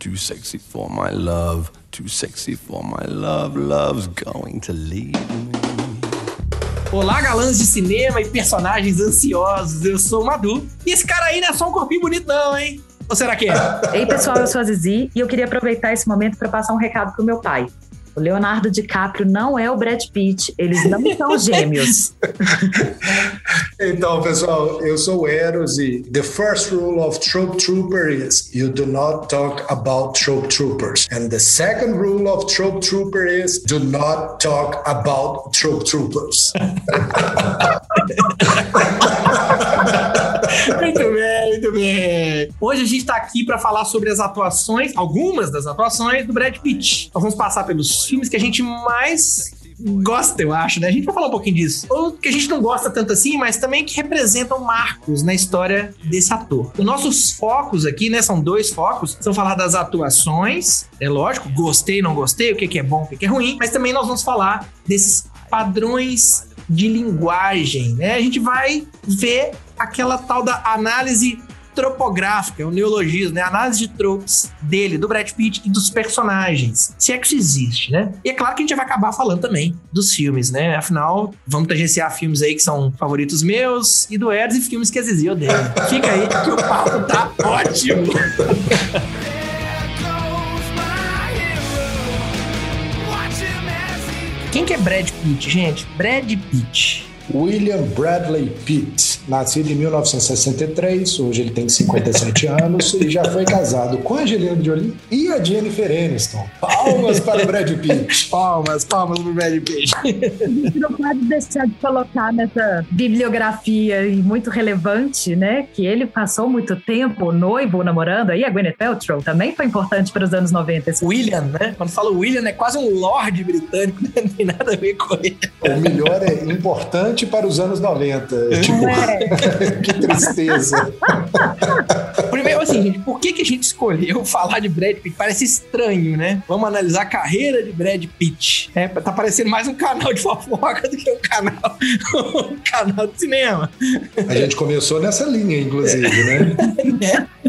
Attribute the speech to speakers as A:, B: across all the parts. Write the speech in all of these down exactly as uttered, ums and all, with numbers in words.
A: too sexy for my love, too sexy for my love, love's going to leave me.
B: Olá, galãs de cinema e personagens ansiosos, eu sou o Madu. E esse cara aí não é só um corpinho bonito não, hein? Ou será que é?
C: Ei, pessoal, eu sou a Zizi e eu queria aproveitar esse momento para passar um recado pro meu pai. O Leonardo DiCaprio não é o Brad Pitt, eles não são gêmeos.
D: Então, pessoal, eu sou o Eros e the first rule of Trope Trooper is you do not talk about Trope Troopers. And the second rule of Trope Trooper is do not talk about Trope Troopers.
B: Muito bem, muito bem. Hoje a gente tá aqui pra falar sobre as atuações, algumas das atuações do Brad Pitt. Nós vamos passar pelos filmes que a gente mais gosta, eu acho, né? A gente vai falar um pouquinho disso. Ou que a gente não gosta tanto assim, mas também que representam marcos na história desse ator. Os nossos focos aqui, né? São dois focos. São falar das atuações, é lógico, gostei, não gostei, o que é bom, o que é ruim. Mas também nós vamos falar desses padrões de linguagem, né? A gente vai ver aquela tal da análise tropográfica, o neologismo, né? A análise de tropes dele, do Brad Pitt e dos personagens. Se é que isso existe, né? E é claro que a gente vai acabar falando também dos filmes, né? Afinal, vamos tangenciar filmes aí que são favoritos meus e do Eros e filmes que a Zizi odeia. Fica aí que o papo tá ótimo! Quem que é Brad Pitt, gente? Brad Pitt.
D: William Bradley Pitt, nascido em mil novecentos e sessenta e três, hoje ele tem cinquenta e sete anos e já foi casado com a Angelina Jolie e a Jennifer Aniston. Palmas para o Brad Pitt.
B: Palmas, palmas para o Brad Pitt.
C: A gente não pode deixar de colocar nessa bibliografia muito relevante, né, que ele passou muito tempo noivo, namorando, aí a Gwyneth Paltrow também foi importante para os anos noventa.
B: William, né? Quando fala William, é quase um lord britânico, não tem nada a ver com ele.
D: O melhor é importante para os anos noventa. Tipo, é. Que tristeza.
B: Primeiro, assim, gente, por que, que a gente escolheu falar de Brad Pitt? Parece estranho, né? Vamos analisar a carreira de Brad Pitt. É, tá parecendo mais um canal de fofoca do que um canal, um canal de cinema.
D: A gente começou nessa linha, inclusive, né?
B: É.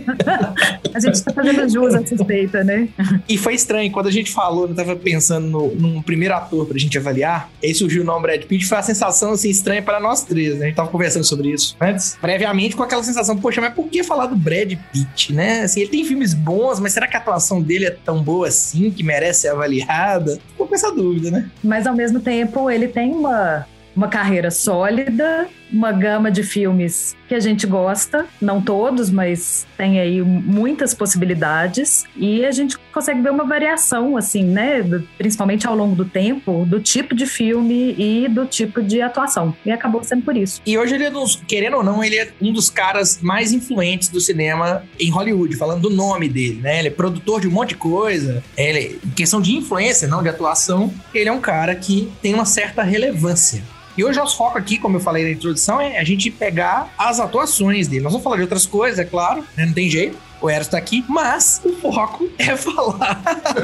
C: A gente tá fazendo jus à suspeita, né?
B: E foi estranho, quando a gente falou, eu tava pensando no, num primeiro ator pra gente avaliar, aí surgiu o nome Brad Pitt, foi uma sensação, assim, estranha para nós três, né? A gente tava conversando sobre isso antes, previamente, com aquela sensação, poxa, mas por que falar do Brad Pitt, né? Assim, ele tem filmes bons, mas será que a atuação dele é tão boa assim, que merece ser avaliada? Ficou com essa dúvida, né?
C: Mas, ao mesmo tempo, ele tem uma... uma carreira sólida, uma gama de filmes que a gente gosta, não todos, mas tem aí muitas possibilidades, e a gente consegue ver uma variação, assim, né, principalmente ao longo do tempo, do tipo de filme e do tipo de atuação, e acabou sendo por isso.
B: E hoje ele é, dos, querendo ou não, ele é um dos caras mais influentes do cinema em Hollywood, falando do nome dele, né, ele é produtor de um monte de coisa, ele, em questão de influência, não de atuação, ele é um cara que tem uma certa relevância. E hoje nosso foco aqui, como eu falei na introdução, é a gente pegar as atuações dele. Nós vamos falar de outras coisas, é claro, né? Não tem jeito. O Eros tá aqui, mas o foco é falar.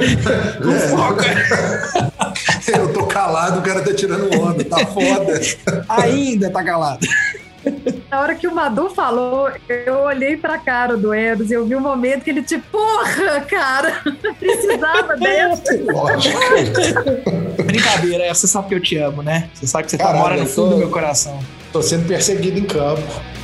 B: O
D: é.
B: foco é...
D: Eu tô calado, o cara tá tirando onda, tá foda.
B: Ainda tá calado.
C: Na hora que o Madu falou, eu olhei pra cara do Eros e eu vi um momento que ele tipo, porra, cara, precisava dessa.
D: Lógico.
B: Brincadeira, você sabe que eu te amo, né? Você sabe que você
D: Caralho,
B: tá morando no fundo
D: tô,
B: do meu coração.
D: Tô sendo perseguido em campo.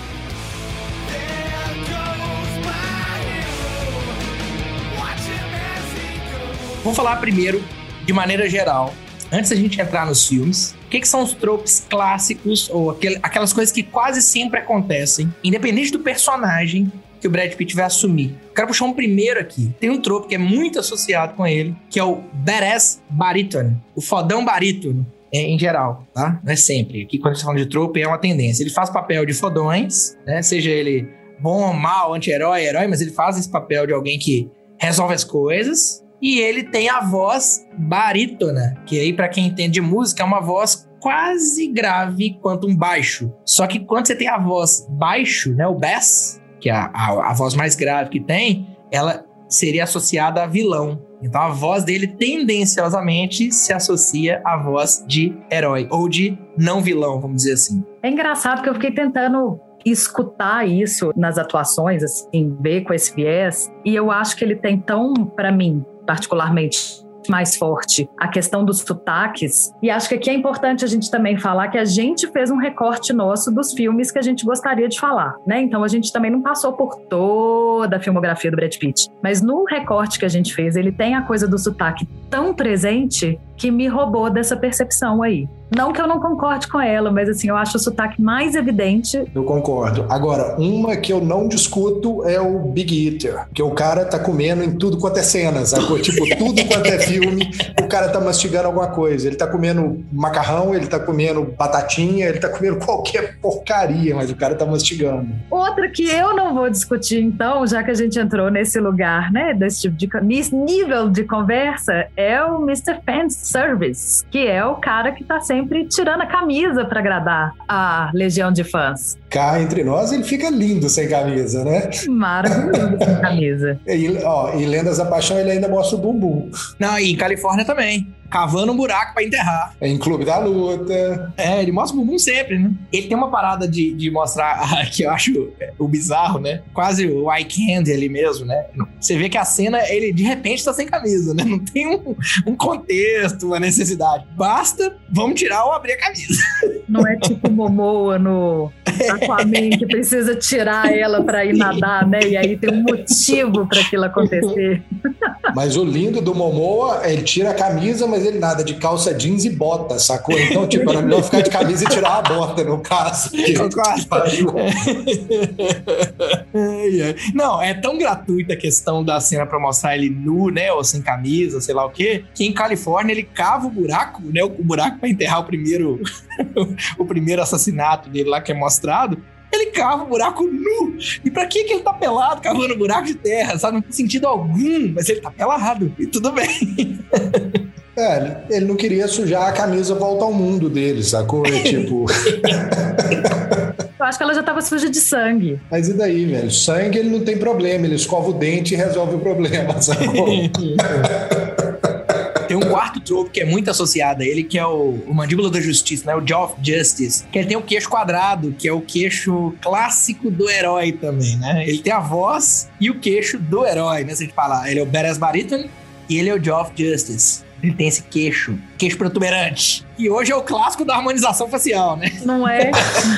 B: Vamos falar primeiro, de maneira geral, antes da gente entrar nos filmes, o que, que são os tropes clássicos ou aquel, aquelas coisas que quase sempre acontecem, independente do personagem que o Brad Pitt vai assumir. Quero puxar um primeiro aqui. Tem um trope que é muito associado com ele, que é o badass barítono, o fodão barítono, é, em geral, tá? Não é sempre. Aqui, quando a gente tá falando de trope, é uma tendência. Ele faz papel de fodões, né? Seja ele bom, mal, anti-herói, herói, mas ele faz esse papel de alguém que resolve as coisas. E ele tem a voz barítona, que aí, pra quem entende de música, é uma voz quase grave quanto um baixo. Só que quando você tem a voz baixo, né, o bass, que é a, a, a voz mais grave que tem, ela seria associada a vilão. Então a voz dele tendenciosamente se associa à voz de herói, ou de não vilão, vamos dizer assim.
C: É engraçado porque eu fiquei tentando escutar isso nas atuações, assim, ver com esse viés. E eu acho que ele tem tão, para mim, particularmente, mais forte a questão dos sotaques, e acho que aqui é importante a gente também falar que a gente fez um recorte nosso dos filmes que a gente gostaria de falar, né? Então a gente também não passou por toda a filmografia do Brad Pitt, mas no recorte que a gente fez, ele tem a coisa do sotaque tão presente que me roubou dessa percepção aí. Não que eu não concorde com ela, mas assim, eu acho o sotaque mais evidente.
D: Eu concordo. Agora, uma que eu não discuto é o Big Eater, que o cara tá comendo em tudo quanto é cena, sacou? Tipo, tudo quanto é filme, o cara tá mastigando alguma coisa. Ele tá comendo macarrão, ele tá comendo batatinha, ele tá comendo qualquer porcaria, mas o cara tá mastigando.
C: Outra que eu não vou discutir, então, já que a gente entrou nesse lugar, né, desse tipo de nesse nível de conversa, é o mister Fancy Service, que é o cara que tá sempre tirando a camisa pra agradar a legião de fãs.
D: Cá entre nós, ele fica lindo sem camisa, né?
C: Maravilhoso sem camisa.
D: E, ó, em Lendas da Paixão ele ainda mostra o bumbum.
B: Não, e em Califórnia também. Cavando um buraco pra enterrar.
D: É em Clube da Luta.
B: É, ele mostra o bumbum sempre, né? Ele tem uma parada de, de mostrar, que eu acho o bizarro, né? Quase o eye candy ali mesmo, né? Você vê que a cena, ele de repente tá sem camisa, né? Não tem um, um contexto, uma necessidade. Basta, vamos tirar ou abrir a camisa.
C: Não é tipo Momoa no Aquaman, que precisa tirar ela pra ir nadar, né? E aí tem um motivo pra aquilo acontecer.
D: Mas o lindo do Momoa, ele tira a camisa, mas ele nada de calça jeans e bota, sacou? Então, tipo, era melhor ficar de camisa e tirar a bota, no caso.
B: Não, é tão gratuita a questão da cena pra mostrar ele nu, né? Ou sem camisa, sei lá o quê, que em Califórnia ele cava o buraco, né? O buraco pra enterrar o primeiro o primeiro assassinato dele lá que é mostrado. Ele cava um buraco nu. E pra que que ele tá pelado cavando um buraco de terra? Sabe? Não tem sentido algum, mas ele tá pelado. E tudo bem.
D: É, ele não queria sujar a camisa volta ao mundo dele, sacou? É tipo...
C: Eu acho que ela já tava suja de sangue.
D: Mas e daí, velho? Sangue ele não tem problema, ele escova o dente e resolve o problema, sacou?
B: Tem um quarto trope que é muito associado a ele, que é o, o Mandíbula da Justiça, né? O Jaw of Justice. Que ele tem o queixo quadrado, que é o queixo clássico do herói também, né? Ele tem a voz e o queixo do herói, né? Se a gente falar. Ele é o Badass Baritone e ele é o Jaw of Justice. Ele tem esse queixo, queixo protuberante. E hoje é o clássico da harmonização facial, né?
C: Não é?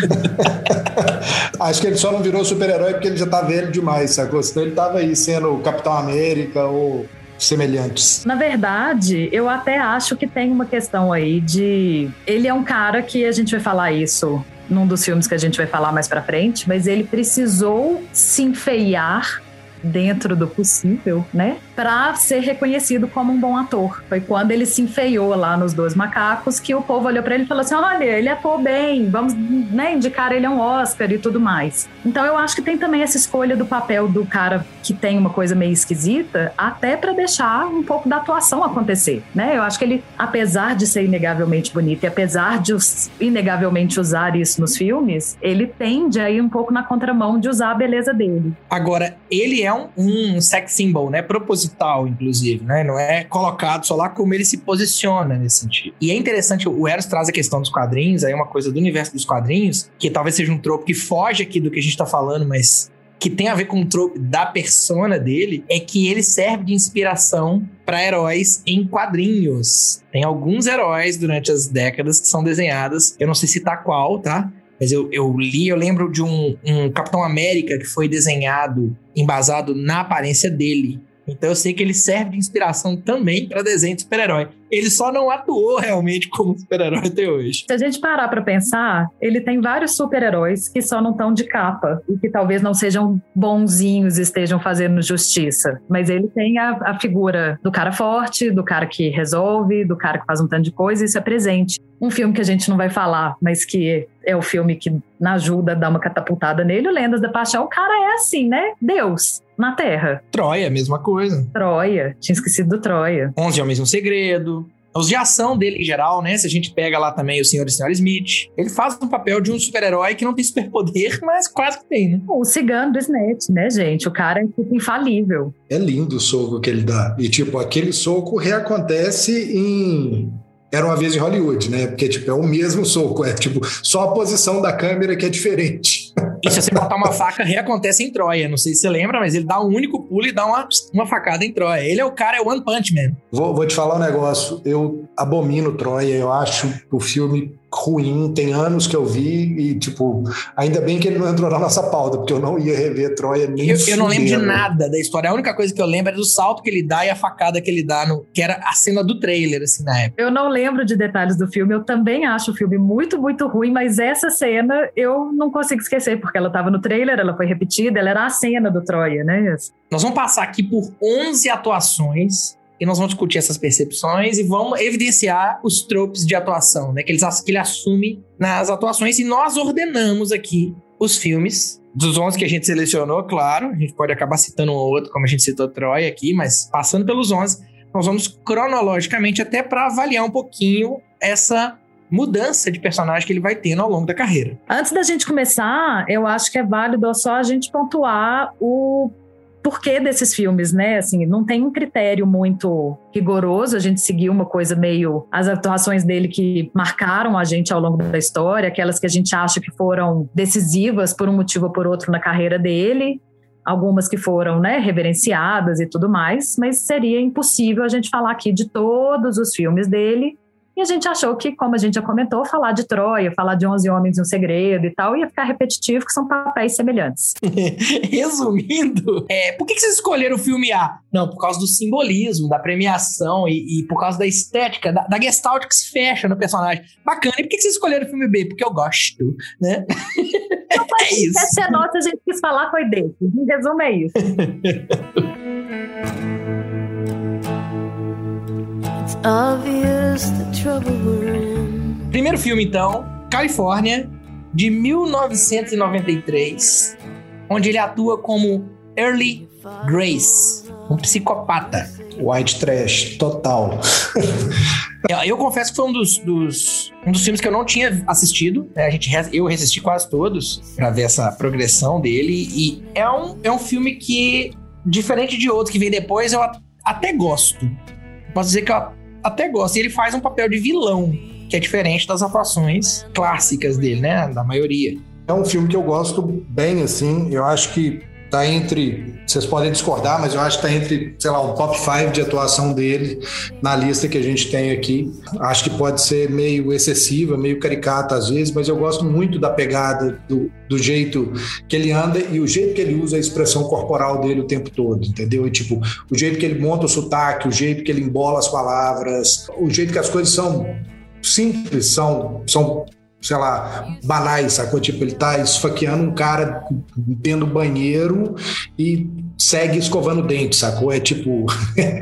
D: Acho que ele só não virou super-herói porque ele já tá velho demais, sacou? Senão ele tava aí sendo o Capitão América ou... semelhantes.
C: Na verdade, eu até acho que tem uma questão aí de... Ele é um cara que a gente vai falar isso num dos filmes que a gente vai falar mais pra frente, mas ele precisou se enfeiar dentro do possível, né? Pra ser reconhecido como um bom ator. Foi quando ele se enfeiou lá nos Dois Macacos que o povo olhou pra ele e falou assim, olha, ele atuou bem, vamos, né, indicar ele a um Oscar e tudo mais. Então eu acho que tem também essa escolha do papel do cara que tem uma coisa meio esquisita, até pra deixar um pouco da atuação acontecer, né? Eu acho que ele, apesar de ser inegavelmente bonito e apesar de inegavelmente usar isso nos filmes, ele tende a ir um pouco na contramão de usar a beleza dele.
B: Agora, ele é um, um sex symbol, né? Proposital, inclusive, né? Não é colocado só lá como ele se posiciona nesse sentido. E é interessante, o Eros traz a questão dos quadrinhos, aí uma coisa do universo dos quadrinhos, que talvez seja um tropo que foge aqui do que a gente tá falando, mas que tem a ver com o tropo da persona dele, é que ele serve de inspiração para heróis em quadrinhos. Tem alguns heróis durante as décadas que são desenhados, eu não sei citar qual, tá? Mas eu, eu li, eu lembro de um, um Capitão América que foi desenhado, embasado na aparência dele. Então eu sei que ele serve de inspiração também para desenho de super-herói. Ele só não atuou realmente como super-herói até hoje.
C: Se a gente parar para pensar, ele tem vários super-heróis que só não estão de capa e que talvez não sejam bonzinhos e estejam fazendo justiça. Mas ele tem a, a figura do cara forte, do cara que resolve, do cara que faz um tanto de coisa, e isso é presente. Um filme que a gente não vai falar, mas que é o filme que ajuda a dar uma catapultada nele, o Lendas da Paixão, o cara é assim, né? Deus na Terra.
B: Troia, mesma coisa.
C: Troia, tinha esquecido do Troia.
B: Onze Homens e um Segredo. Os de ação dele em geral, né? Se a gente pega lá também o Senhor e Senhora Smith, ele faz um papel de um super-herói que não tem superpoder, mas quase que tem, né?
C: O cigano do Snatch, né, gente? O cara é tipo infalível.
D: É lindo o soco que ele dá. E, tipo, aquele soco reacontece em... Era Uma Vez em Hollywood, né? Porque, tipo, é o mesmo soco. É, tipo, só a posição da câmera que é diferente.
B: E se você botar uma faca, reacontece em Troia. Não sei se você lembra, mas ele dá um único pulo e dá uma, uma facada em Troia. Ele é o cara, é o One Punch Man.
D: Vou, vou te falar um negócio. Eu abomino Troia. Eu acho o filme ruim. Tem anos que eu vi e, tipo, ainda bem que ele não entrou na nossa pauta, porque eu não ia rever Troia nem
B: Eu, eu não lembro de
D: fudendo.
B: nada da história. A única coisa que eu lembro é do salto que ele dá e a facada que ele dá, no, que era a cena do trailer, assim, na época.
C: Eu não lembro de detalhes do filme, eu também acho o filme muito, muito ruim, mas essa cena eu não consigo esquecer, porque ela estava no trailer, ela foi repetida, ela era a cena do Troia, né?
B: Nós vamos passar aqui por onze atuações e nós vamos discutir essas percepções e vamos evidenciar os tropes de atuação, né? Que ele, que ele assume nas atuações, e nós ordenamos aqui os filmes dos onze que a gente selecionou, claro. A gente pode acabar citando um ou outro, como a gente citou Troia aqui, mas passando pelos onze, nós vamos cronologicamente até para avaliar um pouquinho essa mudança de personagem que ele vai tendo ao longo da carreira.
C: Antes da gente começar, eu acho que é válido só a gente pontuar o porquê desses filmes, né? Assim, não tem um critério muito rigoroso, a gente seguiu uma coisa meio... As atuações dele que marcaram a gente ao longo da história, aquelas que a gente acha que foram decisivas por um motivo ou por outro na carreira dele, algumas que foram, né, reverenciadas e tudo mais, mas seria impossível a gente falar aqui de todos os filmes dele. E a gente achou que, como a gente já comentou, falar de Troia, falar de onze Homens e um Segredo e tal, ia ficar repetitivo, que são papéis semelhantes.
B: Resumindo, é, por que, que vocês escolheram o filme A? Não, por causa do simbolismo, da premiação e, e por causa da estética, da, da gestalt que se fecha no personagem. Bacana. E por que, que vocês escolheram o filme B? Porque eu gosto, né?
C: Então, é isso. Essa é a nota, a gente quis falar, foi desse. Em resumo, é isso.
B: Primeiro filme, então, Califórnia, de mil novecentos e noventa e três, onde ele atua como Early Grace, um psicopata.
D: White trash, total.
B: eu, eu confesso que foi um dos, dos, um dos filmes que eu não tinha assistido. A gente, eu assisti quase todos pra ver essa progressão dele. E é um, é um filme que, diferente de outros que vem depois, eu até gosto. Posso dizer que eu até gosto. E ele faz um papel de vilão, que é diferente das atuações clássicas dele, né? Da maioria.
D: É um filme que eu gosto bem, assim. Eu acho que tá entre... Vocês podem discordar, mas eu acho que tá entre, sei lá, um top cinco de atuação dele na lista que a gente tem aqui. Acho que pode ser meio excessiva, meio caricata às vezes, mas eu gosto muito da pegada, do, do jeito que ele anda e o jeito que ele usa a expressão corporal dele o tempo todo, entendeu? E, tipo, o jeito que ele monta o sotaque, o jeito que ele embola as palavras, o jeito que as coisas são simples, são... são sei lá, banais, sacou? Tipo, ele tá esfaqueando um cara dentro do banheiro e segue escovando o dente, sacou? É tipo... é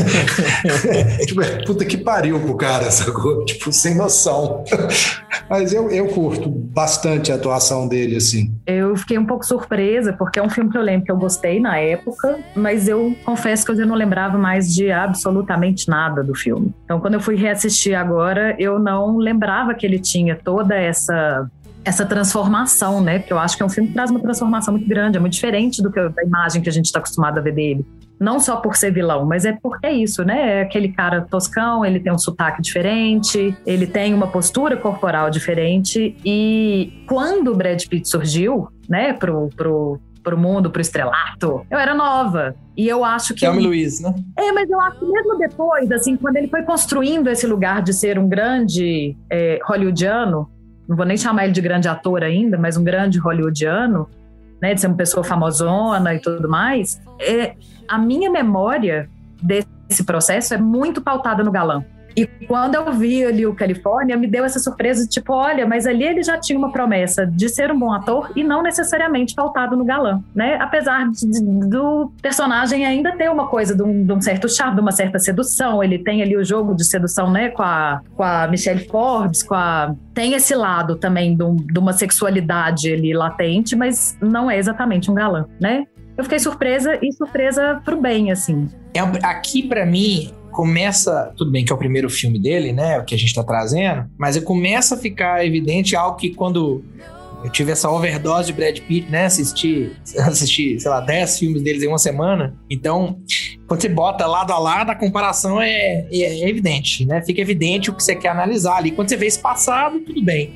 D: tipo, é puta que pariu pro cara, sacou? Tipo, sem noção. Mas eu, eu curto bastante a atuação dele, assim.
C: Eu fiquei um pouco surpresa, porque é um filme que eu lembro que eu gostei na época, mas eu confesso que eu já não lembrava mais de absolutamente nada do filme. Então, quando eu fui reassistir agora, eu não lembrava que ele tinha toda essa... essa transformação, né? Porque eu acho que é um filme que traz uma transformação muito grande, é muito diferente do que a imagem que a gente está acostumado a ver dele. Não só por ser vilão, mas é porque é isso, né? É aquele cara toscão, ele tem um sotaque diferente, ele tem uma postura corporal diferente. E quando o Brad Pitt surgiu, né, pro, pro, pro mundo, pro estrelato, eu era nova. E eu acho que...
B: Thelma e Louise, né?
C: É, mas eu acho que mesmo depois, assim, quando ele foi construindo esse lugar de ser um grande é, hollywoodiano, não vou nem chamar ele de grande ator ainda, mas um grande hollywoodiano, né, de ser uma pessoa famosona e tudo mais, é, a minha memória desse processo é muito pautada no galã. E quando eu vi ali o Califórnia, me deu essa surpresa de tipo, olha, mas ali ele já tinha uma promessa de ser um bom ator e não necessariamente pautado no galã, né? Apesar de, de, do personagem ainda ter uma coisa de um, de um certo charme, de uma certa sedução, ele tem ali o jogo de sedução, né, com a, com a Michelle Forbes, com a... tem esse lado também de, um, de uma sexualidade ali latente, mas não é exatamente um galã, né? Eu fiquei surpresa e surpresa pro bem, assim.
B: É, aqui, pra mim, começa... Tudo bem que é o primeiro filme dele, né? O que a gente tá trazendo. Mas começa a ficar evidente algo que quando eu tive essa overdose de Brad Pitt, né? Assisti, assisti sei lá, dez filmes deles em uma semana. Então, quando você bota lado a lado, a comparação é, é, é evidente, né? Fica evidente o que você quer analisar ali. Quando você vê esse passado, tudo bem.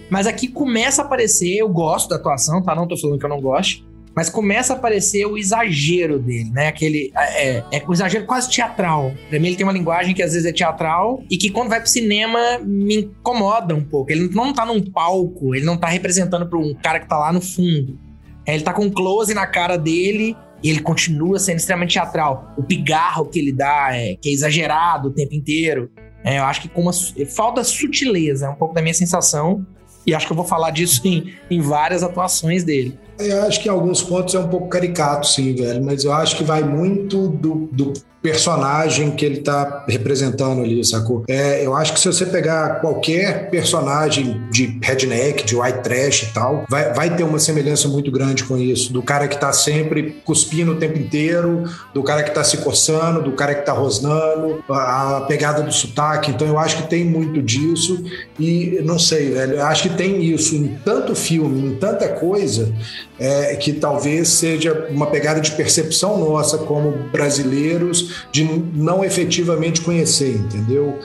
B: Mas aqui começa a aparecer, eu gosto da atuação, tá? Não tô falando que eu não gosto. Mas começa a aparecer o exagero dele, né? Aquele. É, é o exagero quase teatral. Pra mim, ele tem uma linguagem que às vezes é teatral e que quando vai pro cinema me incomoda um pouco. Ele não tá num palco, ele não tá representando pra um cara que tá lá no fundo. É, ele tá com um close na cara dele e ele continua sendo extremamente teatral. O pigarro que ele dá, é, que é exagerado o tempo inteiro. É, eu acho que com uma, falta sutileza, é um pouco da minha sensação. E acho que eu vou falar disso em, em várias atuações dele.
D: Eu acho que em alguns pontos é um pouco caricato, sim, velho. Mas eu acho que vai muito do, do personagem que ele tá representando ali, sacou? É, eu acho que se você pegar qualquer personagem de redneck, de white trash e tal, vai, vai ter uma semelhança muito grande com isso. Do cara que tá sempre cuspindo o tempo inteiro, do cara que tá se coçando, do cara que tá rosnando, a, a pegada do sotaque. Então eu acho que tem muito disso e não sei, velho, eu acho que tem isso em tanto filme, em tanta coisa, é, que talvez seja uma pegada de percepção nossa como brasileiros de não efetivamente conhecer, entendeu?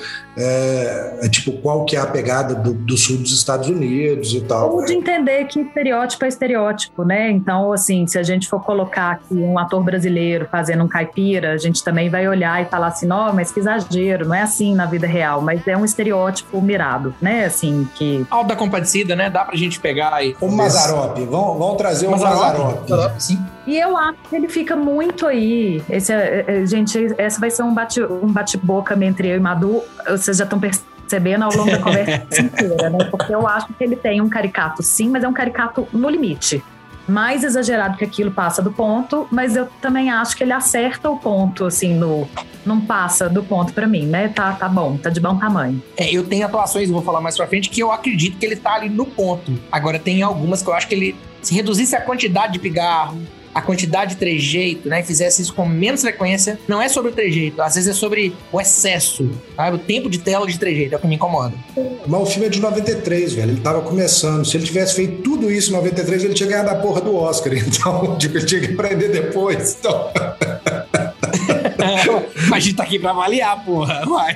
D: É, é tipo, qual que é a pegada do, do sul dos Estados Unidos e tal.
C: Ou de entender que estereótipo é estereótipo, né? Então, assim, se a gente for colocar aqui um ator brasileiro fazendo um caipira, a gente também vai olhar e falar assim, não, mas que exagero, não é assim na vida real, mas é um estereótipo mirado, né? Assim, que...
B: Alto da Compadecida, né? Dá pra gente pegar e...
D: O Mazzaropi, vão, vão trazer o Mazzaropi.
B: Mazzaropi, sim.
C: E eu acho que ele fica muito aí. Esse, é, gente, essa vai ser um bate, um bate-boca entre eu e Madu. Vocês já estão percebendo ao longo da conversa inteira, né? Porque eu acho que ele tem um caricato, sim, mas é um caricato no limite. Mais exagerado que aquilo, passa do ponto, mas eu também acho que ele acerta o ponto, assim, no... Não passa do ponto pra mim, né? Tá, tá bom, tá de bom tamanho.
B: É, eu tenho atuações, vou falar mais pra frente, que eu acredito que ele tá ali no ponto. Agora, tem algumas que eu acho que ele... Se reduzisse a quantidade de pigarro, a quantidade de trejeito, né, e fizesse isso com menos frequência, não é sobre o trejeito, às vezes é sobre o excesso, sabe? O tempo de tela de trejeito é o que me incomoda.
D: Mas o filme é de noventa e três, velho, ele tava começando. Se ele tivesse feito tudo isso em noventa e três, ele tinha ganhado a porra do Oscar, então, tipo, ele tinha que aprender depois, então...
B: Mas a gente tá aqui pra avaliar, porra. Vai.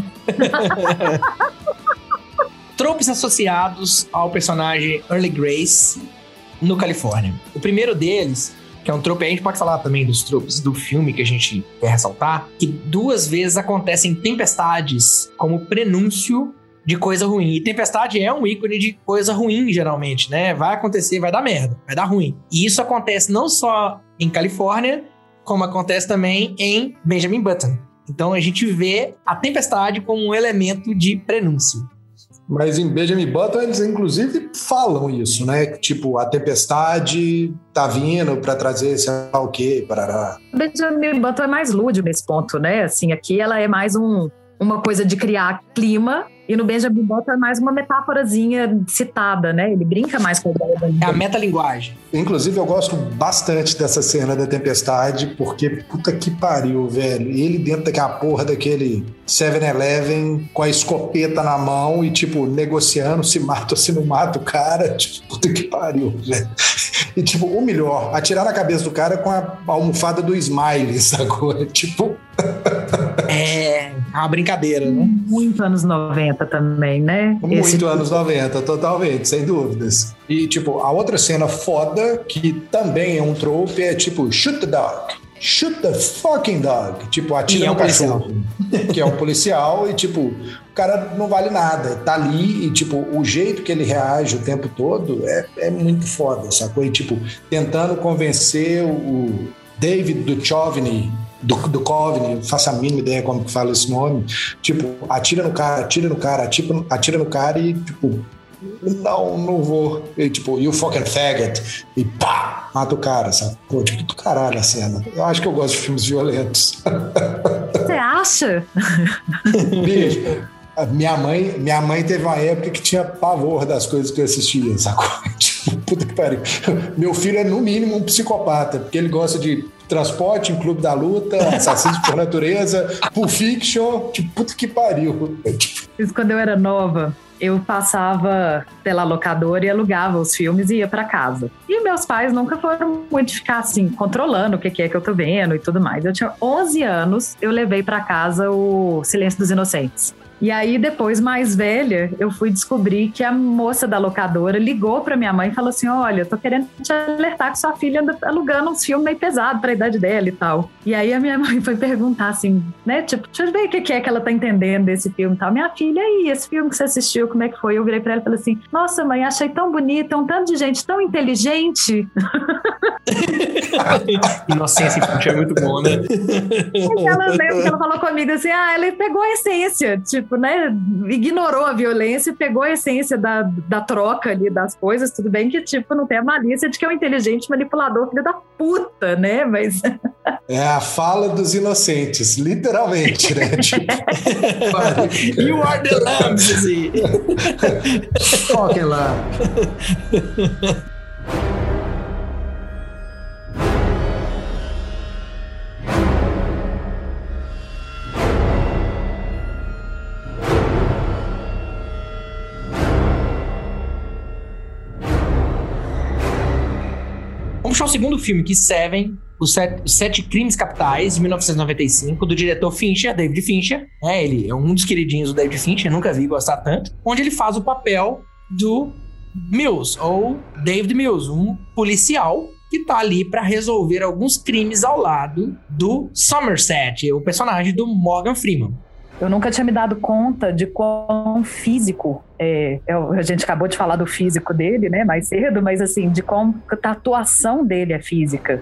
B: Tropes associados ao personagem Early Grace no Califórnia. O primeiro deles, que é um trope, a gente pode falar também dos tropes do filme que a gente quer ressaltar, que duas vezes acontecem tempestades como prenúncio de coisa ruim. E tempestade é um ícone de coisa ruim, geralmente, né? Vai acontecer, vai dar merda, vai dar ruim. E isso acontece não só em Califórnia, como acontece também em Benjamin Button. Então a gente vê a tempestade como um elemento de prenúncio.
D: Mas em Benjamin Button eles inclusive falam isso, né? Tipo, a tempestade tá vindo para trazer sei lá o quê, parará.
C: Benjamin Button é mais lúdico nesse ponto, né? Assim, aqui ela é mais um, uma coisa de criar clima. E no Benjamin Button é mais uma metáforazinha citada, né? Ele brinca mais com a ideia da...
B: É a metalinguagem.
D: Inclusive, eu gosto bastante dessa cena da tempestade, porque puta que pariu, velho. Ele dentro daquela porra daquele seven eleven com a escopeta na mão e, tipo, negociando se mata ou se não mata o cara. Tipo, puta que pariu, velho. E, tipo, o melhor, atirar na cabeça do cara com a almofada do Smiley, sacou? Tipo...
B: É uma brincadeira, né?
C: Muito anos noventa também, né?
D: Muito Esse... anos noventa, totalmente, sem dúvidas. E, tipo, a outra cena foda, que também é um trope, é tipo, shoot the dog. Shoot the fucking dog. Tipo, atira
B: é
D: no
B: um
D: cachorro. Que é um policial e, tipo, o cara não vale nada. Tá ali e, tipo, o jeito que ele reage o tempo todo é, é muito foda, sacou? E, tipo, tentando convencer o David Duchovny, do, do Coveney, faço a mínima ideia como que fala esse nome, tipo, atira no cara, atira no cara, atira, atira no cara e, tipo, não, não vou. E, tipo, you fucking faggot. E pá, mata o cara, sabe? Pô, tipo, do caralho a cena. Eu acho que eu gosto de filmes violentos.
C: Você acha?
D: Bicho, minha mãe, minha mãe teve uma época que tinha pavor das coisas que eu assistia, sacou? Tipo, puta que pariu. Meu filho é, no mínimo, um psicopata, porque ele gosta de Transporte em Clube da Luta, Assassinos por Natureza, Pulp Fiction, tipo, puta que pariu.
C: Isso quando eu era nova. eu passava pela locadora e alugava os filmes e ia pra casa. E meus pais nunca foram muito ficar assim, controlando o que é que eu tô vendo e tudo mais. Eu tinha onze anos, eu levei pra casa o Silêncio dos Inocentes. E aí, depois, mais velha, eu fui descobrir que a moça da locadora ligou pra minha mãe e falou assim, olha, eu tô querendo te alertar que sua filha anda alugando uns filmes meio pesados pra idade dela e tal. E aí a minha mãe foi perguntar assim, né, tipo, deixa eu ver o que é que ela tá entendendo desse filme e tal. Minha filha, e aí, esse filme que você assistiu, como é que foi? Eu virei pra ela e falei assim, nossa mãe, achei tão bonito, um tanto de gente tão inteligente.
B: Inocência infantil é muito bom, né?
C: E ela, né, ela falou comigo assim, ah, ela pegou a essência, tipo, né, ignorou a violência e pegou a essência da, da troca ali das coisas, tudo bem que, tipo, não tem a malícia de que é um inteligente manipulador, filho da puta, né, mas...
D: É a fala dos inocentes, literalmente, né, tipo...
B: You are the lambs, assim.
D: Fucking lamb.
B: Vamos puxar o segundo filme, que Seven, Os Sete, Os Sete Crimes Capitais, de mil novecentos e noventa e cinco, do diretor Fincher, David Fincher. É, ele é um dos queridinhos do David Fincher, nunca vi gostar tanto. Onde ele faz o papel do Mills, ou David Mills, um policial que tá ali pra resolver alguns crimes ao lado do Somerset, o personagem do Morgan Freeman.
C: Eu nunca tinha me dado conta de quão físico, é, eu, a gente acabou de falar do físico dele, né, mais cedo, mas assim, de como a atuação dele é física.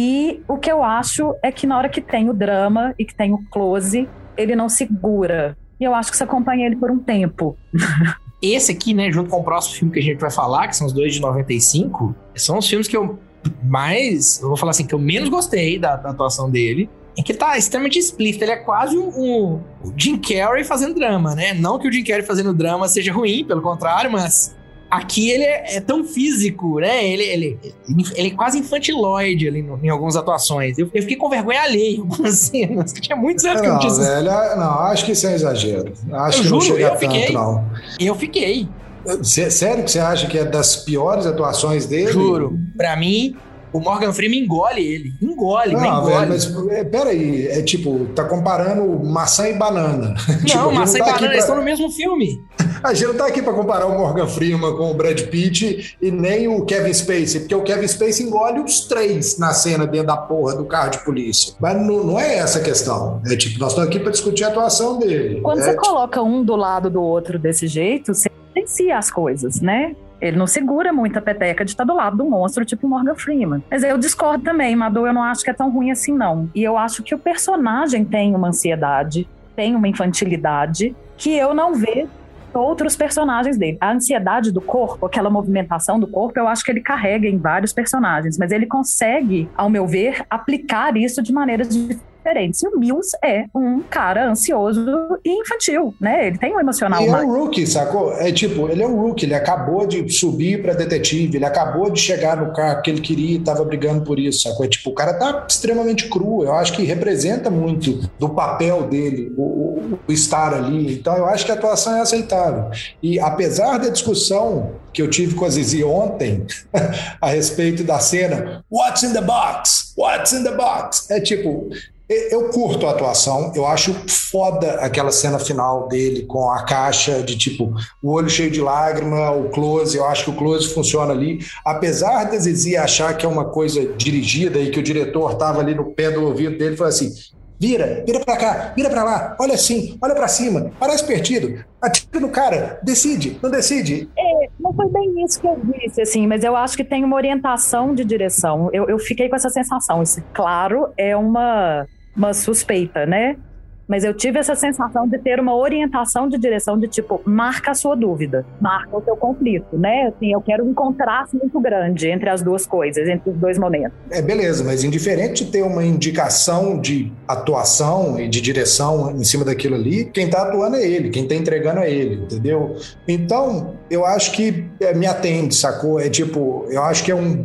C: E o que eu acho é que na hora que tem o drama e que tem o close, ele não segura. E eu acho que isso acompanha ele por um tempo.
B: Esse aqui, né, junto com o próximo filme que a gente vai falar, que são os dois de noventa e cinco, são os filmes que eu mais, eu vou falar assim, que eu menos gostei da, da atuação dele. É que tá extremamente explícito, ele é quase um, um, um Jim Carrey fazendo drama, né? Não que o Jim Carrey fazendo drama seja ruim, pelo contrário, mas aqui ele é, é tão físico, né? Ele, ele, ele, ele é quase infantiloide ali no, em algumas atuações. Eu, eu fiquei com vergonha alheia em algumas cenas, que tinha muitos anos que eu
D: não,
B: não tinha
D: velho, não, acho que isso é um exagero. Acho
B: eu
D: que
B: juro,
D: não chega
B: eu
D: tanto,
B: fiquei,
D: não.
B: Eu fiquei.
D: Cê, sério que você acha que é das piores atuações dele?
B: Juro. Pra mim... O Morgan Freeman engole ele. Engole,
D: não,
B: engole.
D: Velho, mas é, peraí, é tipo, tá comparando maçã e banana.
B: Não,
D: tipo,
B: maçã
D: não
B: e
D: tá
B: banana,
D: pra...
B: eles estão no mesmo filme.
D: A gente não tá aqui pra comparar o Morgan Freeman com o Brad Pitt e nem o Kevin Spacey, porque o Kevin Spacey engole os três na cena dentro da porra do carro de polícia. Mas não, não é essa a questão. É tipo, nós estamos aqui pra discutir a atuação dele.
C: Quando
D: é,
C: você
D: tipo...
C: coloca um do lado do outro desse jeito, você evidencia as coisas, né? Ele não segura muito a peteca de estar do lado do monstro, tipo Morgan Freeman. Mas eu discordo também, Madu, eu não acho que é tão ruim assim, não. E eu acho que o personagem tem uma ansiedade, tem uma infantilidade, que eu não vejo outros personagens dele. A ansiedade do corpo, aquela movimentação do corpo, eu acho que ele carrega em vários personagens, mas ele consegue, ao meu ver, aplicar isso de maneiras diferentes. E o Mills é um cara ansioso e infantil, né? Ele tem um emocional
D: e
C: mais.
D: é um rookie, sacou? É tipo, ele é um rookie, ele acabou de subir pra detetive, ele acabou de chegar no carro que ele queria e tava brigando por isso, sacou? É tipo, o cara tá extremamente cru, eu acho que representa muito do papel dele, o, o, o estar ali, então eu acho que a atuação é aceitável. E apesar da discussão que eu tive com a Zizi ontem a respeito da cena What's in the box? What's in the box? É tipo... Eu curto a atuação, eu acho foda aquela cena final dele com a caixa de tipo, o olho cheio de lágrima, o close, eu acho que o close funciona ali, apesar da Zizi achar que é uma coisa dirigida e que o diretor tava ali no pé do ouvido dele e falou assim, vira, vira pra cá, vira pra lá, olha assim, olha pra cima, parece perdido, atira no cara, decide, não decide.
C: É, não foi bem isso que eu disse, assim, mas eu acho que tem uma orientação de direção, eu, eu fiquei com essa sensação, isso, claro, é uma... uma suspeita, né? Mas eu tive essa sensação de ter uma orientação de direção de tipo, marca a sua dúvida, marca o seu conflito, né? Assim, eu quero um contraste muito grande entre as duas coisas, entre os dois momentos.
D: É, beleza, mas indiferente de ter uma indicação de atuação e de direção em cima daquilo ali, quem tá atuando é ele, quem tá entregando é ele, entendeu? Então, eu acho que é, me atende, sacou? É tipo, eu acho que é um bom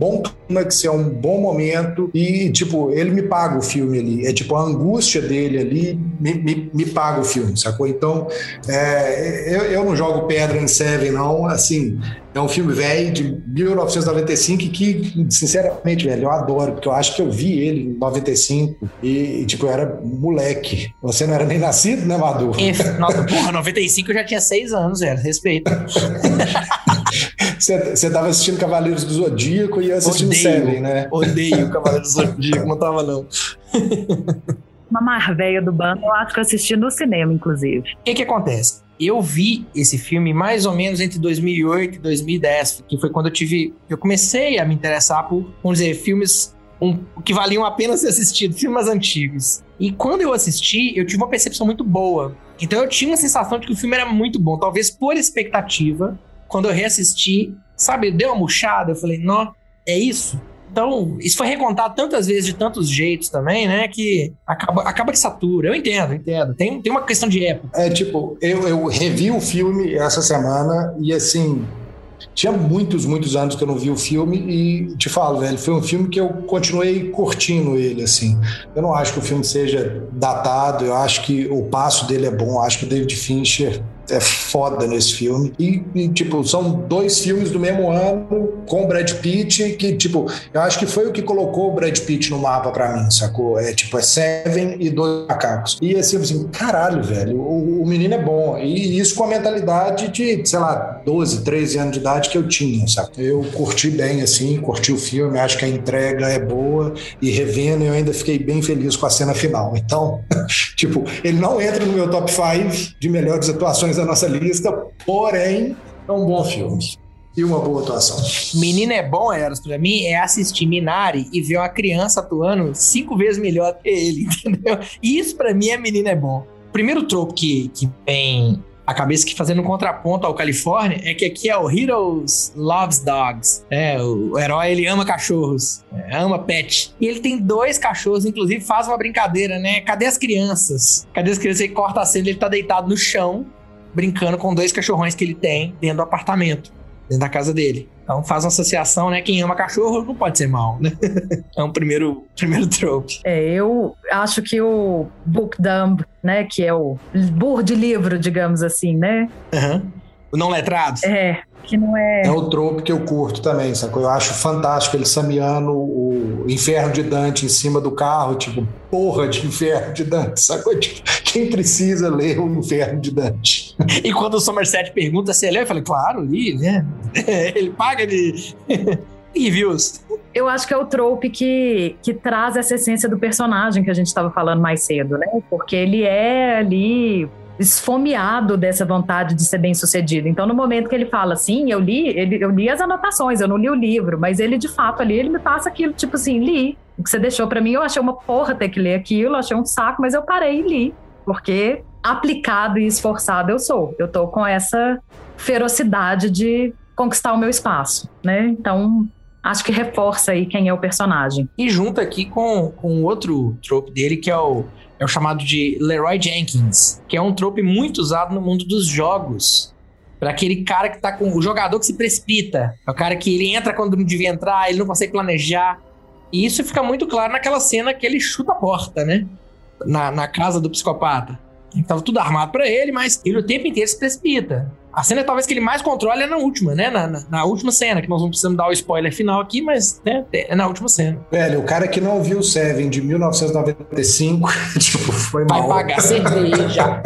D: clímax, é um bom momento e, tipo, ele me paga o filme ali. É tipo, a angústia dele ali me, me, me paga o filme, sacou? Então, é, eu, eu não jogo pedra em Seven, não. Assim, é um filme velho de mil novecentos e noventa e cinco que, sinceramente, velho, eu adoro, porque eu acho que eu vi ele em noventa e cinco e, tipo, eu era moleque. Você não era nem nascido, né, Madu?
B: Nossa, porra, noventa e cinco eu já tinha seis anos, velho. Respeito.
D: Você tava assistindo Cavaleiros do Zodíaco e eu assistindo
B: odeio,
D: Seven, né?
B: Odeio Cavaleiros do Zodíaco, não tava, não.
C: Uma marveia do bando, eu acho que eu assisti no cinema, inclusive.
B: O que que acontece? Eu vi esse filme mais ou menos entre dois mil e oito e dois mil e dez, que foi quando eu tive... Eu comecei a me interessar por, vamos dizer, filmes um, que valiam a pena ser assistidos, filmes antigos. E quando eu assisti, eu tive uma percepção muito boa. Então eu tinha uma sensação de que o filme era muito bom, talvez por expectativa. Quando eu reassisti, sabe, deu uma murchada, eu falei, não, é isso? Então, isso foi recontado tantas vezes, de tantos jeitos também, né, que acaba, acaba que satura. Eu entendo, eu entendo. Tem, tem uma questão de época.
D: É, tipo, eu, eu revi o filme essa semana e, assim, tinha muitos, muitos anos que eu não vi o filme e, te falo, velho, foi um filme que eu continuei curtindo ele, assim. Eu não acho que o filme seja datado, eu acho que o passo dele é bom, eu acho que o David Fincher é foda nesse filme. E, e, tipo, são dois filmes do mesmo ano com o Brad Pitt, que, tipo, eu acho que foi o que colocou o Brad Pitt no mapa pra mim, sacou? É, tipo, é Seven e Dois Macacos. E, assim, assim, caralho, velho, o, o menino é bom. E isso com a mentalidade de, sei lá, doze, treze anos de idade que eu tinha, sabe? Eu curti bem, assim, curti o filme, acho que a entrega é boa e revendo eu ainda fiquei bem feliz com a cena final. Então, tipo, ele não entra no meu top cinco de melhores atuações da nossa lista, porém é um bom filme e uma boa atuação.
B: Menino é bom, Eros, pra mim, é assistir Minari e ver uma criança atuando cinco vezes melhor que ele, entendeu? E isso pra mim é Menino é bom. O primeiro tropo que, que vem a cabeça, que fazendo um contraponto ao Califórnia, é que aqui é o Heroes Loves Dogs. É, o, o herói, ele ama cachorros, é, ama pet. E ele tem dois cachorros, inclusive faz uma brincadeira, né? Cadê as crianças? Cadê as crianças? Ele corta a cena, ele tá deitado no chão, brincando com dois cachorrões que ele tem dentro do apartamento, dentro da casa dele. Então faz uma associação, né? Quem ama cachorro não pode ser mal, né? É um primeiro, primeiro trope.
C: É, eu acho que o book dumb, né? Que é o burro de livro, digamos assim, né?
B: Uhum. O não letrado.
C: É, que não é...
D: É o trope que eu curto também, sacou? Eu acho fantástico ele sameando o Inferno de Dante em cima do carro, tipo, porra de Inferno de Dante, sacou? Tipo, quem precisa ler o Inferno de Dante?
B: E quando o Somerset pergunta se ele leu, eu falei, claro, li, né? Ele paga de reviews.
C: Eu acho que é o trope que, que traz essa essência do personagem que a gente estava falando mais cedo, né? Porque ele é ali esfomeado dessa vontade de ser bem sucedido. Então, no momento que ele fala assim, eu li, ele, eu li as anotações, eu não li o livro, mas ele, de fato, ali, ele me passa aquilo, tipo assim, li. O que você deixou pra mim, eu achei uma porra ter que ler aquilo, achei um saco, mas eu parei e li. Porque aplicado e esforçado eu sou. Eu tô com essa ferocidade de conquistar o meu espaço, né? Então, acho que reforça aí quem é o personagem.
B: E junta aqui com, com outro trope dele, que é o É o chamado de Leroy Jenkins, que é um trope muito usado no mundo dos jogos. Para aquele cara que tá com... O jogador que se precipita. É o cara que ele entra quando não devia entrar, ele não consegue planejar. E isso fica muito claro naquela cena que ele chuta a porta, né? Na, na casa do psicopata. Tava tudo armado pra ele, mas ele o tempo inteiro se precipita. A cena talvez que ele mais controla é na última, né? Na, na, na última cena, que nós não precisamos dar o spoiler final aqui, mas né, é na última cena.
D: Velho, o cara que não viu Seven de mil novecentos e noventa e cinco, tipo, foi
B: Vai
D: mal.
B: Vai pagar cerveja.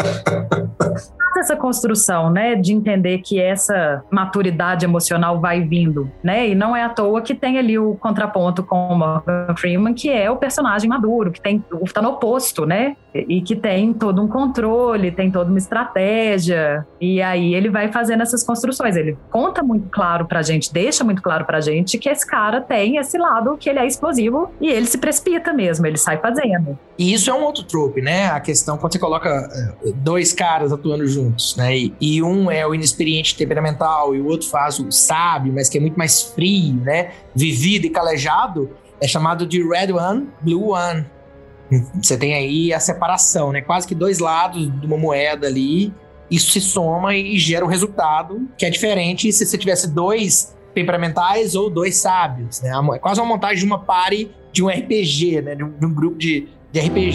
C: Essa construção, né, de entender que essa maturidade emocional vai vindo, né, e não é à toa que tem ali o contraponto com o Morgan Freeman, que é o personagem maduro, que tem, tá no oposto, né, e que tem todo um controle, tem toda uma estratégia, e aí ele vai fazendo essas construções, ele conta muito claro pra gente, deixa muito claro pra gente que esse cara tem esse lado que ele é explosivo e ele se precipita mesmo, ele sai fazendo.
B: E isso é um outro trope, né, a questão quando você coloca dois caras atuando juntos, né? E, e um é o inexperiente temperamental e o outro faz o sábio, mas que é muito mais frio, né? Vivido e calejado, é chamado de Red One, Blue One. Você tem aí a separação, né? Quase que dois lados de uma moeda ali. Isso se soma e gera um resultado que é diferente se você tivesse dois temperamentais ou dois sábios, né? É quase uma montagem de uma party de um R P G, né? De um, de um grupo de, de R P G.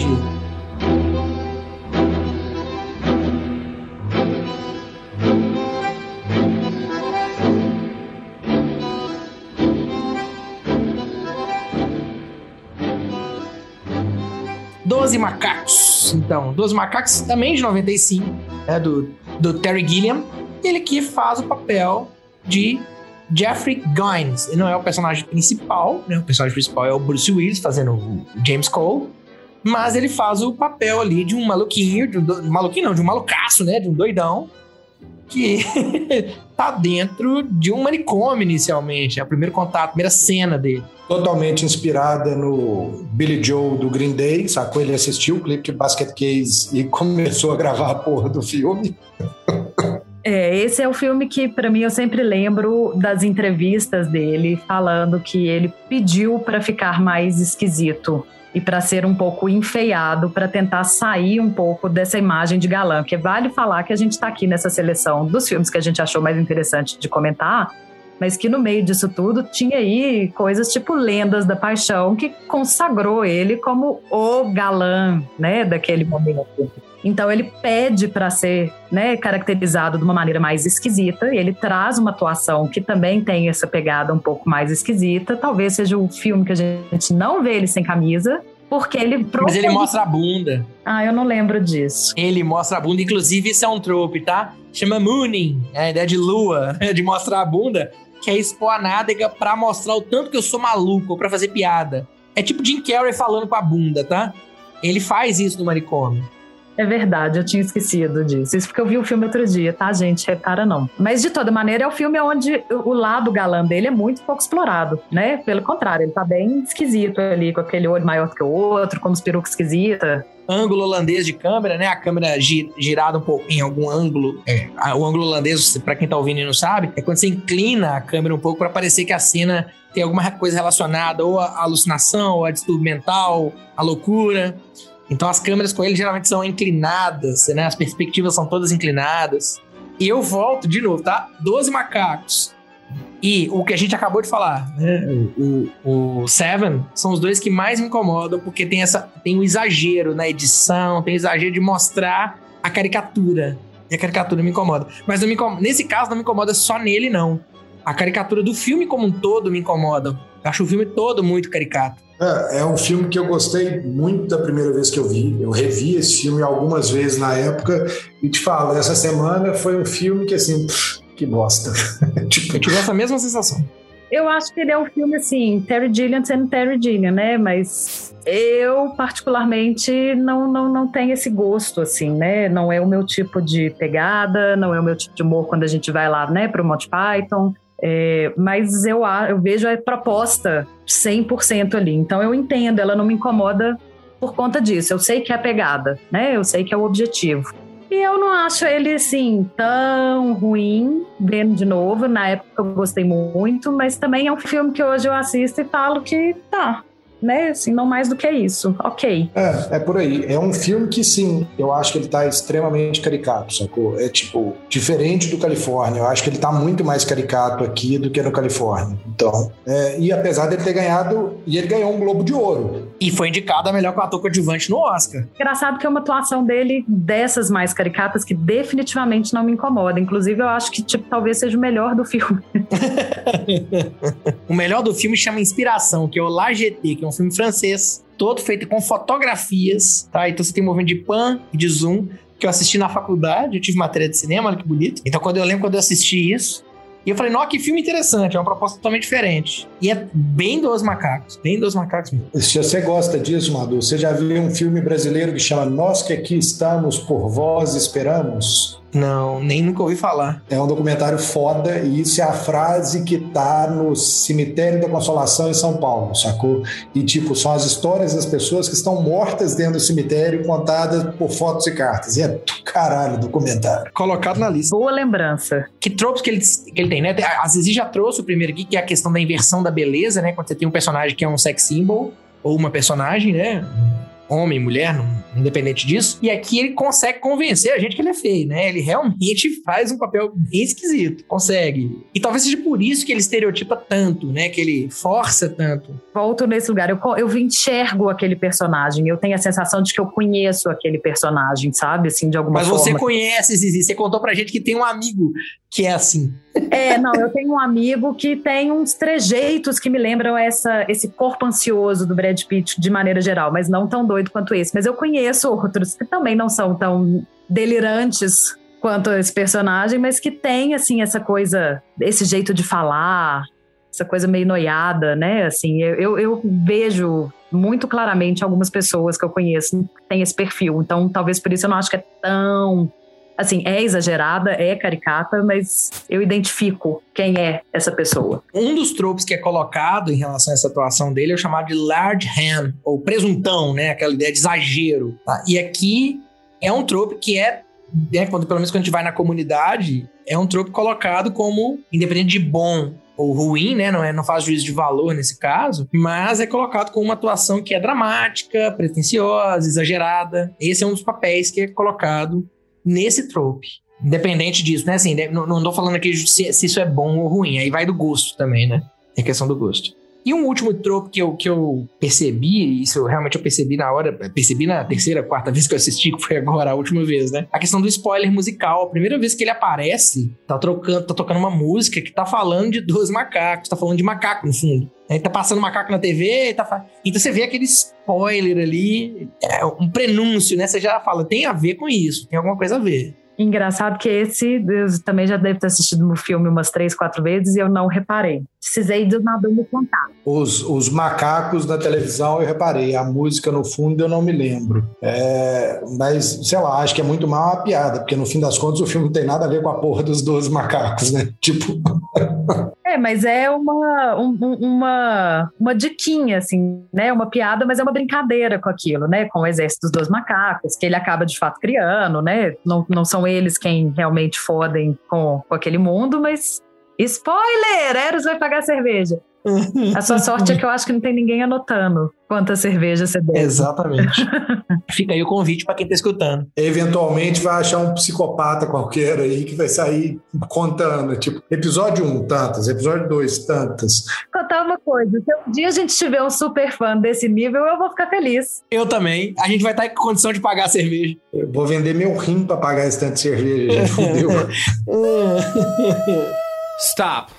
B: Doze Macacos. Então, Doze Macacos também de noventa e cinco, né? Do, do Terry Gilliam. Ele que faz o papel de Jeffrey Goins. Ele não é o personagem principal, né? O personagem principal é o Bruce Willis fazendo o James Cole, mas ele faz o papel ali de um maluquinho, de um, do... maluquinho não, de um malucaço, né? De um doidão que tá dentro de um manicômio inicialmente. É o primeiro contato, a primeira cena dele.
D: Totalmente inspirada no Billy Joe do Green Day, sacou? Ele assistiu o clipe de Basket Case e começou a gravar a porra do filme.
C: É, esse é o filme que, pra mim, eu sempre lembro das entrevistas dele, falando que ele pediu pra ficar mais esquisito e pra ser um pouco enfeiado, pra tentar sair um pouco dessa imagem de galã. Porque vale falar que a gente tá aqui nessa seleção dos filmes que a gente achou mais interessante de comentar, mas que no meio disso tudo tinha aí coisas tipo Lendas da Paixão, que consagrou ele como o galã, né, daquele momento. Então ele pede para ser, né, caracterizado de uma maneira mais esquisita, e ele traz uma atuação que também tem essa pegada um pouco mais esquisita. Talvez seja o filme que a gente não vê ele sem camisa, porque ele...
B: Mas ele mostra a bunda.
C: Ah, eu não lembro disso.
B: Ele mostra a bunda, inclusive isso é um trope, tá? Chama mooning, é a ideia de lua, de mostrar a bunda, que é expor a nádega pra mostrar o tanto que eu sou maluco, ou pra fazer piada. É tipo Jim Carrey falando com a bunda, tá? Ele faz isso no manicômio.
C: É verdade, eu tinha esquecido disso. Isso porque eu vi o filme outro dia, tá, gente? Repara não. Mas, de toda maneira, é o filme onde o lado galã dele é muito pouco explorado, né? Pelo contrário, ele tá bem esquisito ali, com aquele olho maior do que o outro, como peruca esquisita.
B: Ângulo holandês de câmera, né? A câmera gi- girada um pouco em algum ângulo. É, o ângulo holandês, pra quem tá ouvindo e não sabe, é quando você inclina a câmera um pouco pra parecer que a cena tem alguma coisa relacionada ou à alucinação, ou a distúrbio mental, a loucura. Então as câmeras com ele geralmente são inclinadas, né? As perspectivas são todas inclinadas. E eu volto de novo, tá? Doze Macacos e o que a gente acabou de falar, né? O, o, o Seven são os dois que mais me incomodam, porque tem, essa, tem o exagero na edição, tem o exagero de mostrar a caricatura. E a caricatura me incomoda. Mas não me incomoda, nesse caso não me incomoda só nele, não. A caricatura do filme como um todo me incomoda. Eu acho o filme todo muito caricato.
D: É, é um filme que eu gostei muito da primeira vez que eu vi. Eu revi esse filme algumas vezes na época e te falo, essa semana foi um filme que assim, pff, que bosta.
B: Tipo, eu tive essa mesma sensação.
C: Eu acho que ele é um filme assim, Terry Gilliam sendo Terry Gilliam, né? Mas eu particularmente não, não, não tenho esse gosto, assim, né? Não é o meu tipo de pegada, não é o meu tipo de humor quando a gente vai lá, né, pro Monty Python. É, mas eu, eu vejo a proposta cem por cento ali, então eu entendo, ela não me incomoda por conta disso. Eu sei que é a pegada, né? Eu sei que é o objetivo. E eu não acho ele, assim, tão ruim, vendo de novo. Na época eu gostei muito, mas também é um filme que hoje eu assisto e falo que tá, né? Assim, não mais do que isso. Ok.
D: É, é por aí. É um filme que, sim, eu acho que ele tá extremamente caricato, sacou? É, tipo, diferente do Califórnia. Eu acho que ele tá muito mais caricato aqui do que no Califórnia. Então, é, e apesar dele ter ganhado, e ele ganhou um Globo de Ouro.
B: E foi indicado a melhor ator coadjuvante no Oscar.
C: Engraçado que é uma atuação dele dessas mais caricatas que definitivamente não me incomoda. Inclusive, eu acho que, tipo, talvez seja o melhor do filme.
B: O melhor do filme chama Inspiração, que é o La G T, que é um filme francês, todo feito com fotografias, tá? Então você tem um movimento de pan e de zoom, que eu assisti na faculdade, eu tive matéria de cinema, olha que bonito. Então quando eu lembro quando eu assisti isso, e eu falei, nossa, que filme interessante, é uma proposta totalmente diferente. E é bem Dois Macacos, bem Dois Macacos mesmo.
D: Se você gosta disso, Madu, você já viu um filme brasileiro que chama Nós que Aqui Estamos, Por Vós Esperamos?
B: Não, nem nunca ouvi falar.
D: É um documentário foda e isso é a frase que tá no Cemitério da Consolação em São Paulo, sacou? E tipo, são as histórias das pessoas que estão mortas dentro do cemitério contadas por fotos e cartas. E é do caralho o documentário.
B: Colocado na lista.
C: Boa lembrança.
B: Que tropos que ele, que ele tem, né? A Zizi já trouxe o primeiro aqui, que é a questão da inversão da beleza, né? Quando você tem um personagem que é um sex symbol, ou uma personagem, né? homem, mulher, não, independente disso. E aqui ele consegue convencer a gente que ele é feio, né? Ele realmente faz um papel bem esquisito. Consegue. E talvez seja por isso que ele estereotipa tanto, né? Que ele força tanto.
C: Volto nesse lugar. Eu, eu enxergo aquele personagem. Eu tenho a sensação de que eu conheço aquele personagem, sabe? Assim, de alguma
B: Mas
C: forma.
B: Mas você conhece, Zizi. Você contou pra gente que tem um amigo que é assim.
C: É, não, eu tenho um amigo que tem uns trejeitos que me lembram essa, esse corpo ansioso do Brad Pitt de maneira geral, mas não tão doido quanto esse. Mas eu conheço outros que também não são tão delirantes quanto esse personagem, mas que tem, assim, essa coisa, esse jeito de falar, essa coisa meio noiada, né? Assim, eu, eu, eu vejo muito claramente algumas pessoas que eu conheço que têm esse perfil. Então, talvez por isso eu não acho que é tão... Assim, é exagerada, é caricata, mas eu identifico quem é essa pessoa.
B: Um dos tropes que é colocado em relação a essa atuação dele é o chamado de large ham, ou presuntão, né? Aquela ideia de exagero. Tá? E aqui é um trope que é, né, quando, pelo menos quando a gente vai na comunidade, é um trope colocado como, independente de bom ou ruim, né? Não, é, não faz juízo de valor nesse caso, mas é colocado como uma atuação que é dramática, pretensiosa, exagerada. Esse é um dos papéis que é colocado nesse trope, independente disso, né? Assim, não, não tô falando aqui se, se isso é bom ou ruim, aí vai do gosto também, né? É questão do gosto. E um último trope que eu, que eu percebi, isso eu, realmente eu percebi na hora, percebi na terceira, quarta vez que eu assisti, que foi agora a última vez, né? A questão do spoiler musical. A primeira vez que ele aparece, tá, trocando, tá tocando uma música que tá falando de dois macacos, tá falando de macaco no fundo. Aí tá passando macaco na T V, tá fa... então você vê aquele spoiler ali, é um prenúncio, né? Você já fala, tem a ver com isso, tem alguma coisa a ver.
C: Engraçado que esse, eu também já devo ter assistido no filme umas três, quatro vezes e eu não reparei. Precisei do nada me contar.
D: Os, os macacos na televisão eu reparei, a música no fundo eu não me lembro. É, mas, sei lá, acho que é muito mal uma piada, porque no fim das contas o filme não tem nada a ver com a porra dos doze macacos, né? Tipo...
C: É, mas é uma, um, uma, uma diquinha, assim, né? Uma piada, mas é uma brincadeira com aquilo, né? Com o exército dos dois macacos, que ele acaba de fato criando, né? Não, não são eles quem realmente fodem com, com aquele mundo, mas... Spoiler! Eros vai pagar a cerveja. A sua sorte é que eu acho que não tem ninguém anotando quanta cerveja você deu.
B: Exatamente. Fica aí o convite para quem tá escutando.
D: Eventualmente vai achar um psicopata qualquer aí que vai sair contando, tipo, episódio um, tantas, episódio dois, tantas.
C: Vou contar uma coisa, se um dia a gente tiver um super fã desse nível, eu vou ficar feliz.
B: Eu também. A gente vai estar em condição de pagar a cerveja.
D: Eu vou vender meu rim para pagar esse tanto de cerveja, gente, fudeu.
A: Stop.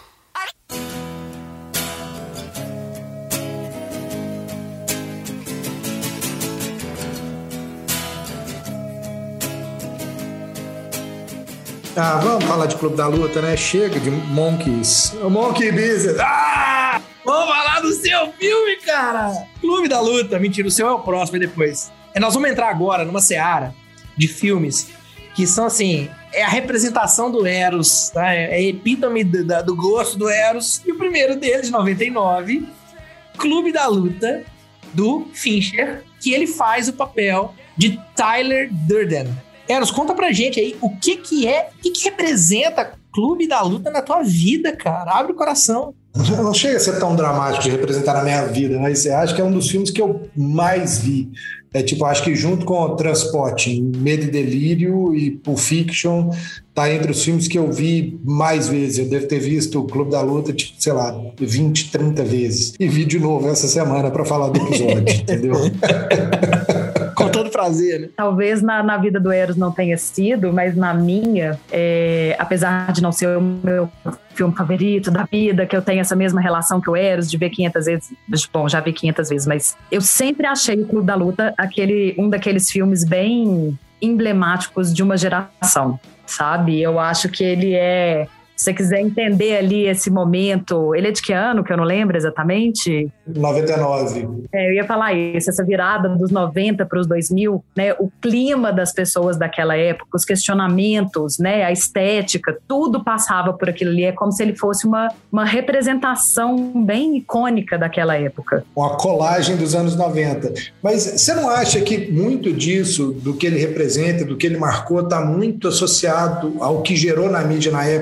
D: Ah, vamos falar de Clube da Luta, né? Chega de Monkeys. Monkey Business.
B: Ah! Vamos falar do seu filme, cara! Clube da Luta. Mentira, o seu é o próximo e depois. É, nós vamos entrar agora numa seara de filmes que são, assim, é a representação do Eros, tá? É a epítome do, do gosto do Eros. E o primeiro deles, de noventa e nove, Clube da Luta, do Fincher, que ele faz o papel de Tyler Durden. Eros, conta pra gente aí o que que é, o que que representa Clube da Luta na tua vida, cara. Abre o coração.
D: Não chega a ser tão dramático de representar na minha vida, mas acho que é um dos filmes que eu mais vi. É tipo, acho que junto com Transporte, Medo e Delírio e Pulp Fiction, tá entre os filmes que eu vi mais vezes. Eu devo ter visto o Clube da Luta, tipo, sei lá, vinte, trinta vezes. E vi de novo essa semana pra falar do episódio, entendeu?
B: Com todo prazer, né?
C: Talvez na, na vida do Eros não tenha sido, mas na minha, é, apesar de não ser o meu filme favorito da vida, que eu tenho essa mesma relação que o Eros, de ver quinhentas vezes, bom, já vi quinhentas vezes, mas eu sempre achei o Clube da Luta aquele, um daqueles filmes bem emblemáticos de uma geração, sabe? Eu acho que ele é... Se você quiser entender ali esse momento, ele é de que ano, que eu não lembro exatamente?
D: noventa e nove.
C: É, eu ia falar isso, essa virada dos noventa para os dois mil, né? O clima das pessoas daquela época, os questionamentos, né? A estética, tudo passava por aquilo ali. É como se ele fosse uma, uma representação bem icônica daquela época.
D: Uma colagem dos anos noventa. Mas você não acha que muito disso, do que ele representa, do que ele marcou, está muito associado ao que gerou na mídia na época, de tipo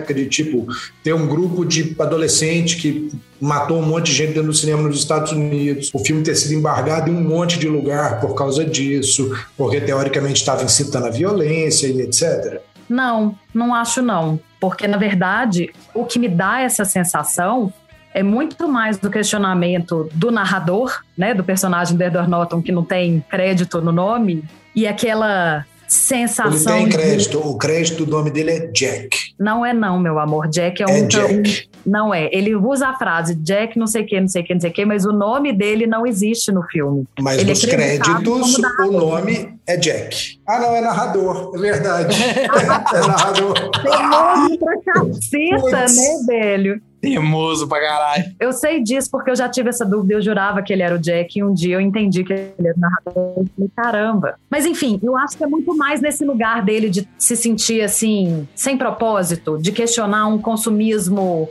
D: tipo, ter um grupo de adolescente que matou um monte de gente dentro do cinema nos Estados Unidos, o filme ter sido embargado em um monte de lugar por causa disso, porque teoricamente estava incitando a violência e etcétera?
C: Não, não acho não. Porque, na verdade, o que me dá essa sensação é muito mais do questionamento do narrador, né, do personagem do Edward Norton, que não tem crédito no nome, e aquela sensação...
D: Ele tem crédito,
C: de...
D: o crédito do nome dele é Jack.
C: Não é não, meu amor, Jack é,
D: é
C: um...
D: Jack.
C: Não é, ele usa a frase Jack não sei o que, não sei o que, não sei o que, mas o nome dele não existe no filme.
D: Mas
C: ele
D: nos
C: é
D: créditos o nome é Jack. Ah, não, é narrador, é verdade. É narrador.
C: Teimoso pra caceta,
D: Puts.
C: né, velho?
B: Teimoso pra caralho.
C: Eu sei disso porque eu já tive essa dúvida, eu jurava que ele era o Jack e um dia eu entendi que ele era o narrador. Eu falei, caramba. Mas enfim, eu acho que é muito mais nesse lugar dele de se sentir assim, sem propósito, de questionar um consumismo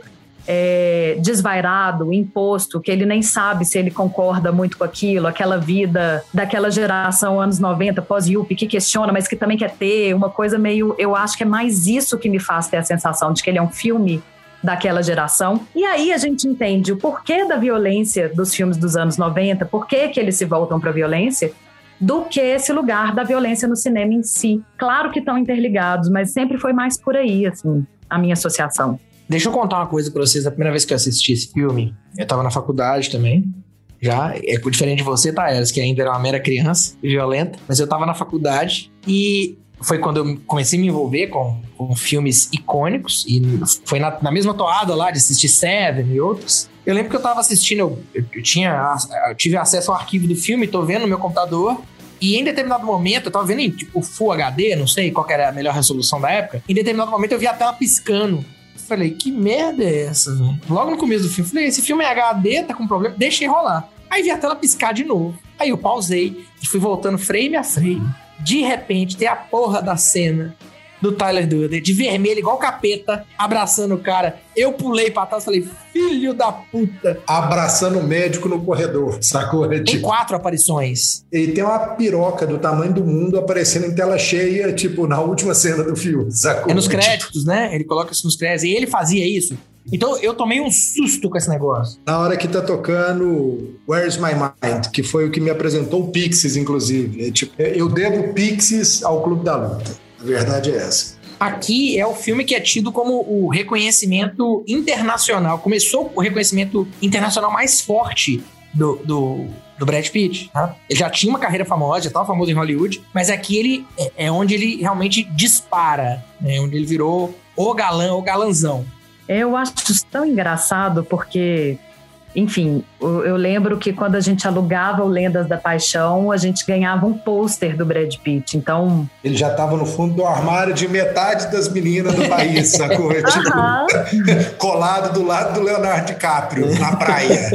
C: é, desvairado, imposto, que ele nem sabe se ele concorda muito com aquilo, aquela vida daquela geração anos noventa, pós-Yuppie, que questiona, mas que também quer ter uma coisa meio... Eu acho que é mais isso que me faz ter a sensação de que ele é um filme daquela geração. E aí a gente entende o porquê da violência dos filmes dos anos noventa, por que que eles se voltam para a violência, do que esse lugar da violência no cinema em si. Claro que estão interligados, mas sempre foi mais por aí, assim, a minha associação.
B: Deixa eu contar uma coisa pra vocês. A primeira vez que eu assisti esse filme, eu tava na faculdade também. Já, é diferente de você, tá, Eras, que ainda era uma mera criança violenta. Mas eu tava na faculdade e foi quando eu comecei a me envolver com, com filmes icônicos. E foi na, na mesma toada lá de assistir Seven e outros. Eu lembro que eu tava assistindo, eu, eu, eu, tinha, eu tive acesso ao arquivo do filme, tô vendo no meu computador. E em determinado momento, eu tava vendo em tipo Full H D, não sei qual que era a melhor resolução da época. Em determinado momento eu vi a tela piscando. Falei, que merda é essa, velho? Logo no começo do filme, falei, esse filme é H D, tá com problema, deixei rolar. Aí vi a tela piscar de novo. Aí eu pausei e fui voltando frame a frame. De repente, tem a porra da cena do Tyler Durden, de vermelho, igual capeta, abraçando o cara. Eu pulei pra trás e falei, filho da puta.
D: Abraçando o médico no corredor, sacou?
B: Tem
D: Tipo,
B: quatro aparições.
D: ele tem uma piroca do tamanho do mundo aparecendo em tela cheia, tipo, na última cena do filme, sacou?
B: É nos créditos, né? Ele coloca isso nos créditos. E ele fazia isso. Então eu tomei um susto com esse negócio.
D: Na hora que tá tocando Where's My Mind, que foi o que me apresentou o Pixies, inclusive. É, tipo, eu devo Pixies ao Clube da Luta. A verdade é essa.
B: Aqui é o filme que é tido como o reconhecimento internacional. Começou o reconhecimento internacional mais forte do, do, do Brad Pitt. Tá? Ele já tinha uma carreira famosa, já estava famoso em Hollywood, mas aqui ele é, é onde ele realmente dispara, né? Onde ele virou o galã, o galanzão.
C: Eu acho isso tão engraçado porque, enfim, eu, eu lembro que quando a gente alugava o Lendas da Paixão, a gente ganhava um pôster do Brad Pitt, então...
D: Ele já estava no fundo do armário de metade das meninas do país, sacou? É tipo,
C: Aham.
D: colado do lado do Leonardo DiCaprio, na praia.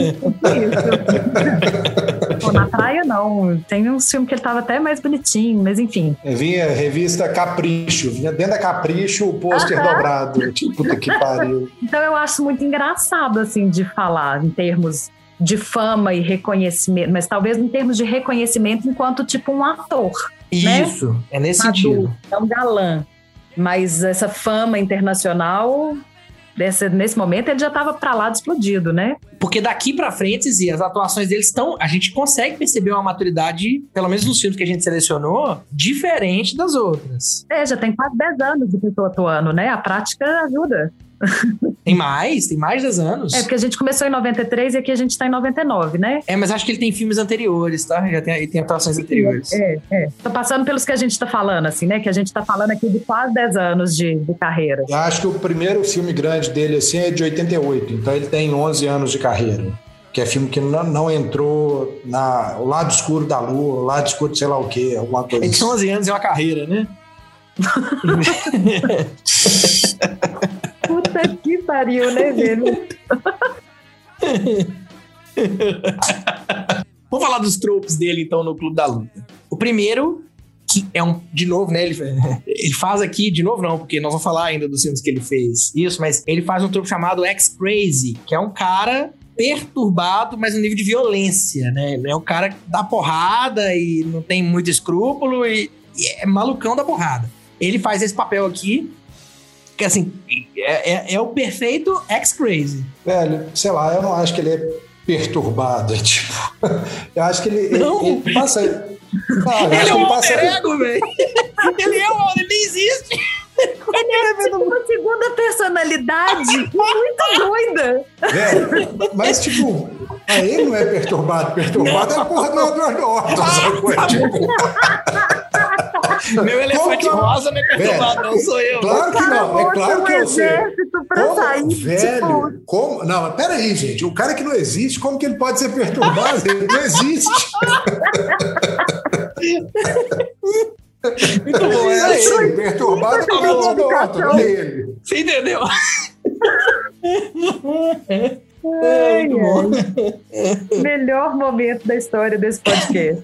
C: Pô, na praia não, tem um filme que ele tava até mais bonitinho, mas enfim.
D: Vinha revista Capricho, vinha dentro da Capricho o pôster
C: Aham.
D: dobrado. Tipo, puta que pariu.
C: Então eu acho muito engraçado, assim, de falar em termos de fama e reconhecimento, mas talvez em termos de reconhecimento enquanto, tipo, um ator. Né?
B: Isso, é nesse
C: Maduro,
B: sentido.
C: é um galã. Mas essa fama internacional, desse, nesse momento, ele já estava pra lá de explodido, né?
B: Porque daqui pra frente, e as atuações deles estão... A gente consegue perceber uma maturidade, pelo menos nos filmes que a gente selecionou, diferente das outras.
C: É, já tem quase dez anos de pessoa atuando, né? A prática ajuda.
B: Tem mais, tem mais de dez anos.
C: É, porque a gente começou em noventa e três e aqui a gente tá em noventa e nove, né?
B: É, mas acho que ele tem filmes anteriores, tá? Já tem, ele tem atuações anteriores.
C: É, é. Tô passando pelos que a gente tá falando, assim, né? Que a gente tá falando aqui de quase dez anos de, de carreira.
D: Eu acho que o primeiro filme grande dele, assim, é de oitenta e oito. Então ele tem onze anos de carreira. Que é filme que não, não entrou na o lado escuro da lua, o lado escuro de sei lá o quê, alguma coisa.
B: Ele tem onze anos e é uma carreira, né?
C: Puta que pariu, né, velho?
B: Vamos falar dos tropes dele, então, no Clube da Luta. O primeiro, que é um... De novo, né? Ele, ele faz aqui... De novo não, porque nós vamos falar ainda dos filmes que ele fez. Isso, mas ele faz um trope chamado Ex-Crazy, que é um cara perturbado, mas no nível de violência, né? Ele é um cara que dá porrada e não tem muito escrúpulo e, e é malucão da porrada. Ele faz esse papel aqui. Que assim, é, é, é o perfeito ex-crazy.
D: Velho, sei lá, eu não acho que ele é perturbado. Tipo, eu acho que ele, ele, ele passa. Não,
B: ele é um
D: passa...
B: alter ego, velho. Ele é um, ele nem existe.
C: Ele é tipo uma segunda personalidade muito doida.
D: Velho, mas tipo, ele não é perturbado. Perturbado não. É a porra do Edward Norton. Ah, tipo...
B: Meu elefante
D: como...
B: rosa não é perturbado, velho, não sou eu.
D: Claro que não, é claro que eu sei.
C: Como, sair,
D: velho,
C: tipo...
D: como... Não, mas peraí, gente. O cara que não existe, como que ele pode ser perturbado? Ele não existe.
B: Muito bom, é
D: ele. Perturbado é o Edward Norton, ele.
B: Você entendeu?
C: Ai, muito bom. Ai. Melhor momento da história desse podcast.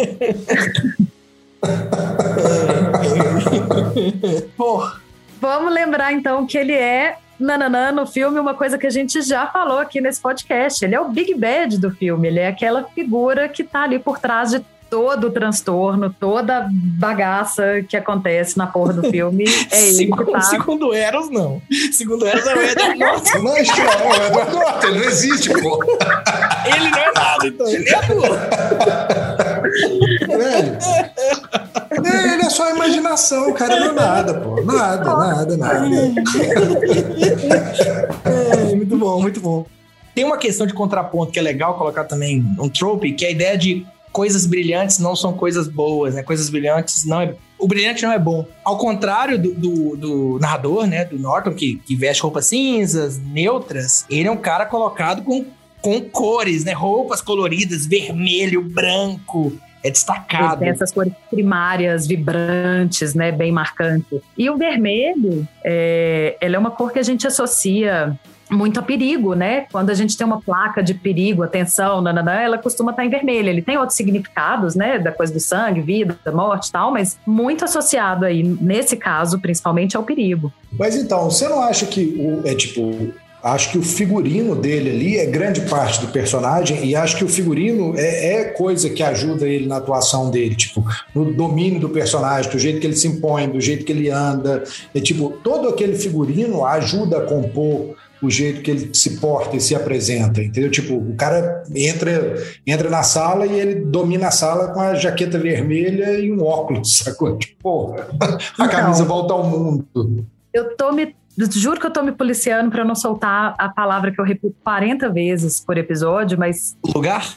B: Porra.
C: Vamos lembrar então que ele é nananã no filme, uma coisa que a gente já falou aqui nesse podcast. Ele é o Big Bad do filme, ele é aquela figura que tá ali por trás de todo o transtorno, toda a bagaça que acontece na porra do filme. É ele
B: segundo,
C: que tá...
B: segundo Eros, não. Segundo Eros é o Edward Norton.
D: Não, acho que não, é o Edward Norton, ele não existe, pô.
B: Ele não é nada, então. Ele é pô.
D: Velho. Ele é só a imaginação, o cara não é nada, pô. Nada, nada, nada.
B: É, muito bom, muito bom. Tem uma questão de contraponto que é legal colocar também um trope, que é a ideia de coisas brilhantes não são coisas boas, né? Coisas brilhantes não é... O brilhante não é bom. Ao contrário do, do, do narrador, né? Do Norton, que, que veste roupas cinzas, neutras, ele é um cara colocado com, com cores, né? Roupas coloridas, vermelho, branco... É destacado.
C: Ele tem essas cores primárias, vibrantes, né, bem marcantes. E o vermelho, é, ele é uma cor que a gente associa muito a perigo, né? Quando a gente tem uma placa de perigo, atenção, nananã, ela costuma estar em vermelho. Ele tem outros significados, né, da coisa do sangue, vida, morte e tal, mas muito associado aí, nesse caso, principalmente ao perigo.
D: Mas então, você não acha que o, é tipo... Acho que o figurino dele ali é grande parte do personagem e acho que o figurino é, é coisa que ajuda ele na atuação dele, tipo, no domínio do personagem, do jeito que ele se impõe, do jeito que ele anda. É tipo, todo aquele figurino ajuda a compor o jeito que ele se porta e se apresenta, entendeu? Tipo, o cara entra, entra na sala e ele domina a sala com a jaqueta vermelha e um óculos, sacou? Tipo, porra, a camisa
C: então, volta
D: ao mundo.
C: Eu tô me Juro que eu tô me policiando pra não soltar a palavra que eu repito quarenta vezes por episódio, mas...
B: Lugar?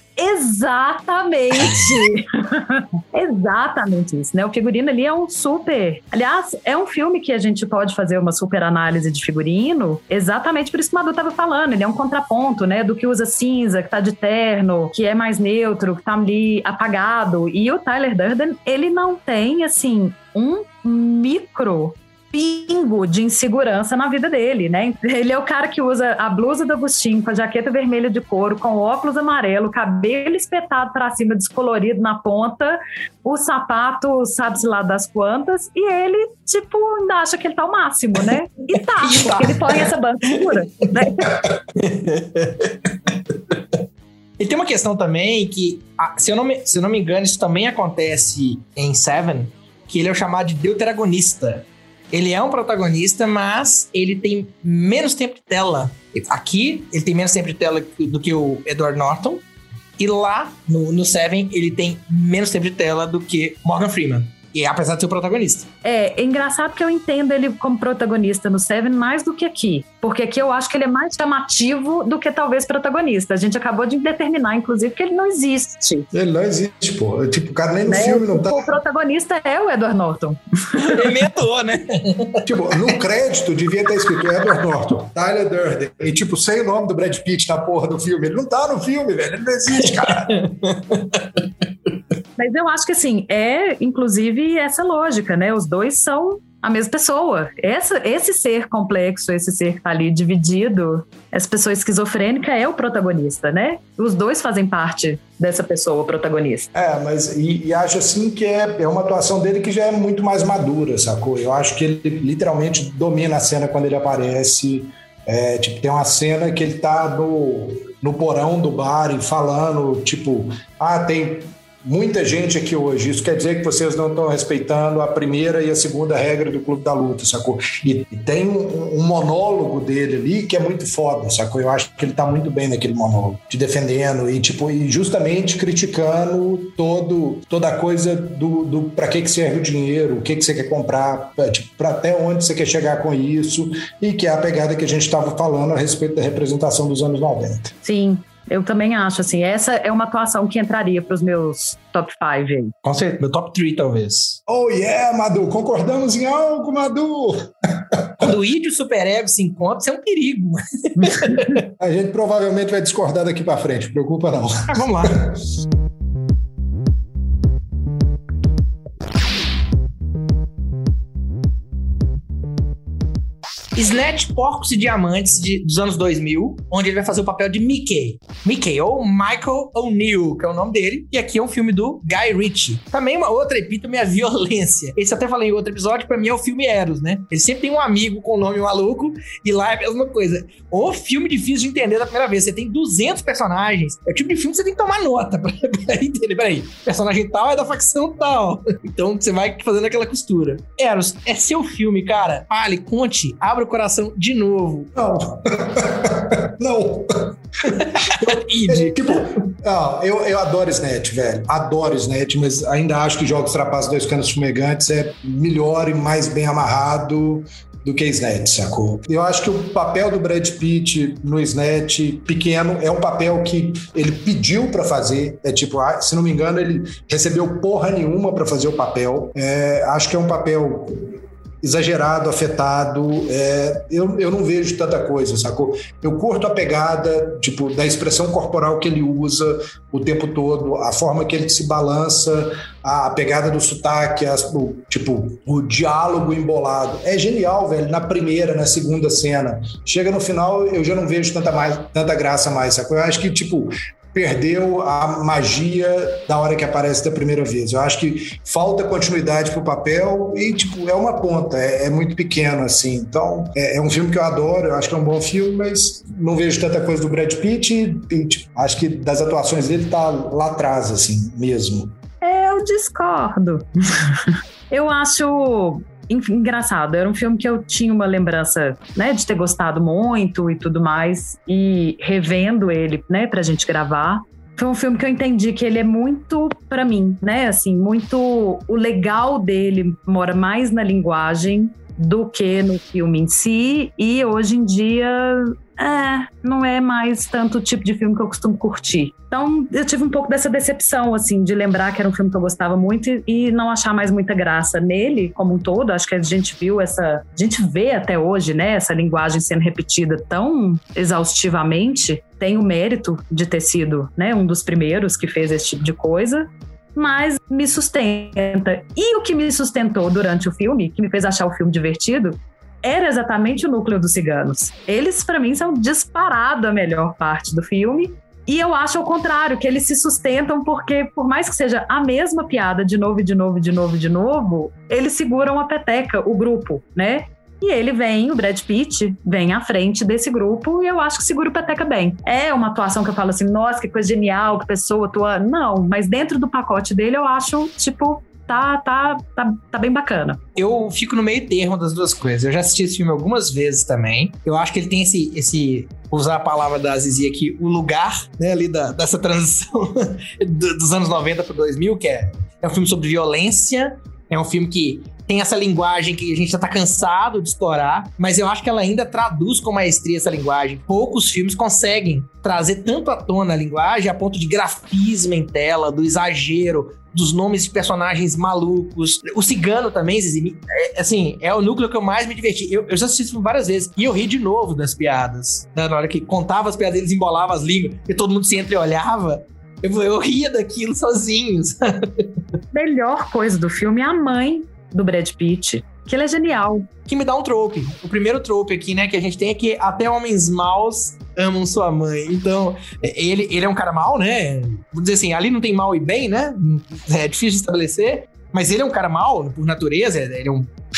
C: Exatamente! Exatamente isso, né? O figurino ali é um super... Aliás, é um filme que a gente pode fazer uma super análise de figurino, exatamente por isso que o Madu tava falando. Ele é um contraponto, né? Do que usa cinza, que tá de terno, que é mais neutro, que tá ali apagado. E o Tyler Durden, ele não tem, assim, um micro... pingo de insegurança na vida dele, né? Ele é o cara que usa a blusa do Agostinho com a jaqueta vermelha de couro, com óculos amarelo, cabelo espetado pra cima, descolorido na ponta, o sapato sabe-se lá das quantas, e ele, tipo, ainda acha que ele tá ao máximo, né? E tá, e tá. Porque ele põe essa banca segura, né?
B: E tem uma questão também que, se eu não me, se eu não me engano, isso também acontece em Seven, que ele é o chamado de deuteragonista. Ele é um protagonista, mas ele tem menos tempo de tela. Aqui, ele tem menos tempo de tela do que o Edward Norton. E lá, no, no Seven, ele tem menos tempo de tela do que Morgan Freeman. E apesar de ser o protagonista.
C: É, é engraçado que eu entendo ele como protagonista no Seven mais do que aqui. Porque aqui eu acho que ele é mais chamativo do que talvez protagonista. A gente acabou de determinar, inclusive, que ele não existe.
D: Ele não existe, pô. Tipo, o cara nem no
C: né?
D: filme não tá...
C: O protagonista é o Edward Norton.
B: Inventou, né?
D: Tipo, no crédito devia ter escrito Edward Norton, Tyler Durden. E tipo, sem o nome do Brad Pitt na porra do filme. Ele não tá no filme, velho. Ele não existe, cara.
C: Mas eu acho que, assim, é, inclusive, essa lógica, né? Os dois são a mesma pessoa. Essa, esse ser complexo, esse ser que tá ali dividido, essa pessoa esquizofrênica é o protagonista, né? Os dois fazem parte dessa pessoa protagonista.
D: É, mas e, e acho, assim, que é, é uma atuação dele que já é muito mais madura, sacou? Eu acho que ele literalmente domina a cena quando ele aparece. É, tipo, tem uma cena que ele tá no, no porão do bar e falando, tipo, ah, tem... muita gente aqui hoje. Isso quer dizer que vocês não estão respeitando a primeira e a segunda regra do Clube da Luta, sacou? E, e tem um, um monólogo dele ali que é muito foda, sacou? Eu acho que ele tá muito bem naquele monólogo, te defendendo e, tipo, e justamente criticando todo, toda a coisa do, do pra que, que serve o dinheiro, o que, que você quer comprar, pra, tipo, pra até onde você quer chegar com isso, e que é a pegada que a gente estava falando a respeito da representação dos anos noventa.
C: Sim. Eu também acho, assim, essa é uma atuação que entraria para os meus top cinco aí.
B: Com certeza, meu top três, talvez.
D: Oh yeah, Madu, concordamos em algo, Madu!
B: Quando o id e o superego se encontram, isso é um perigo.
D: A gente provavelmente vai discordar daqui para frente, não preocupa não.
B: Ah, vamos lá. Snatch, Porcos e Diamantes de, dos anos dois mil, onde ele vai fazer o papel de Mickey. Mickey, ou Michael O'Neill, que é o nome dele. E aqui é um filme do Guy Ritchie. Também uma outra epítome é a violência. Esse eu até falei em outro episódio, pra mim é o filme Eros, né? Ele sempre tem um amigo com nome maluco, e lá é a mesma coisa. O filme difícil de entender da primeira vez. Você tem duzentos personagens. É o tipo de filme que você tem que tomar nota pra, pra entender. Peraí, personagem tal é da facção tal. Então você vai fazendo aquela costura. Eros, é seu filme, cara. Fale, conte, abra o coração de novo.
D: Não. Não.
B: Id.
D: Tipo, ah, eu, eu adoro Snatch, velho. Adoro Snatch, mas ainda acho que Jogos Trapaços, Dois Canos Fumegantes é melhor e mais bem amarrado do que Snatch, sacou? Eu acho que o papel do Brad Pitt no Snatch pequeno é um papel que ele pediu pra fazer. É tipo, se não me engano, ele recebeu porra nenhuma pra fazer o papel. É, acho que é um papel exagerado, afetado, é, eu, eu não vejo tanta coisa, sacou? Eu curto a pegada, tipo, da expressão corporal que ele usa o tempo todo, a forma que ele se balança, a pegada do sotaque, as, o, tipo, o diálogo embolado. É genial, velho, na primeira, na segunda cena. Chega no final, eu já não vejo tanta, mais, tanta graça mais, sacou? Eu acho que, tipo, perdeu a magia da hora que aparece da primeira vez. Eu acho que falta continuidade pro papel e, tipo, é uma ponta, é, é muito pequeno, assim. Então, é, é um filme que eu adoro, eu acho que é um bom filme, mas não vejo tanta coisa do Brad Pitt e, e tipo, acho que das atuações dele tá lá atrás, assim, mesmo.
C: Eu discordo. Eu acho... Enfim, engraçado, era um filme que eu tinha uma lembrança, né, de ter gostado muito e tudo mais, e revendo ele, né, pra gente gravar, foi um filme que eu entendi que ele é muito pra mim, né, assim, muito, o legal dele mora mais na linguagem do que no filme em si, e hoje em dia, é, não é mais tanto o tipo de filme que eu costumo curtir. Então, eu tive um pouco dessa decepção, assim, de lembrar que era um filme que eu gostava muito e, e não achar mais muita graça nele, como um todo. Acho que a gente viu essa... A gente vê até hoje, né, essa linguagem sendo repetida tão exaustivamente. Tem o mérito de ter sido, né, um dos primeiros que fez esse tipo de coisa, mas me sustenta. E o que me sustentou durante o filme, que me fez achar o filme divertido, era exatamente o núcleo dos ciganos. Eles, pra mim, são disparado a melhor parte do filme. E eu acho ao contrário, que eles se sustentam porque, por mais que seja a mesma piada de novo, de novo, de novo, de novo, eles seguram a peteca, o grupo, né? E ele vem, o Brad Pitt, vem à frente desse grupo e eu acho que segura o peteca bem. É uma atuação que eu falo assim, nossa, que coisa genial, que pessoa atua... Não, mas dentro do pacote dele eu acho, tipo... Tá, tá, tá, tá bem bacana.
B: Eu fico no meio termo das duas coisas. Eu já assisti esse filme algumas vezes também. Eu acho que ele tem esse, esse usar a palavra da Zizi aqui, o lugar, né, ali da, dessa transição dos anos noventa para dois mil, que é, é um filme sobre violência, é um filme que tem essa linguagem que a gente já tá cansado de explorar, mas eu acho que ela ainda traduz com maestria essa linguagem. Poucos filmes conseguem trazer tanto à tona a linguagem a ponto de grafismo em tela, do exagero, dos nomes de personagens malucos. O Cigano também, Zizi, é, assim, é o núcleo que eu mais me diverti. Eu, eu já assisti isso várias vezes e eu ri de novo das piadas. Né? Na hora que contava as piadas, eles embolavam as línguas e todo mundo se entreolhava. Eu, eu ria daquilo sozinho, sabe?
C: Melhor coisa do filme é a mãe do Brad Pitt, que ele é genial.
B: Que me dá um trope. O primeiro trope aqui, né, que a gente tem é que até homens maus amam sua mãe. Então, ele, ele é um cara mau, né? Vou dizer assim, ali não tem mal e bem, né? É difícil de estabelecer. Mas ele é um cara mau, por natureza. Ele é um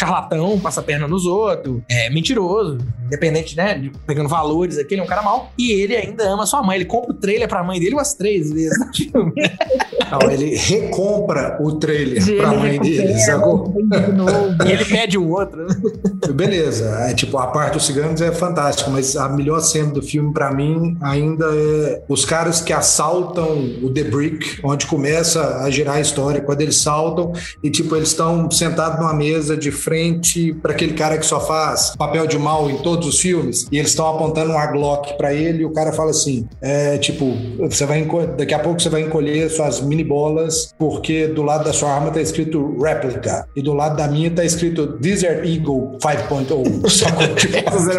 B: charlatão, passa a perna nos outros, é mentiroso, independente, né, de, pegando valores aqui, ele é um cara mau. E ele ainda ama sua mãe. Ele compra o trailer pra mãe dele umas três vezes no filme.
D: Não, ele recompra o trailer
C: De
D: pra
C: ele
D: mãe dele,
C: recupera,
D: sacou?
C: de novo.
B: E ele pede um outro.
D: Beleza, é, tipo, a parte dos ciganos é fantástica, mas a melhor cena do filme pra mim ainda é os caras que assaltam o The Brick, onde começa a girar a história, quando eles saltam e tipo, eles estão sentados numa mesa de frente pra aquele cara que só faz papel de mal em todos os filmes, e eles estão apontando uma Glock pra ele e o cara fala assim, é, tipo, você vai enco- daqui a pouco você vai encolher suas mini bolas, porque do lado da sua arma tá escrito Replica, e do lado da minha tá escrito Desert Eagle cinco ponto zero. Sacou? Tipo,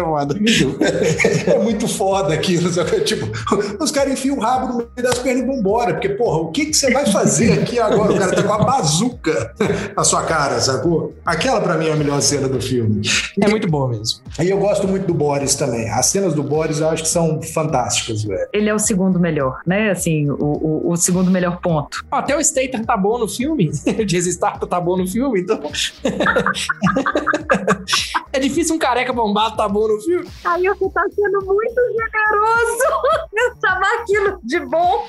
D: é muito foda aquilo, sacou? Tipo, os caras enfiam o rabo no meio das pernas e vão embora, porque, porra, o que, que você vai fazer aqui agora? O cara tá com a bazuca na sua cara, sacou? Aquela pra mim é a melhor cena do filme.
B: É muito bom mesmo.
D: E eu gosto muito do Boris também. As cenas do Boris eu acho que são fantásticas, velho.
C: Ele é o segundo melhor, né? Assim, o, o, o segundo melhor ponto.
B: Ó, até o Statham tá bom no filme. O Jason Statham tá bom no filme, então... É difícil um careca bombado tá bom no filme.
C: Aí você tá sendo muito generoso chamar aquilo de bom.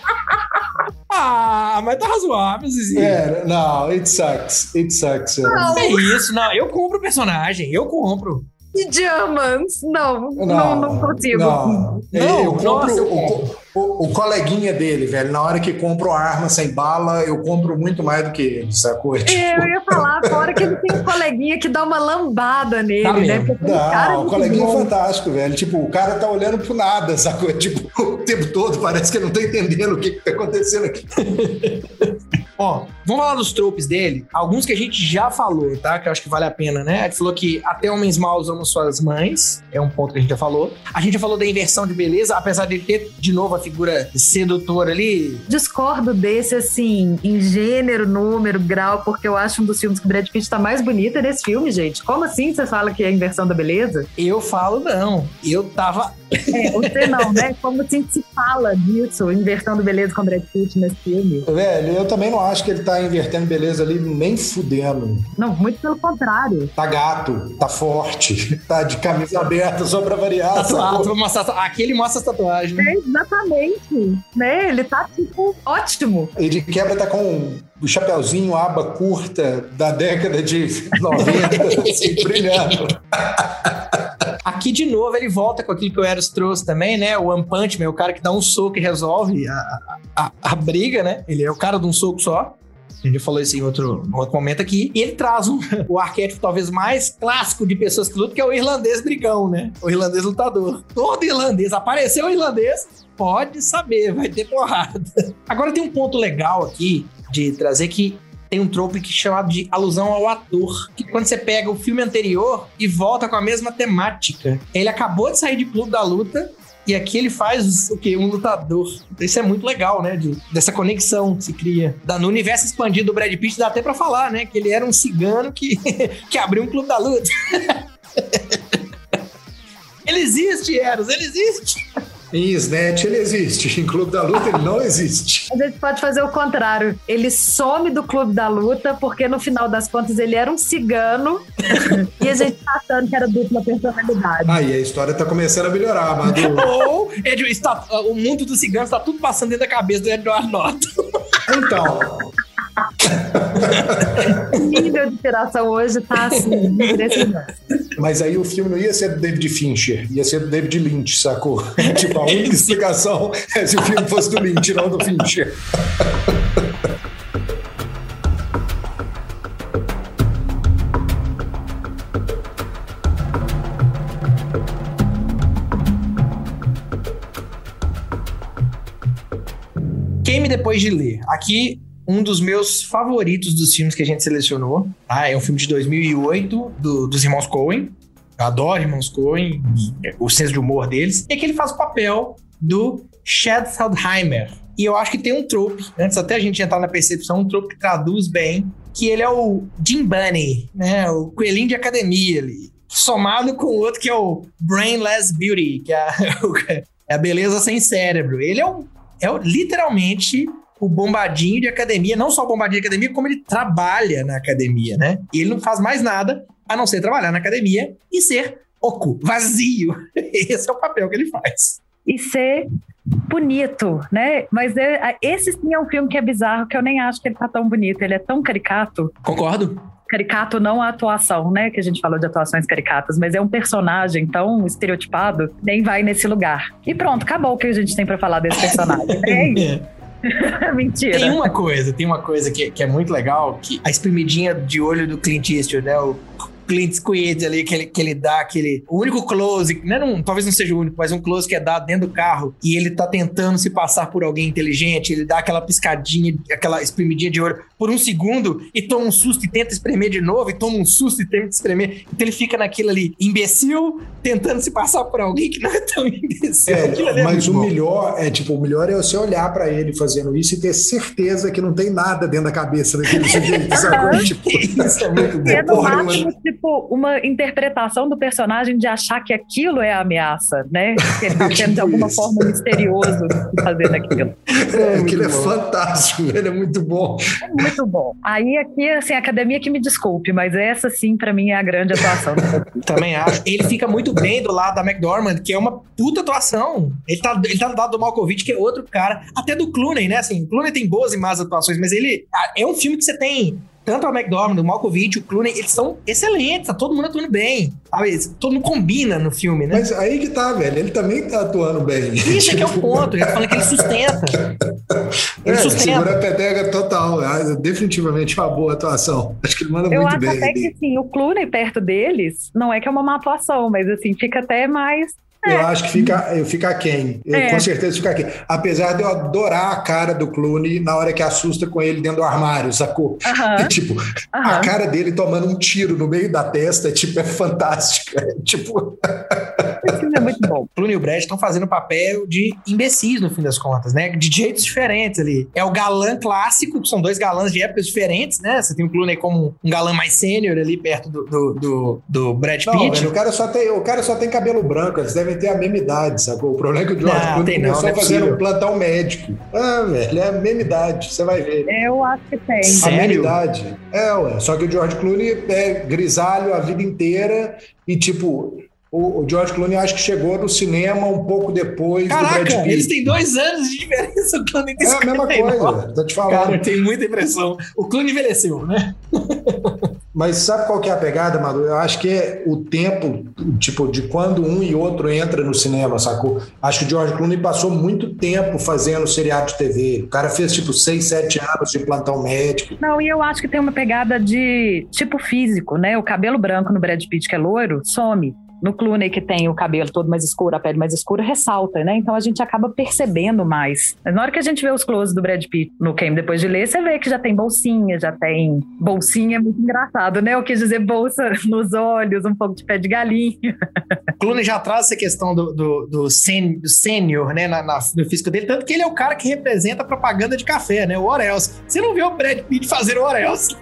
B: Ah, mas tá razoável, Zizi.
D: É, não, it sucks. It sucks.
C: Não.
B: É isso, não. Eu compro o personagem, eu compro.
C: E Diamonds? Não, não, não consigo.
D: Não,
B: Não,
D: eu compro
B: nossa, eu
D: o, o, o coleguinha dele, velho. Na hora que compro arma sem bala, eu compro muito mais do que ele, sacou? Tipo,
C: É, eu ia falar, fora que ele tem um coleguinha que dá uma lambada nele,
B: Tá
C: né?
B: mesmo.
C: Porque tem cara
D: não, o
C: muito
D: coleguinha é
C: bom.
D: fantástico, velho. Tipo, o cara tá olhando pro nada, sacou? Tipo, o tempo todo parece que ele não tá entendendo o que, que tá acontecendo aqui.
B: Ó, vamos falar dos tropes dele. Alguns que a gente já falou, tá? Que eu acho que vale a pena, né? A gente falou que até homens maus amam suas mães. É um ponto que a gente já falou. A gente já falou da inversão de beleza, apesar de ter, de novo, a figura sedutora ali.
C: Discordo desse, assim, em gênero, número, grau, porque eu acho um dos filmes que o Brad Pitt tá mais bonita nesse filme, gente. Como assim você fala que é a inversão da beleza?
B: Eu falo não. Eu tava...
C: É, você não, né? Como assim se fala disso, inversão da beleza com o Brad Pitt nesse filme?
D: Velho, eu também não acho que ele tá invertendo beleza ali nem fudendo.
C: Não, muito pelo contrário.
D: Tá gato, tá forte, tá de camisa aberta só pra variar.
B: Tatuado,
D: sacou?
B: vou mostrar... Aqui ele mostra as tatuagens, né?
C: É, exatamente. Né? Ele tá, tipo, ótimo.
D: E de quebra tá com o chapeuzinho, aba curta da década de noventa, assim, brilhando.
B: Aqui, de novo, ele volta com aquilo que o Eros trouxe também, né? O One Punch Man, o cara que dá um soco e resolve a, a, a briga, né? Ele é o cara de um soco só. A gente já falou isso em outro, em outro momento aqui. E ele traz um, o arquétipo talvez mais clássico de pessoas que lutam, que é o irlandês brigão, né? O irlandês lutador. Todo irlandês, apareceu o irlandês, pode saber, vai ter porrada. Agora tem um ponto legal aqui de trazer que tem um trope que é chamado de alusão ao ator. Que quando você pega o filme anterior e volta com a mesma temática. Ele acabou de sair de Clube da Luta e aqui ele faz o quê? Um lutador. Isso é muito legal, né? De, dessa conexão que se cria. Da, no universo expandido do Brad Pitt dá até pra falar, né? Que ele era um cigano que, que abriu um Clube da Luta. Ele existe, Eros, ele existe.
D: Em Snatch ele existe, em Clube da Luta ele não existe.
C: A gente pode fazer o contrário. Ele some do Clube da Luta porque no final das contas ele era um cigano e a gente tá achando que era dupla personalidade.
D: Aí a história tá começando a melhorar, Madu.
B: Ou Ed, está, o mundo dos ciganos tá tudo passando dentro da cabeça do Edward Norton.
D: Então,
C: O nível de interação hoje tá assim, impressionante.
D: mas aí o filme não ia ser do David Fincher, ia ser do David Lynch, sacou? Tipo, a única explicação é se o filme fosse do Lynch, não do Fincher.
B: Queime depois de ler. Aqui, um dos meus favoritos dos filmes que a gente selecionou. Tá? É um filme de dois mil e oito, do, dos irmãos Coen. Eu adoro irmãos Coen, o senso de humor deles. E aqui ele faz o papel do Chad Feldheimer. E eu acho que tem um trope, antes até a gente entrar na percepção, um trope que traduz bem, que ele é o Jim Bunny, né? O coelhinho de academia ali. Somado com o outro que é o Brainless Beauty, que é a, é a beleza sem cérebro. Ele é, um, é um, literalmente o bombadinho de academia, não só o bombadinho de academia, como ele trabalha na academia, né? E ele não faz mais nada a não ser trabalhar na academia e ser oco, vazio. Esse é o papel que ele faz.
C: E ser bonito, né? Mas é, esse sim é um filme que é bizarro, que eu nem acho que ele tá tão bonito. Ele é tão caricato.
B: Concordo.
C: Caricato não a atuação, né? Que a gente falou de atuações caricatas, mas é um personagem tão estereotipado, nem vai nesse lugar. E pronto, acabou o que a gente tem pra falar desse personagem. É isso. Mentira.
B: Tem uma coisa, tem uma coisa que, que é muito legal, que a espremidinha de olho do Clint Eastwood, né? O Clint Squid ali, que ele, que ele dá aquele... O único close, né, não, talvez não seja o único, mas um close que é dado dentro do carro e ele tá tentando se passar por alguém inteligente, ele dá aquela piscadinha, aquela espremidinha de olho por um segundo e toma um susto e tenta espremer de novo e toma um susto e tenta espremer. Então ele fica naquilo ali, imbecil, tentando se passar por alguém que não é tão imbecil.
D: É, mas é o bom. melhor é, tipo, o melhor é você olhar pra ele fazendo isso e ter certeza que não tem nada dentro da cabeça daquele sujeito, sabe? Tipo,
B: isso é muito bom.
C: É no máximo, tipo, uma interpretação do personagem de achar que aquilo é a ameaça, né? Que ele tá tendo de alguma isso. forma misterioso fazendo aquilo.
D: É, aquilo é fantástico, ele é muito bom.
C: É muito bom. Aí aqui, assim, a academia que me desculpe, mas essa sim, pra mim, é a grande atuação.
B: Também acho. Ele fica muito bem do lado da McDormand, que é uma puta atuação. Ele tá, ele tá do lado do Malkovich, que é outro cara. Até do Clooney, né? Assim, o Clooney tem boas e más atuações, mas ele... É um filme que você tem... Tanto a McDormand, o Malkovich, o Clooney, eles são excelentes, tá todo mundo atuando bem, sabe? Todo mundo combina no filme, né?
D: Mas aí que tá, velho, ele também tá atuando bem.
B: Isso é que é o ponto, ele tá falando que ele sustenta. Ele
D: é,
B: sustenta.
D: Segura a pedega total, é definitivamente uma boa atuação. Acho que ele manda
C: eu
D: muito bem.
C: Eu acho até
D: ali.
C: que, sim, o Clooney perto deles, não é que é uma má atuação, mas, assim, fica até mais...
D: Eu é. acho que fica, eu fica aquém. Eu,
C: é.
D: Com certeza fica aquém. Apesar de eu adorar a cara do Clooney na hora que assusta com ele dentro do armário, sacou?
C: Uh-huh.
D: Tipo, uh-huh. a cara dele tomando um tiro no meio da testa, tipo, é fantástica. É, tipo...
C: Esse é muito bom.
B: O Clooney e o Brad estão fazendo papel de imbecis, no fim das contas, né? De jeitos diferentes ali. É o galã clássico, que são dois galãs de épocas diferentes, né? Você tem o Clooney como um galã mais sênior ali perto do, do, do, do Brad Pitt.
D: Não, velho, o cara só tem, o cara só tem cabelo branco, eles devem ter a mesma idade, sacou? O problema é que o George Clooney começou não, não é fazendo um plantão médico. Ah, velho, é a mesma idade, você vai ver.
C: Eu acho que tem.
D: A mesma idade. É, ué. Só que o George Clooney é grisalho a vida inteira e, tipo... O George Clooney acho que chegou no cinema um pouco depois.
B: Caraca,
D: do Brad Pitt.
B: Eles têm dois anos de diferença. O Clooney tem
D: É a mesma coisa, tô te falando.
B: Cara, tem muita impressão. O Clooney envelheceu, né?
D: Mas sabe qual que é a pegada, Madu? Eu acho que é o tempo, tipo, de quando um e outro entra no cinema, sacou? Acho que o George Clooney passou muito tempo fazendo seriado de T V. O cara fez, tipo, seis, sete anos de plantão médico.
C: Não, e eu acho que tem uma pegada de tipo físico, né? O cabelo branco no Brad Pitt, que é loiro, some. No Clooney, que tem o cabelo todo mais escuro, a pele mais escura, ressalta, né? Então a gente acaba percebendo mais. Mas na hora que a gente vê os closes do Brad Pitt no Quem Depois de Ler, você vê que já tem bolsinha, já tem... Bolsinha é muito engraçado, né? Eu quis dizer bolsa nos olhos, um pouco de pé de galinha.
B: O Clooney já traz essa questão do, do, do, sen, do sênior, né? Na, na, no físico dele, tanto que ele é o cara que representa a propaganda de café, né? O Orels. Você não vê o Brad Pitt fazer o Orels.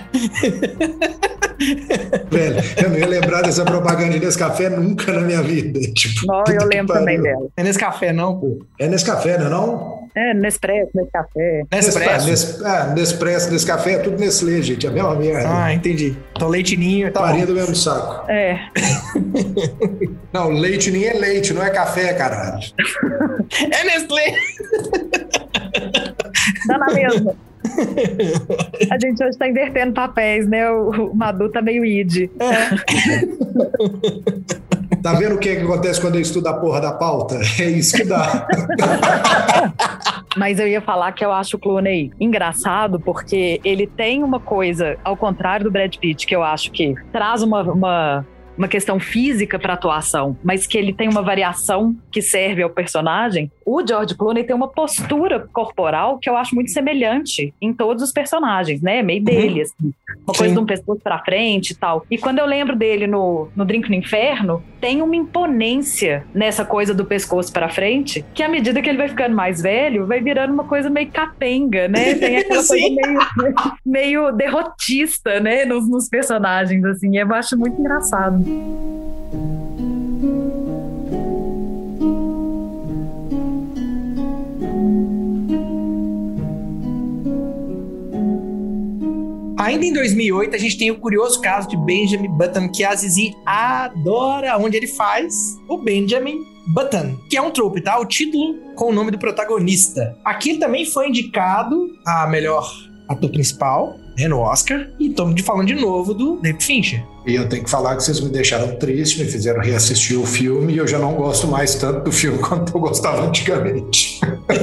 D: Velho, eu não ia lembrar dessa propaganda desse café nunca na minha vida. Tipo,
C: não, eu lembro também dela.
B: É nesse café, não, pô.
D: É nesse café, não é não?
C: É, Nespresso, nesse café.
B: Nespresso.
D: Nes, ah, Nespresso, nesse café é tudo Nestlé, gente. É a mesma merda.
B: Ah, entendi. Então leite ninho... Tá
D: farinha do mesmo saco.
C: É.
D: Não, leite ninho é leite, não é café, caralho.
B: É Nestlé.
C: Dá na mesma. A gente hoje tá invertendo papéis, né? O, o Madu tá meio id.
B: É.
D: Tá vendo o que, que acontece quando eu estudo a porra da pauta? É isso que dá.
C: Mas eu ia falar que eu acho o Clooney engraçado porque ele tem uma coisa, ao contrário do Brad Pitt, que eu acho que traz uma... uma... uma questão física para atuação, mas que ele tem uma variação que serve ao personagem. O George Clooney tem uma postura corporal que eu acho muito semelhante em todos os personagens, né? Meio dele, assim. Uma
B: Sim.
C: coisa de um pescoço pra frente e tal. E quando eu lembro dele no, no Drink no Inferno, tem uma imponência nessa coisa do pescoço pra frente, que à medida que ele vai ficando mais velho, vai virando uma coisa meio capenga, né? Tem aquela coisa meio, meio derrotista, né? Nos, nos personagens, assim. Eu acho muito engraçado.
B: Ainda em dois mil e oito, a gente tem o curioso caso de Benjamin Button, que a Zizi adora, onde ele faz o Benjamin Button, que é um trope, tá? O título com o nome do protagonista. Aqui ele também foi indicado a melhor ator principal, né, no Oscar. E estamos falando de novo do David Fincher.
D: E eu tenho que falar que vocês me deixaram triste, me fizeram reassistir o filme e eu já não gosto mais tanto do filme quanto eu gostava antigamente.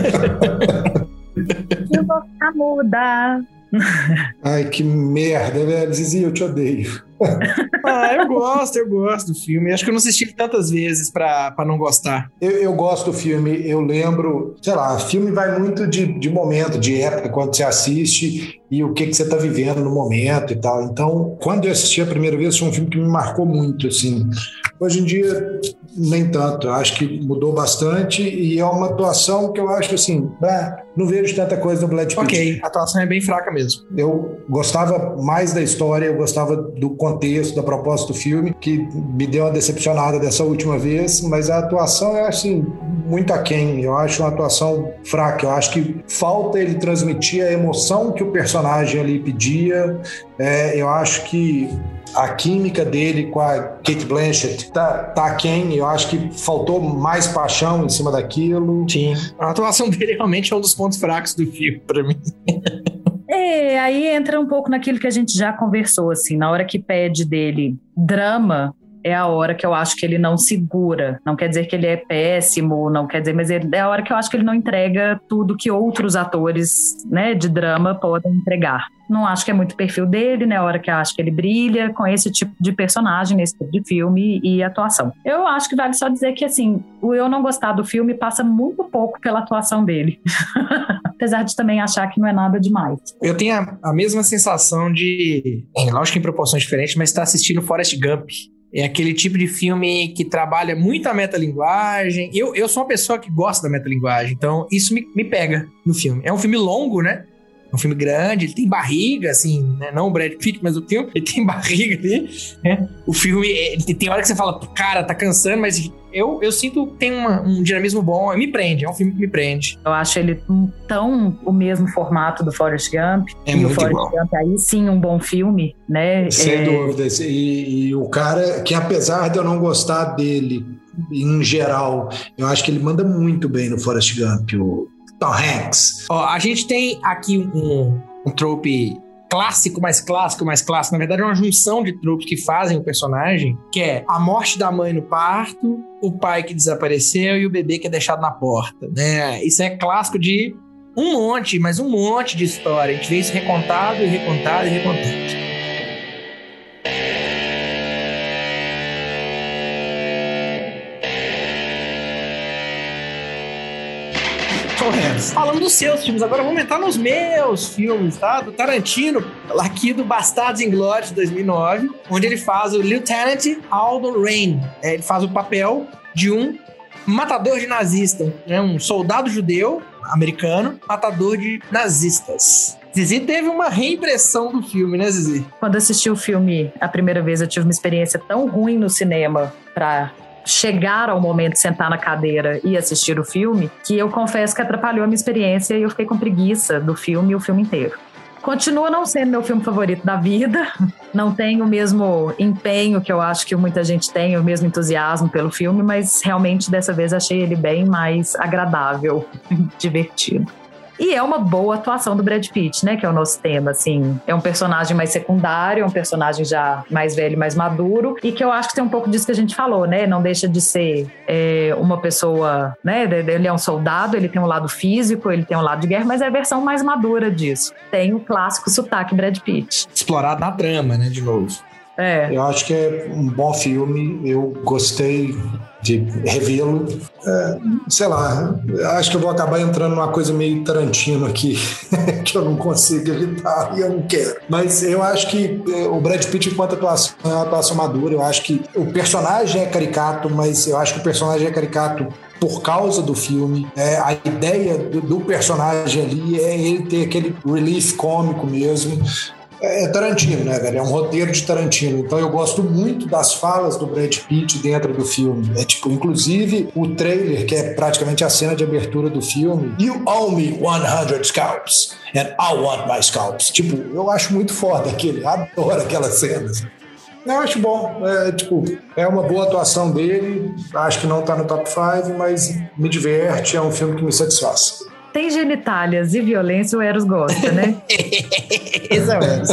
C: Eu vou ficar muda.
D: Ai, que merda, velho. Zizi, eu te odeio.
B: Ah, eu gosto, eu gosto do filme. Acho que eu não assisti tantas vezes pra, pra não gostar.
D: Eu, eu gosto do filme, eu lembro, sei lá, filme vai muito de, de momento, de época, quando você assiste e o que, que você tá vivendo no momento e tal. Então, quando eu assisti a primeira vez, foi um filme que me marcou muito, assim. Hoje em dia, nem tanto. Eu acho que mudou bastante e é uma atuação que eu acho, assim, ah, não vejo tanta coisa no Brad Pitt.
B: Ok, a atuação é bem fraca mesmo.
D: Eu gostava mais da história, eu gostava do contexto, da proposta do filme, que me deu uma decepcionada dessa última vez, mas a atuação eu acho, assim, muito aquém. Eu acho uma atuação fraca. Eu acho que falta ele transmitir a emoção que o personagem ali pedia. É, eu acho que a química dele com a Cate Blanchett tá, tá aquém. Eu acho que faltou mais paixão em cima daquilo.
B: Sim. A atuação dele realmente é um dos pontos fracos do filme, pra mim.
C: É, aí entra um pouco naquilo que a gente já conversou, assim, na hora que pede dele drama, é a hora que eu acho que ele não segura. Não quer dizer que ele é péssimo, não quer dizer, mas é a hora que eu acho que ele não entrega tudo que outros atores, né, de drama podem entregar. Não acho que é muito o perfil dele, né? A hora que eu acho que ele brilha com esse tipo de personagem, nesse tipo de filme e atuação. Eu acho que vale só dizer que, assim, o eu não gostar do filme passa muito pouco pela atuação dele. Apesar de também achar que não é nada demais.
B: Eu tenho a, a mesma sensação de, é, lógico que em proporções diferentes, mas estar assistindo Forrest Gump. É aquele tipo de filme que trabalha muito a metalinguagem. Eu, eu sou uma pessoa que gosta da metalinguagem, então isso me, me pega no filme. É um filme longo, né? É um filme grande, ele tem barriga, assim, né? Não o Brad Pitt, mas o filme, ele tem barriga ali, né? O filme, ele tem hora que você fala, cara, tá cansando, mas eu, eu sinto que tem uma, um dinamismo bom, me prende, é um filme que me prende.
C: Eu acho ele tão o mesmo formato do Forrest Gump.
B: É
C: e
B: muito
C: o Forrest
B: igual.
C: Gump, aí sim, um bom filme, né?
D: Sem
C: é...
D: dúvidas. E, e o cara, que apesar de eu não gostar dele em geral, eu acho que ele manda muito bem no Forrest Gump, o Tom Hanks.
B: Ó, a gente tem aqui um, um trope clássico, mais clássico, mais clássico. Na verdade, é uma junção de tropes que fazem o personagem, que é a morte da mãe no parto, o pai que desapareceu e o bebê que é deixado na porta, né? Isso é clássico de um monte, mas um monte de história. A gente vê isso recontado e recontado e recontado. Falando dos seus filmes, agora vamos entrar nos meus filmes, tá? Do Tarantino, aqui do Bastardos Inglórios de dois mil e nove, onde ele faz o Lieutenant Aldo Rain. É, ele faz o papel de um matador de nazistas, né? Um soldado judeu americano, matador de nazistas. Zizi teve uma reimpressão do filme, né, Zizi?
C: Quando assisti o filme a primeira vez, eu tive uma experiência tão ruim no cinema pra chegar ao momento de sentar na cadeira e assistir o filme, que eu confesso que atrapalhou a minha experiência e eu fiquei com preguiça do filme o filme inteiro. Continua não sendo meu filme favorito da vida, não tem o mesmo empenho que eu acho que muita gente tem, o mesmo entusiasmo pelo filme, mas realmente dessa vez achei ele bem mais agradável, divertido. E é uma boa atuação do Brad Pitt, né? Que é o nosso tema, assim. É um personagem mais secundário, é um personagem já mais velho, mais maduro. E que eu acho que tem um pouco disso que a gente falou, né? Não deixa de ser é, uma pessoa, né? Ele é um soldado, ele tem um lado físico, ele tem um lado de guerra, mas é a versão mais madura disso. Tem o clássico sotaque Brad Pitt.
B: Explorado na trama, né? De novo.
C: É.
D: Eu acho que é um bom filme, eu gostei de revê-lo. É, sei lá, acho que eu vou acabar entrando numa coisa meio Tarantino aqui, que eu não consigo evitar e eu não quero. Mas eu acho que o Brad Pitt, enquanto atuação, é uma atuação madura. Eu acho que o personagem é caricato, mas eu acho que o personagem é caricato por causa do filme. É, a ideia do, do personagem ali é ele ter aquele relief cômico mesmo. É Tarantino, né, velho? É um roteiro de Tarantino. Então eu gosto muito das falas do Brad Pitt dentro do filme. É tipo, inclusive, o trailer, que é praticamente a cena de abertura do filme. You owe me hundred scalps and I want my scalps. Tipo, eu acho muito foda aquele. Adoro aquelas cenas. Eu acho bom. É, tipo, é uma boa atuação dele. Acho que não tá no top cinco, mas me diverte. É um filme que me satisfaz.
C: Tem genitálias e violência, o Eros gosta, né?
B: Esse é o Eros.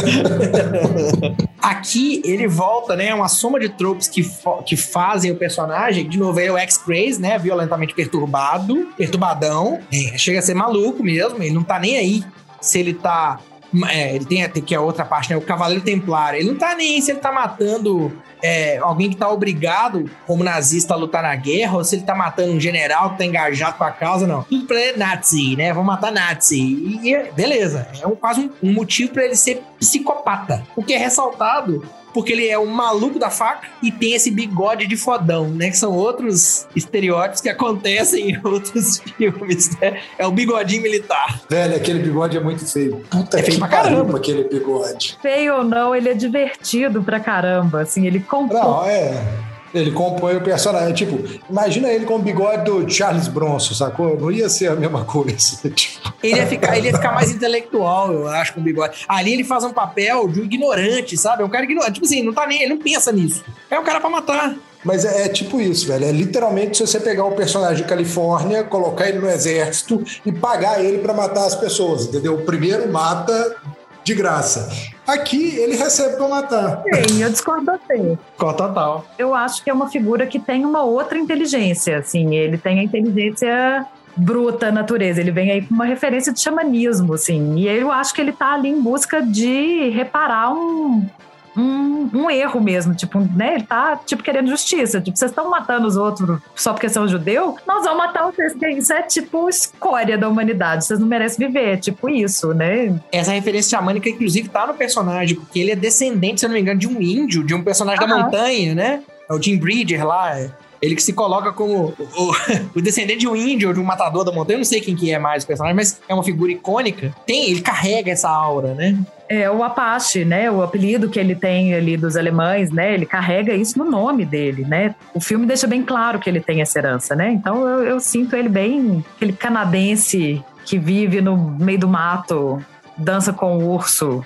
B: Aqui ele volta, né? Uma soma de tropes que, que fazem o personagem. De novo, ele é o ex-craze, né? Violentamente perturbado, perturbadão. É, chega a ser maluco mesmo. Ele não tá nem aí se ele tá... É, ele tem, tem que é a outra parte, né? O Cavaleiro Templário. Ele não tá nem aí se ele tá matando é, alguém que tá obrigado, como nazista, a lutar na guerra, ou se ele tá matando um general que tá engajado com a causa, não. Tudo pra ele é nazi, né? Vamos matar nazi. E, e beleza. É um, quase um, um motivo pra ele ser psicopata. O que é ressaltado porque ele é um maluco da faca e tem esse bigode de fodão, né? Que são outros estereótipos que acontecem em outros filmes, né? É o bigodinho militar.
D: Velho, aquele bigode é muito feio. Puta
B: é feio
D: que
B: pra caramba.
D: Aquele bigode.
C: Feio ou não, ele é divertido pra caramba. Assim, ele compõe.
D: Não, é... Ele compõe o personagem. Tipo, imagina ele com o bigode do Charles Bronson, sacou? Não ia ser a mesma coisa. Tipo.
B: Ele ia ficar, ele ia ficar mais intelectual, eu acho, com o bigode. Ali ele faz um papel de um ignorante, sabe? É um cara ignorante. Tipo assim, não tá nem, ele não pensa nisso. É um cara pra matar.
D: Mas é, é tipo isso, velho. É literalmente se você pegar o personagem de Califórnia, colocar ele no exército e pagar ele pra matar as pessoas, entendeu? O primeiro mata de graça. Aqui, ele recebe pra matar.
C: Sim, eu discordo assim.
B: Total.
C: Eu acho que é uma figura que tem uma outra inteligência, assim. Ele tem a inteligência bruta, natureza. Ele vem aí com uma referência de xamanismo, assim. E eu acho que ele tá ali em busca de reparar um... Um, um erro mesmo, tipo, né? Ele tá, tipo, querendo justiça. Tipo, vocês estão matando os outros só porque são judeu? Nós vamos matar vocês, porque isso é, tipo, escória da humanidade. Vocês não merecem viver, é tipo isso, né?
B: Essa referência xamânica, inclusive, tá no personagem, porque ele é descendente, se eu não me engano, de um índio, de um personagem ah. da montanha, né? É o Jim Bridger lá, ele que se coloca como o, o descendente de um índio ou de um matador da montanha. Eu não sei quem que é mais o personagem, mas é uma figura icônica. Tem, ele carrega essa aura, né?
C: É o Apache, né? O apelido que ele tem ali dos alemães, né? Ele carrega isso no nome dele, né? O filme deixa bem claro que ele tem essa herança, né? Então eu, eu sinto ele bem aquele canadense que vive no meio do mato, dança com o urso.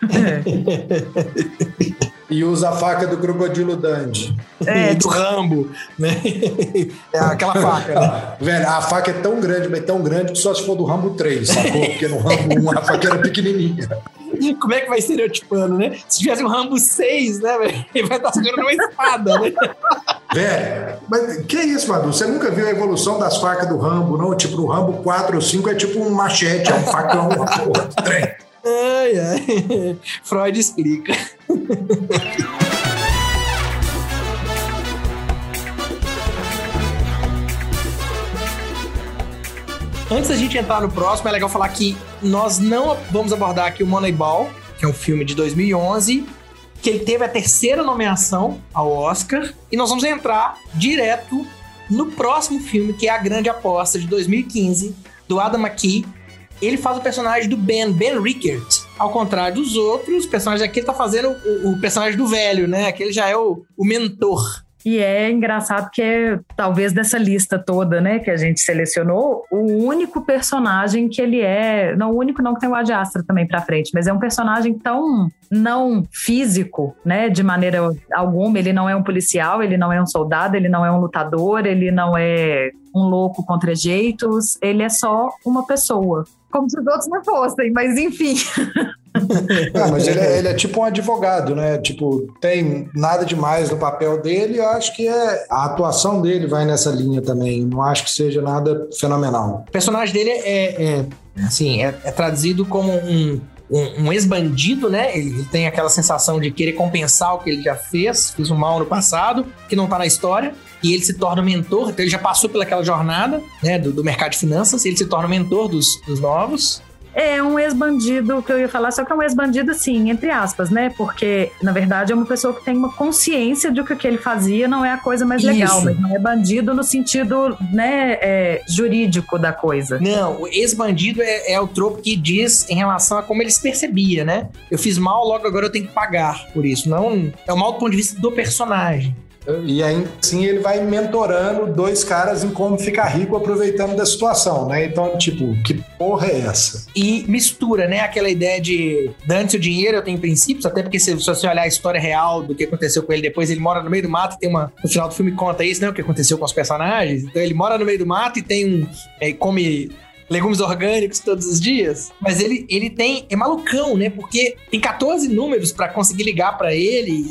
D: E usa a faca do Crocodilo Dundee.
B: É, do Rambo, né? É aquela faca, né?
D: Velho, a faca é tão grande, mas tão grande que só se for do Rambo três, sacou? Porque no Rambo um a faca era pequenininha.
B: Como é que vai estereotipando, né? Se tivesse um Rambo seis, né, velho? Ele vai estar segurando uma espada, né?
D: Velho, mas que isso, Madu? Você nunca viu a evolução das facas do Rambo, não? Tipo, o Rambo quatro ou cinco é tipo um machete, é um facão, uma porra, trem.
B: Ai, ai. Freud explica. Antes da gente entrar no próximo, é legal falar que nós não vamos abordar aqui o Moneyball, que é um filme de dois mil e onze, que ele teve a terceira nomeação ao Oscar, e nós vamos entrar direto no próximo filme, que é A Grande Aposta, de dois mil e quinze, do Adam McKay. Ele faz o personagem do Ben, Ben Rickert. Ao contrário dos outros, o personagem aqui ele tá fazendo o, o personagem do velho, né? Aquele já é o, o mentor.
C: E é engraçado que é, talvez dessa lista toda, né, que a gente selecionou, o único personagem que ele é... Não, o único não, que tem o Ad Astra também pra frente, mas é um personagem tão não físico, né, de maneira alguma. Ele não é um policial, ele não é um soldado, ele não é um lutador, ele não é um louco com trejeitos, ele é só uma pessoa. Como se os outros não fossem, mas enfim...
D: Ah, mas ele é, ele é tipo um advogado, né? Tipo, tem nada demais no papel dele. Eu acho que é, a atuação dele vai nessa linha também. Não acho que seja nada fenomenal.
B: O personagem dele é, é, assim, é, é traduzido como um, um, um ex-bandido, né? Ele, ele tem aquela sensação de querer compensar o que ele já fez, fez um mal no passado, que não tá na história. E ele se torna o mentor, então ele já passou pelaquela jornada, né, do, do mercado de finanças, ele se torna o mentor dos, dos novos.
C: É um ex-bandido que eu ia falar, só que é um ex-bandido assim, entre aspas, né? Porque, na verdade, é uma pessoa que tem uma consciência de que o que ele fazia não é a coisa mais legal,
B: Isso.
C: mas não é bandido no sentido, né, é, jurídico da coisa.
B: Não, o ex-bandido é, é o tropo que diz em relação a como ele se percebia, né? Eu fiz mal, logo agora eu tenho que pagar por isso. Não, é o mal do ponto de vista do personagem.
D: E aí, sim, ele vai mentorando dois caras em como ficar rico aproveitando da situação, né? Então, tipo, que porra é essa?
B: E mistura, né? Aquela ideia de dane-se o dinheiro, eu tenho princípios, até porque se você olhar a história real do que aconteceu com ele depois, ele mora no meio do mato e tem uma... No final do filme conta isso, né? O que aconteceu com os personagens. Então ele mora no meio do mato e tem um... É, come... legumes orgânicos todos os dias, mas ele, ele tem, é malucão, né, porque tem catorze números pra conseguir ligar pra ele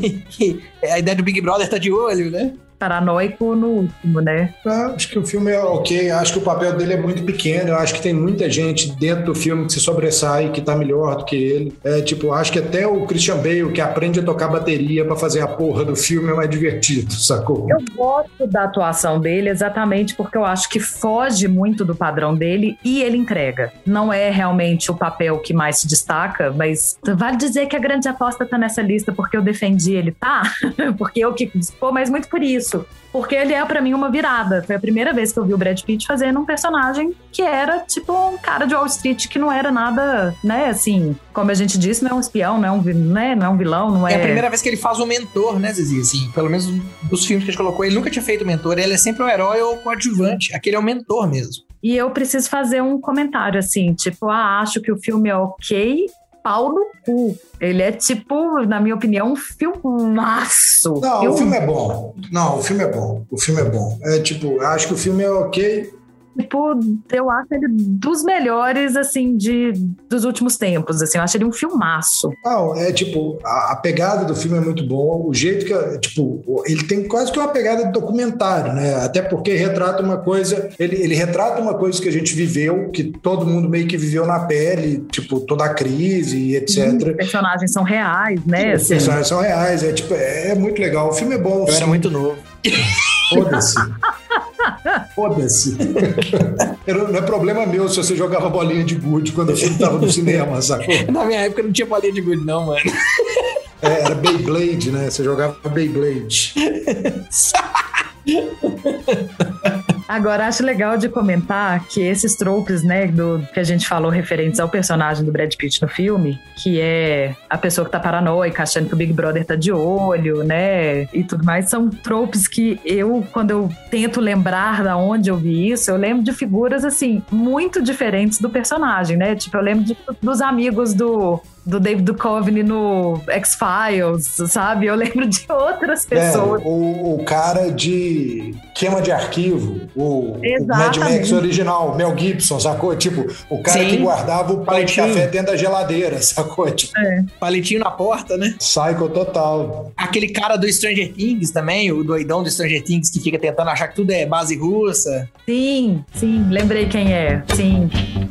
B: e a ideia do Big Brother tá de olho, né?
C: Paranoico no último, né?
D: Ah, acho que o filme é ok, acho que o papel dele é muito pequeno, eu acho que tem muita gente dentro do filme que se sobressai, que tá melhor do que ele. É, tipo, acho que até o Christian Bale, que aprende a tocar bateria pra fazer a porra do filme, é mais divertido, sacou?
C: Eu gosto da atuação dele exatamente porque eu acho que foge muito do padrão dele e ele entrega. Não é realmente o papel que mais se destaca, mas vale dizer que a grande aposta tá nessa lista porque eu defendi ele, tá? Porque eu que... Pô, mas muito por isso. Porque ele é, pra mim, uma virada. Foi a primeira vez que eu vi o Brad Pitt fazendo um personagem que era, tipo, um cara de Wall Street que não era nada, né, assim... Como a gente disse, não é um espião, não é um, né, não é um vilão, não é...
B: É a primeira vez que ele faz o mentor, né, Zizi? Assim, pelo menos dos filmes que a gente colocou, ele nunca tinha feito mentor. Ele é sempre o herói ou o coadjuvante. Aquele é o mentor mesmo.
C: E eu preciso fazer um comentário, assim, tipo, ah, acho que o filme é ok... pau no cu. Ele é, tipo, na minha opinião, um filmaço.
D: Não,
C: Filme.
D: o filme é bom. Não, o filme é bom. O filme é bom. É tipo, acho que o filme é ok.
C: Tipo, eu acho ele dos melhores, assim, de, dos últimos tempos, assim. Eu acho ele um filmaço.
D: Não, é tipo, a, a pegada do filme é muito boa. O jeito que, tipo, ele tem quase que uma pegada de documentário, né? Até porque retrata uma coisa... Ele, ele retrata uma coisa que a gente viveu, que todo mundo meio que viveu na pele, tipo, toda a crise e etcétera.
C: Os personagens são reais, né?
D: Os
C: assim.
D: personagens são reais, é, tipo, é, é muito legal. O filme é bom.
B: Eu era muito novo.
D: Foda-se. Foda-se. Não é problema meu se você jogava bolinha de gude quando o filme tava no cinema, sacou?
B: Na minha época não tinha bolinha de gude, não, mano.
D: É, era Beyblade, né? Você jogava Beyblade.
C: Agora, acho legal de comentar que esses tropes, né, do, que a gente falou referentes ao personagem do Brad Pitt no filme, que é a pessoa que tá paranoica, achando que o Big Brother tá de olho, né, e tudo mais, são tropes que eu, quando eu tento lembrar da onde eu vi isso, eu lembro de figuras, assim, muito diferentes do personagem, né, tipo, eu lembro de, dos amigos do... do David Duchovny no X-Files, sabe? Eu lembro de outras pessoas.
D: É, o, o cara de queima de arquivo, o, o Mad Max original, Mel Gibson, sacou? Tipo, o cara Sim. que guardava o pão de café dentro da geladeira, sacou? Tipo,
B: é. Palitinho na porta, né?
D: Psycho total.
B: Aquele cara do Stranger Things também, o doidão do Stranger Things que fica tentando achar que tudo é base russa.
C: Sim, sim, lembrei quem é, sim.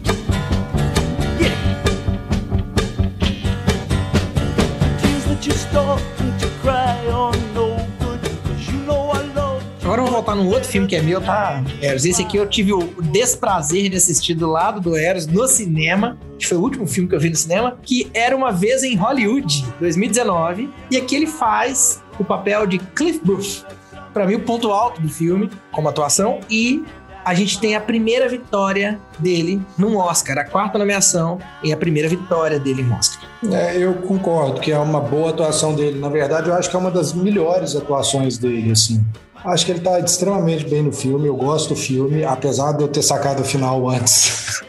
B: Agora vamos voltar num outro filme que é meu, tá? Eros. Esse aqui eu tive o desprazer de assistir do lado do Eros no cinema, que foi o último filme que eu vi no cinema, que era Uma Vez em Hollywood, dois mil e dezenove, e aqui ele faz o papel de Cliff Booth. Pra mim, o ponto alto do filme, como atuação, e a gente tem a primeira vitória dele num Oscar, a quarta nomeação e a primeira vitória dele em Oscar.
D: É, eu concordo que é uma boa atuação dele. Na verdade, eu acho que é uma das melhores atuações dele, assim. Acho que ele tá extremamente bem no filme, eu gosto do filme, apesar de eu ter sacado o final antes.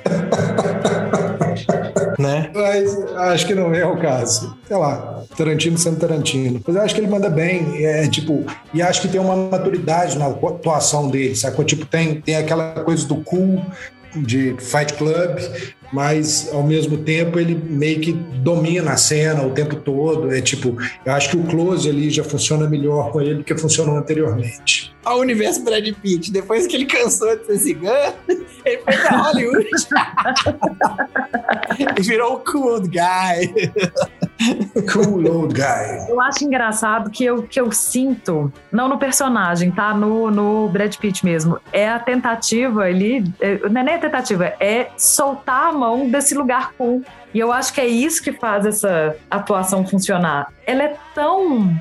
B: Né?
D: Mas acho que não é o caso. Sei lá, Tarantino sendo Tarantino. Mas eu acho que ele manda bem, é, tipo, e acho que tem uma maturidade na atuação dele, sacou? Tipo, tem, tem aquela coisa do cool de Fight Club, mas ao mesmo tempo ele meio que domina a cena o tempo todo. É tipo, eu acho que o close ali já funciona melhor com ele do que funcionou anteriormente.
B: Ao universo Brad Pitt, depois que ele cansou de ser cigano, ele foi pra Hollywood e virou o cool guy.
D: Cool old guy.
C: Eu acho engraçado que eu, que eu sinto, não no personagem, tá? No, no Brad Pitt mesmo. É a tentativa ali, é, não é nem a tentativa, é soltar a mão desse lugar cool. E eu acho que é isso que faz essa atuação funcionar. Ela é tão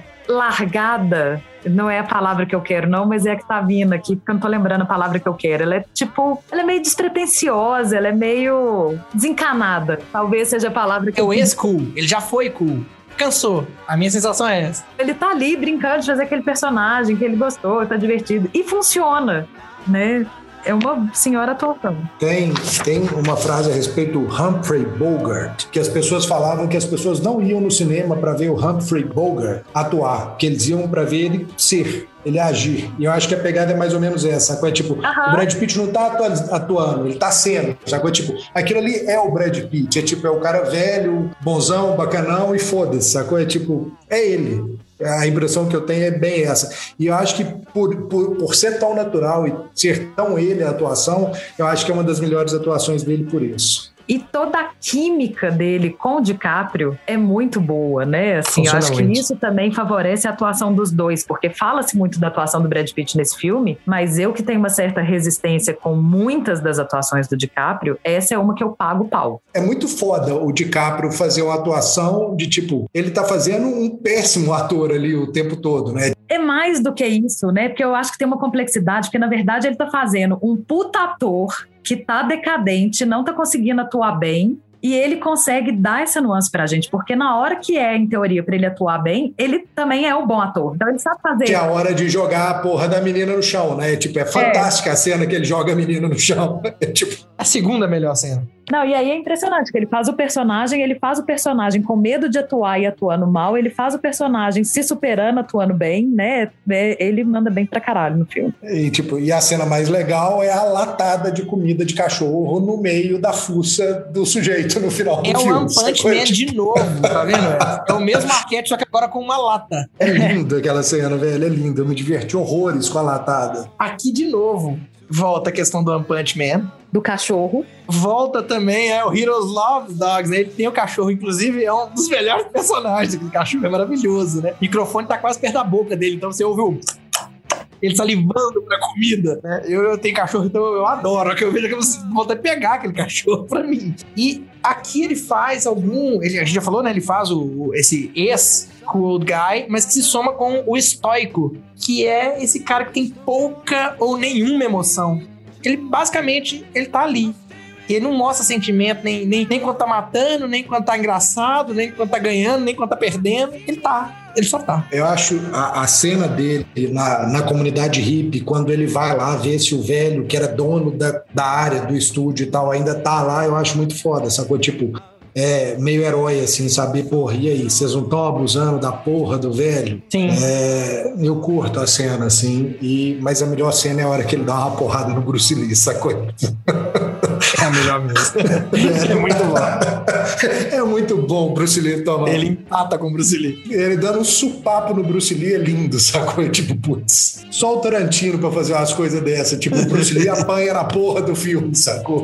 C: largada, não é a palavra que eu quero não, mas é a que tá vindo aqui, porque eu não tô lembrando a palavra que eu quero. Ela é tipo, ela é meio despretensiosa, ela é meio desencanada. Talvez seja a palavra que
B: É
C: eu
B: o ex-cool, ele já foi cool. Cansou. A minha sensação é essa.
C: Ele tá ali brincando de fazer aquele personagem que ele gostou, tá divertido. E funciona, né? É uma senhora atuação.
D: Tem, tem uma frase a respeito do Humphrey Bogart, que as pessoas falavam que as pessoas não iam no cinema para ver o Humphrey Bogart atuar, que eles iam para ver ele ser, ele agir. E eu acho que a pegada é mais ou menos essa, sacou? É tipo, uh-huh. O Brad Pitt não tá atu- atuando, ele tá sendo, sacou? Tipo, aquilo ali é o Brad Pitt, é tipo, é o cara velho, bonzão, bacanão e foda-se, sacou? É tipo, é ele. A impressão que eu tenho é bem essa. E eu acho que por, por, por ser tão natural e ser tão ele a atuação, eu acho que é uma das melhores atuações dele por isso.
C: E toda a química dele com o DiCaprio é muito boa, né? Assim, eu acho que isso também favorece a atuação dos dois, porque fala-se muito da atuação do Brad Pitt nesse filme, mas eu que tenho uma certa resistência com muitas das atuações do DiCaprio, essa é uma que eu pago pau.
D: É muito foda o DiCaprio fazer uma atuação de tipo, ele tá fazendo um péssimo ator ali o tempo todo, né?
C: É mais do que isso, né? Porque eu acho que tem uma complexidade, porque na verdade ele tá fazendo um puta ator que tá decadente, não tá conseguindo atuar bem, e ele consegue dar essa nuance pra gente, porque na hora que é, em teoria, pra ele atuar bem, ele também é um bom ator, então ele sabe fazer.
D: Que é a hora de jogar a porra da menina no chão, né? Tipo, é fantástica é. a cena que ele joga a menina no chão. É tipo...
B: A segunda melhor cena.
C: Não, e aí é impressionante que ele faz o personagem, ele faz o personagem com medo de atuar e atuando mal, ele faz o personagem se superando, atuando bem, né? Ele manda bem pra caralho no filme.
D: E, tipo, e a cena mais legal é a latada de comida de cachorro no meio da fuça do sujeito no final do
B: é
D: filme.
B: É o One Punch Man de novo, tá vendo? É o mesmo arquétipo, só que agora com uma lata.
D: É lindo aquela cena, velho, é lindo. Eu me diverti horrores com a latada.
B: Aqui de novo, volta a questão do One Punch Man.
C: Do cachorro.
B: Volta também, é o Heroes Love Dogs, né? Ele tem o cachorro, inclusive é um dos melhores personagens. Aquele cachorro é maravilhoso, né? O microfone tá quase perto da boca dele, então você ouve o... ele salivando pra comida, né? Eu, eu tenho cachorro, então eu adoro. Que eu vejo que eu vou até pegar aquele cachorro pra mim. E aqui ele faz algum... Ele, a gente já falou, né? Ele faz o, o, esse ex-cool old guy, mas que se soma com o estoico, que é esse cara que tem pouca ou nenhuma emoção. Ele, basicamente, ele tá ali. Ele não mostra sentimento nem, nem, nem quando tá matando, nem quando tá engraçado, nem quando tá ganhando, nem quando tá perdendo. Ele tá. Ele só tá.
D: Eu acho a, a cena dele na, na comunidade hippie, quando ele vai lá ver se o velho, que era dono da, da área do estúdio e tal, ainda tá lá, eu acho muito foda, sacou? Tipo, é meio herói, assim, saber, porra, e aí, vocês não estão abusando da porra do velho?
B: Sim.
D: É, eu curto a cena, assim, e, mas a melhor cena é a hora que ele dá uma porrada no Bruce Lee, sacou?
B: É a melhor mesmo. É, é muito bom.
D: É muito bom o Bruce Lee tomar.
B: Ele empata com o Bruce Lee.
D: Ele dando um supapo no Bruce Lee é lindo, sacou? Tipo, putz, só o Tarantino pra fazer umas coisas dessas. Tipo, o Bruce Lee apanha na porra do filme, sacou?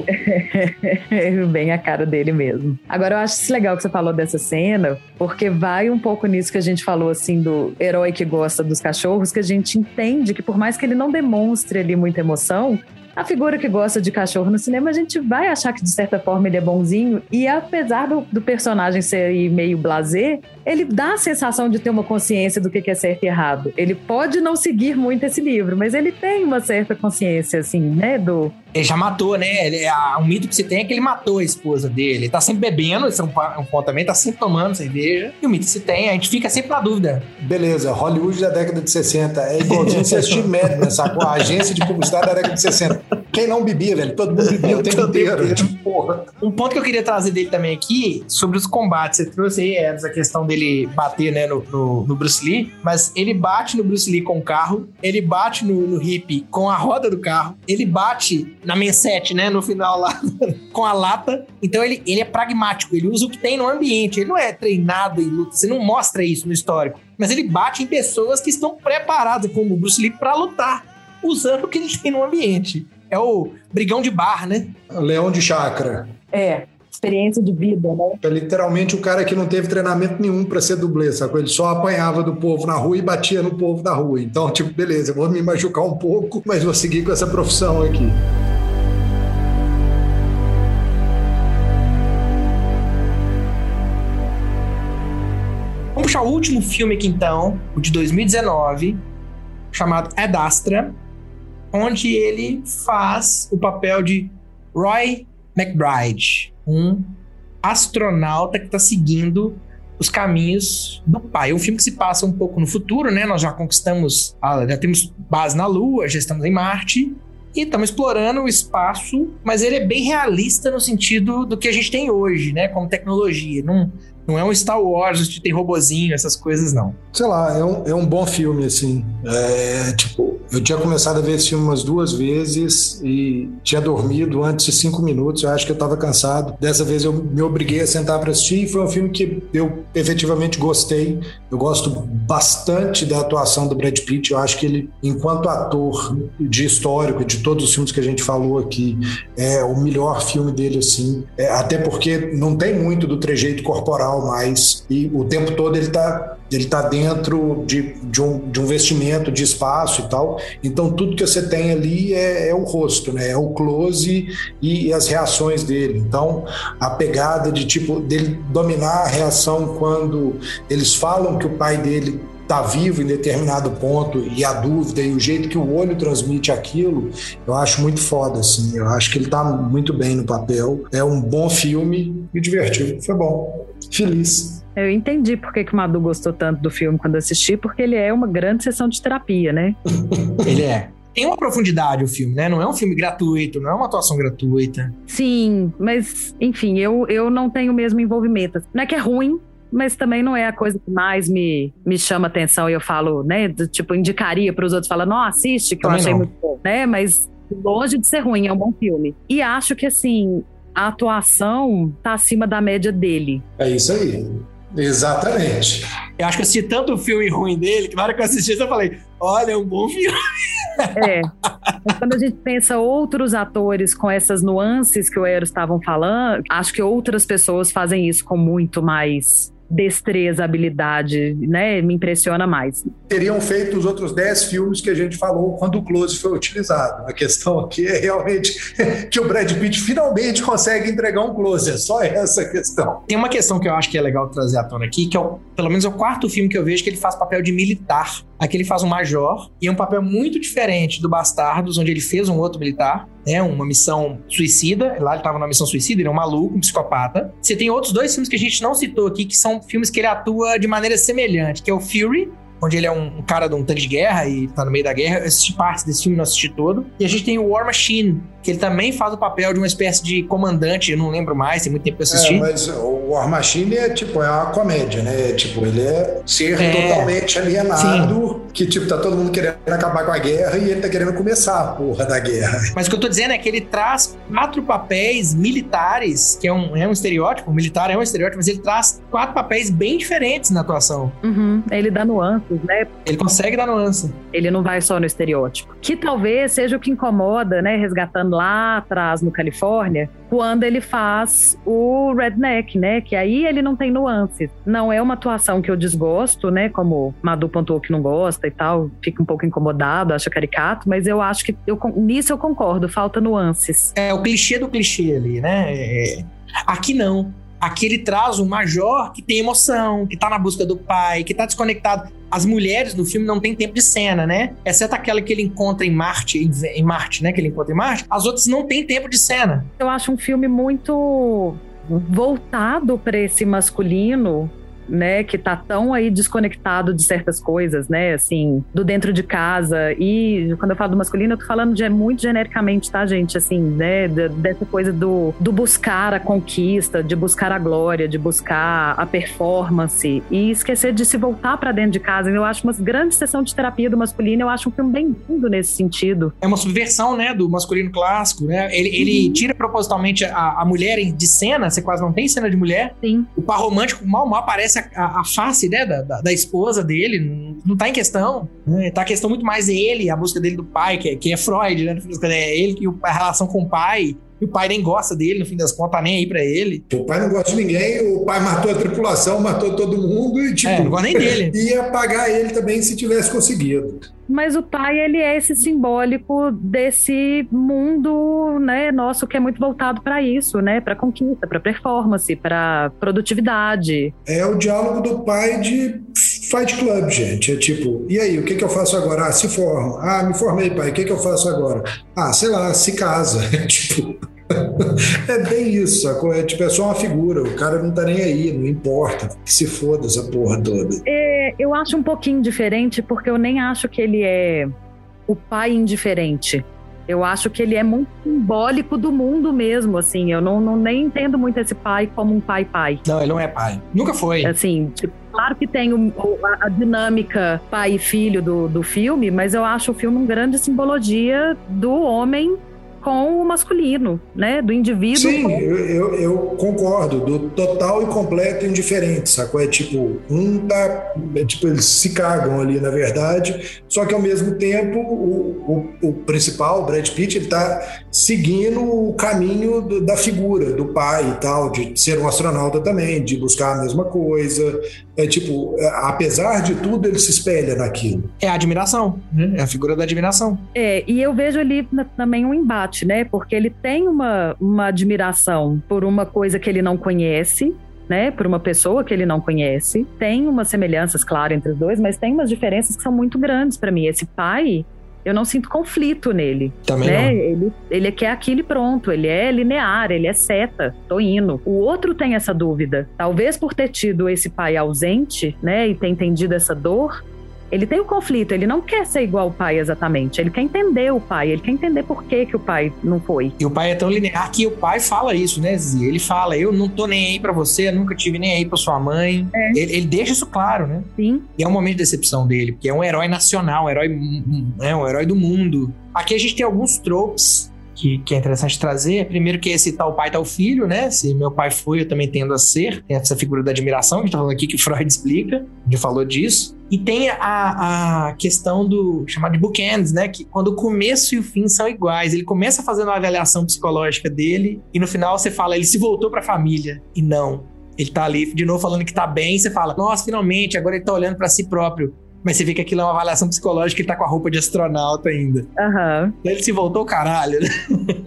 C: Bem a cara dele mesmo. Agora, eu acho isso legal que você falou dessa cena, porque vai um pouco nisso que a gente falou, assim, do herói que gosta dos cachorros, que a gente entende que por mais que ele não demonstre ali muita emoção, a figura que gosta de cachorro no cinema, a gente vai achar que de certa forma ele é bonzinho, e apesar do, do personagem ser meio blasé, ele dá a sensação de ter uma consciência do que é certo e errado. Ele pode não seguir muito esse livro, mas ele tem uma certa consciência, assim, né, do...
B: Ele já matou, né? Ele, a, um mito que se tem é que ele matou a esposa dele. Ele tá sempre bebendo, esse é um, um ponto também, tá sempre tomando cerveja. E o mito que se tem, a gente fica sempre na dúvida.
D: Beleza, Hollywood da década de sessenta. É igualzinho você assistir Mad Men, sacou? A agência de publicidade da década de sessenta. Quem não bebia, velho? Todo mundo bebia o tempo inteiro. Tipo, porra.
B: Um ponto que eu queria trazer dele também aqui, sobre os combates. Você trouxe aí, Eros, a questão dele bater, né, no, no, no Bruce Lee. Mas ele bate no Bruce Lee com o carro. Ele bate no, no hippie com a roda do carro. Ele bate na Mensete, né, no final lá, com a lata. Então ele, ele é pragmático. Ele usa o que tem no ambiente. Ele não é treinado em luta. Você não mostra isso no histórico. Mas ele bate em pessoas que estão preparadas, como o Bruce Lee, pra lutar, usando o que ele tem no ambiente. É o brigão de bar, né?
D: Leão de chácara.
C: É. experiência de vida, né?
D: É literalmente o cara que não teve treinamento nenhum para ser dublê, sacou? Ele só apanhava do povo na rua e batia no povo da rua. Então, tipo, beleza, eu vou me machucar um pouco, mas vou seguir com essa profissão aqui.
B: Vamos puxar o último filme aqui então, o de dois mil e dezenove, chamado Ad Astra, onde ele faz o papel de Roy McBride, um astronauta que está seguindo os caminhos do pai. É um filme que se passa um pouco no futuro, né? Nós já conquistamos, já temos base na Lua, já estamos em Marte e estamos explorando o espaço, mas ele é bem realista no sentido do que a gente tem hoje, né? Como tecnologia. Não, não é um Star Wars, onde tem robozinho, essas coisas, não.
D: Sei lá, é um, é um bom filme, assim. É, tipo, eu tinha começado a ver esse filme umas duas vezes e tinha dormido antes de cinco minutos. Eu acho que eu estava cansado. Dessa vez eu me obriguei a sentar para assistir e foi um filme que eu efetivamente gostei. Eu gosto bastante da atuação do Brad Pitt. Eu acho que ele, enquanto ator de histórico, de todos os filmes que a gente falou aqui, é o melhor filme dele, assim. É, até porque não tem muito do trejeito corporal mais e o tempo todo ele tá, ele tá dentro de, de, um, de um vestimento de espaço e tal, então tudo que você tem ali é, é o rosto, né? É o close e, e as reações dele. Então a pegada de tipo dele dominar a reação quando eles falam que o pai dele tá vivo em determinado ponto e a dúvida e o jeito que o olho transmite aquilo, eu acho muito foda, assim. Eu acho que ele tá muito bem no papel. É um bom filme, me divertiu, foi bom, feliz.
C: Eu entendi por que, que o Madu gostou tanto do filme quando assisti, porque ele é uma grande sessão de terapia, né?
B: Ele é. Tem uma profundidade o filme, né? Não é um filme gratuito, não é uma atuação gratuita.
C: Sim, mas, enfim, eu, eu não tenho o mesmo envolvimento. Não é que é ruim, mas também não é a coisa que mais me, me chama atenção e eu falo, né, do, tipo, indicaria para os outros, fala, não, assiste, que também eu achei não. muito bom, né, mas longe de ser ruim, é um bom filme. E acho que, assim, a atuação tá acima da média dele.
D: É isso aí, exatamente.
B: Eu acho que eu assisti tanto o filme ruim dele, que na hora que eu assisti eu falei, olha, é um bom filme.
C: É, mas quando a gente pensa outros atores com essas nuances que o Eros estavam falando, acho que outras pessoas fazem isso com muito mais destreza, habilidade, né? Me impressiona mais.
D: Teriam feito os outros dez filmes que a gente falou quando o close foi utilizado. A questão aqui é realmente que o Brad Pitt finalmente consegue entregar um close. É só essa a questão.
B: Tem uma questão que eu acho que é legal trazer à tona aqui, que é o, pelo menos é o quarto filme que eu vejo que ele faz papel de militar. Aqui ele faz um major, e é um papel muito diferente do Bastardos, onde ele fez um outro militar, né, uma missão suicida. Lá ele estava numa missão suicida, ele é um maluco, um psicopata. Você tem outros dois filmes que a gente não citou aqui, que são filmes que ele atua de maneira semelhante, que é o Fury, onde ele é um, um cara de um tanque de guerra e tá no meio da guerra. Eu assisti partes desse filme, não assisti todo. E a gente tem o War Machine, que ele também faz o papel de uma espécie de comandante, eu não lembro mais, tem muito tempo que eu assisti.
D: É, mas o War Machine é tipo, é uma comédia, né? Tipo, ele é ser é, totalmente alienado, sim. Que tipo, tá todo mundo querendo acabar com a guerra e ele tá querendo começar a porra da guerra.
B: Mas o que eu tô dizendo é que ele traz quatro papéis militares, que é um, é um estereótipo, o militar é um estereótipo, mas ele traz quatro papéis bem diferentes na atuação.
C: Uhum, ele dá nuances, né?
B: Ele consegue dar nuance.
C: Ele não vai só no estereótipo. Que talvez seja o que incomoda, né? Resgatando lá atrás no Califórnia, quando ele faz o redneck, né? Que aí ele não tem nuances. Não é uma atuação que eu desgosto, né? Como Madu pontuou que não gosta e tal, fica um pouco incomodado, acha caricato, mas eu acho que eu, nisso eu concordo, falta nuances.
B: É o clichê do clichê ali, né? É... Aqui não. Aqui ele traz um major que tem emoção, que tá na busca do pai, que tá desconectado. As mulheres no filme não tem tempo de cena, né? Exceto aquela que ele encontra em Marte, em Marte, né? Que ele encontra em Marte. As outras não tem tempo de cena.
C: Eu acho um filme muito voltado para esse masculino, né, que tá tão aí desconectado de certas coisas, né, assim, do dentro de casa. E quando eu falo do masculino, eu tô falando de, muito genericamente, tá, gente, assim, né, de, dessa coisa do, do buscar a conquista, de buscar a glória, de buscar a performance e esquecer de se voltar pra dentro de casa. Eu acho uma grande sessão de terapia do masculino, eu acho um filme bem lindo nesse sentido.
B: É uma subversão, né, do masculino clássico, né, ele, ele uhum. tira propositalmente a, a mulher de cena, você quase não tem cena de mulher.
C: Sim. O
B: par romântico mal mal aparece A, a face, né, da, da, da esposa dele, não, não tá em questão, né? Tá a questão muito mais ele, a busca dele do pai, que é, que é Freud, né? É ele e a relação com o pai. E o pai nem gosta dele, no fim das contas, tá nem aí pra ele.
D: O pai não gosta de ninguém, o pai matou a tripulação, matou todo mundo e, tipo,
B: é, não gosta nem dele.
D: Ia pagar ele também se tivesse conseguido.
C: Mas o pai, ele é esse simbólico desse mundo, né, nosso, que é muito voltado para isso, né, para conquista, para performance, para produtividade.
D: É o diálogo do pai de Fight Club, gente. É tipo, e aí, o que, que eu faço agora? Ah, se forma. Ah, me formei, pai. O que, que eu faço agora? Ah, sei lá, se casa. Tipo, é bem isso, sacou? É, tipo, é só uma figura. O cara não tá nem aí, não importa. Que se foda essa porra toda.
C: É, eu acho um pouquinho diferente, porque eu nem acho que ele é o pai indiferente. Eu acho que ele é muito simbólico do mundo mesmo, assim. Eu não, não nem entendo muito esse pai como um pai-pai.
B: Não, ele não é pai. Nunca foi.
C: Assim, tipo, claro que tem o, a, a dinâmica pai e filho do, do filme, mas eu acho o filme uma grande simbologia do homem com o masculino, né? Do indivíduo.
D: Sim,
C: com...
D: eu, eu, eu concordo, do total e completo indiferente, sacou? É tipo, um tá, é tipo, eles se cagam ali, na verdade, só que ao mesmo tempo o, o, o principal, o Brad Pitt, ele tá seguindo o caminho do, da figura, do pai e tal, de ser um astronauta também, de buscar a mesma coisa. É tipo, apesar de tudo, ele se espelha naquilo.
B: É a admiração, né? É a figura da admiração.
C: É, e eu vejo ali também um embate, né? Porque ele tem uma, uma admiração por uma coisa que ele não conhece, né? Por uma pessoa que ele não conhece. Tem umas semelhanças, claro, entre os dois, mas tem umas diferenças que são muito grandes para mim. Esse pai, eu não sinto conflito nele.
B: Também
C: né?
B: não.
C: Ele, ele quer aquilo e pronto. Ele é linear, ele é seta. Tô indo. O outro tem essa dúvida. Talvez por ter tido esse pai ausente, né? E ter entendido essa dor, ele tem o conflito. Ele não quer ser igual ao pai exatamente. Ele quer entender o pai. Ele quer entender por que, que o pai não foi.
B: E o pai é tão linear que o pai fala isso, né, Zizi? Ele fala, eu não tô nem aí pra você, eu nunca tive nem aí pra sua mãe.
C: É.
B: Ele, ele deixa isso claro, né?
C: Sim.
B: E é um momento de decepção dele, porque é um herói nacional, um herói, é um herói do mundo. Aqui a gente tem alguns tropes que, que é interessante trazer. Primeiro que esse tal pai, tal filho, né? Se meu pai foi, eu também tendo a ser. Tem essa figura da admiração, que a gente tá falando aqui, que Freud explica. A gente falou disso. E tem a, a questão do chamado de bookends, né? Que quando o começo e o fim são iguais. Ele começa fazendo uma avaliação psicológica dele e no final você fala, ele se voltou pra família. E não. Ele tá ali de novo falando que tá bem e você fala, nossa, finalmente, agora ele tá olhando pra si próprio. Mas você vê que aquilo é uma avaliação psicológica e ele tá com a roupa de astronauta ainda.
C: Aham.
B: Ele se voltou caralho, né?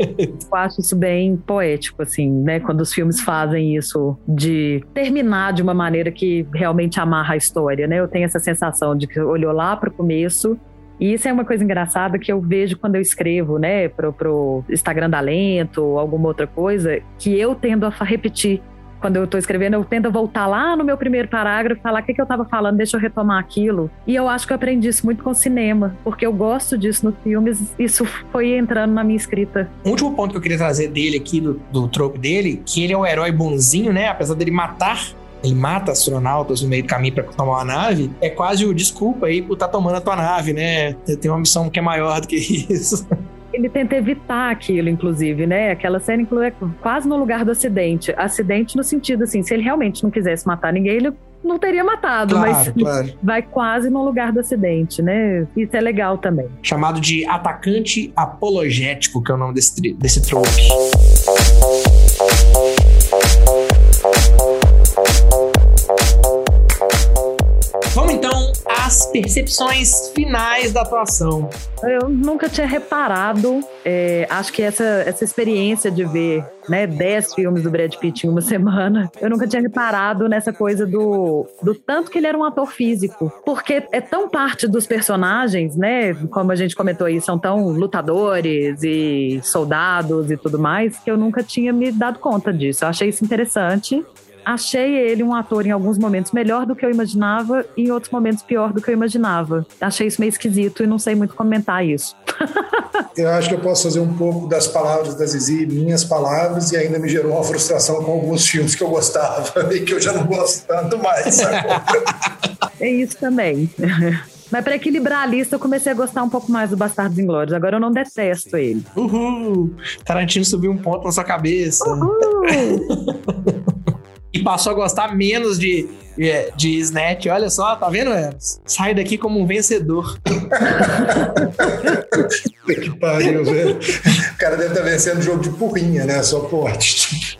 C: Eu acho isso bem poético, assim, né? Quando os filmes fazem isso de terminar de uma maneira que realmente amarra a história, né? Eu tenho essa sensação de que olhou lá pro começo. E isso é uma coisa engraçada que eu vejo quando eu escrevo, né? Pro, pro Instagram da Lento ou alguma outra coisa, que eu tendo a repetir. Quando eu tô escrevendo, eu tento voltar lá no meu primeiro parágrafo e falar o que, que eu tava falando, deixa eu retomar aquilo. E eu acho que eu aprendi isso muito com o cinema, porque eu gosto disso nos filmes, isso foi entrando na minha escrita.
B: O último ponto que eu queria trazer dele aqui, do, do trope dele, que ele é o herói bonzinho, né? Apesar dele matar, ele mata astronautas no meio do caminho pra tomar uma nave, é quase o desculpa aí por estar tomando a tua nave, né? Tem uma missão que é maior do que isso.
C: Ele tenta evitar aquilo, inclusive, né? Aquela cena inclui quase no lugar do acidente. Acidente no sentido, assim, se ele realmente não quisesse matar ninguém, ele não teria matado,
B: Claro,
C: mas
B: claro.
C: vai quase no lugar do acidente, né? Isso é legal também.
B: Chamado de atacante apologético, que é o nome desse, tri- desse trope. Vamos então às percepções finais da atuação.
C: Eu nunca tinha reparado, é, acho que essa, essa experiência de ver, né, dez filmes do Brad Pitt em uma semana, eu nunca tinha reparado nessa coisa do, do tanto que ele era um ator físico. Porque é tão parte dos personagens, né, como a gente comentou aí, são tão lutadores e soldados e tudo mais, que eu nunca tinha me dado conta disso. Eu achei isso interessante. Achei ele um ator em alguns momentos melhor do que eu imaginava e em outros momentos pior do que eu imaginava. Achei isso meio esquisito e não sei muito comentar isso.
D: Eu acho que eu posso fazer um pouco das palavras da Zizi, minhas palavras, e ainda me gerou uma frustração com alguns filmes que eu gostava e que eu já não gosto tanto mais.
C: É isso também. Mas pra equilibrar a lista, eu comecei a gostar um pouco mais do Bastardos Inglórios. Agora eu não detesto ele.
B: Uhul! Tarantino subiu um ponto na sua cabeça.
C: Uhul!
B: E passou a gostar menos de, de, de Snatch. Olha só, tá vendo, Eros? Sai daqui como um vencedor.
D: Puta que pariu, velho. O cara deve estar vencendo jogo de porrinha, né? Só porte.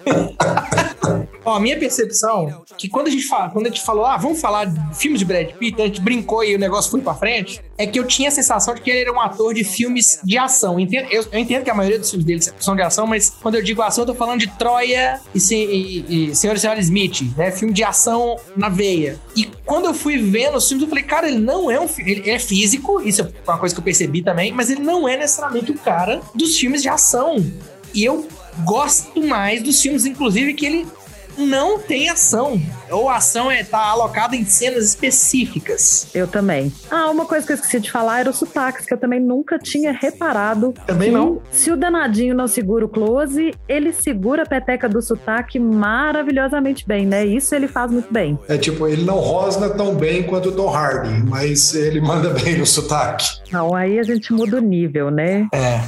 B: Ó, a minha percepção, que quando a gente fala, quando a gente falou, ah, vamos falar de filmes de Brad Pitt, a gente brincou e o negócio foi pra frente, é que eu tinha a sensação de que ele era um ator de filmes de ação. Eu entendo, eu, eu entendo que a maioria dos filmes dele são de ação, mas quando eu digo ação, eu tô falando de Troia e, e, e Senhor e Senhora Smith, né? Filme de ação na veia. E quando eu fui vendo os filmes, eu falei, cara, ele não é um filme, ele é físico, isso é uma coisa que eu percebi também, mas ele não é necessariamente o cara dos filmes de ação. E eu gosto mais dos filmes, inclusive, que ele não tem ação. Ou a ação é, tá alocada em cenas específicas.
C: Eu também. Ah, uma coisa que eu esqueci de falar era os sotaques, que eu também nunca tinha reparado.
B: Também não.
C: Se o danadinho não segura o close, ele segura a peteca do sotaque maravilhosamente bem, né? Isso ele faz muito bem.
D: É tipo, ele não rosna tão bem quanto o Tom Hardy, mas ele manda bem no sotaque.
C: Não, aí a gente muda o nível, né?
B: É.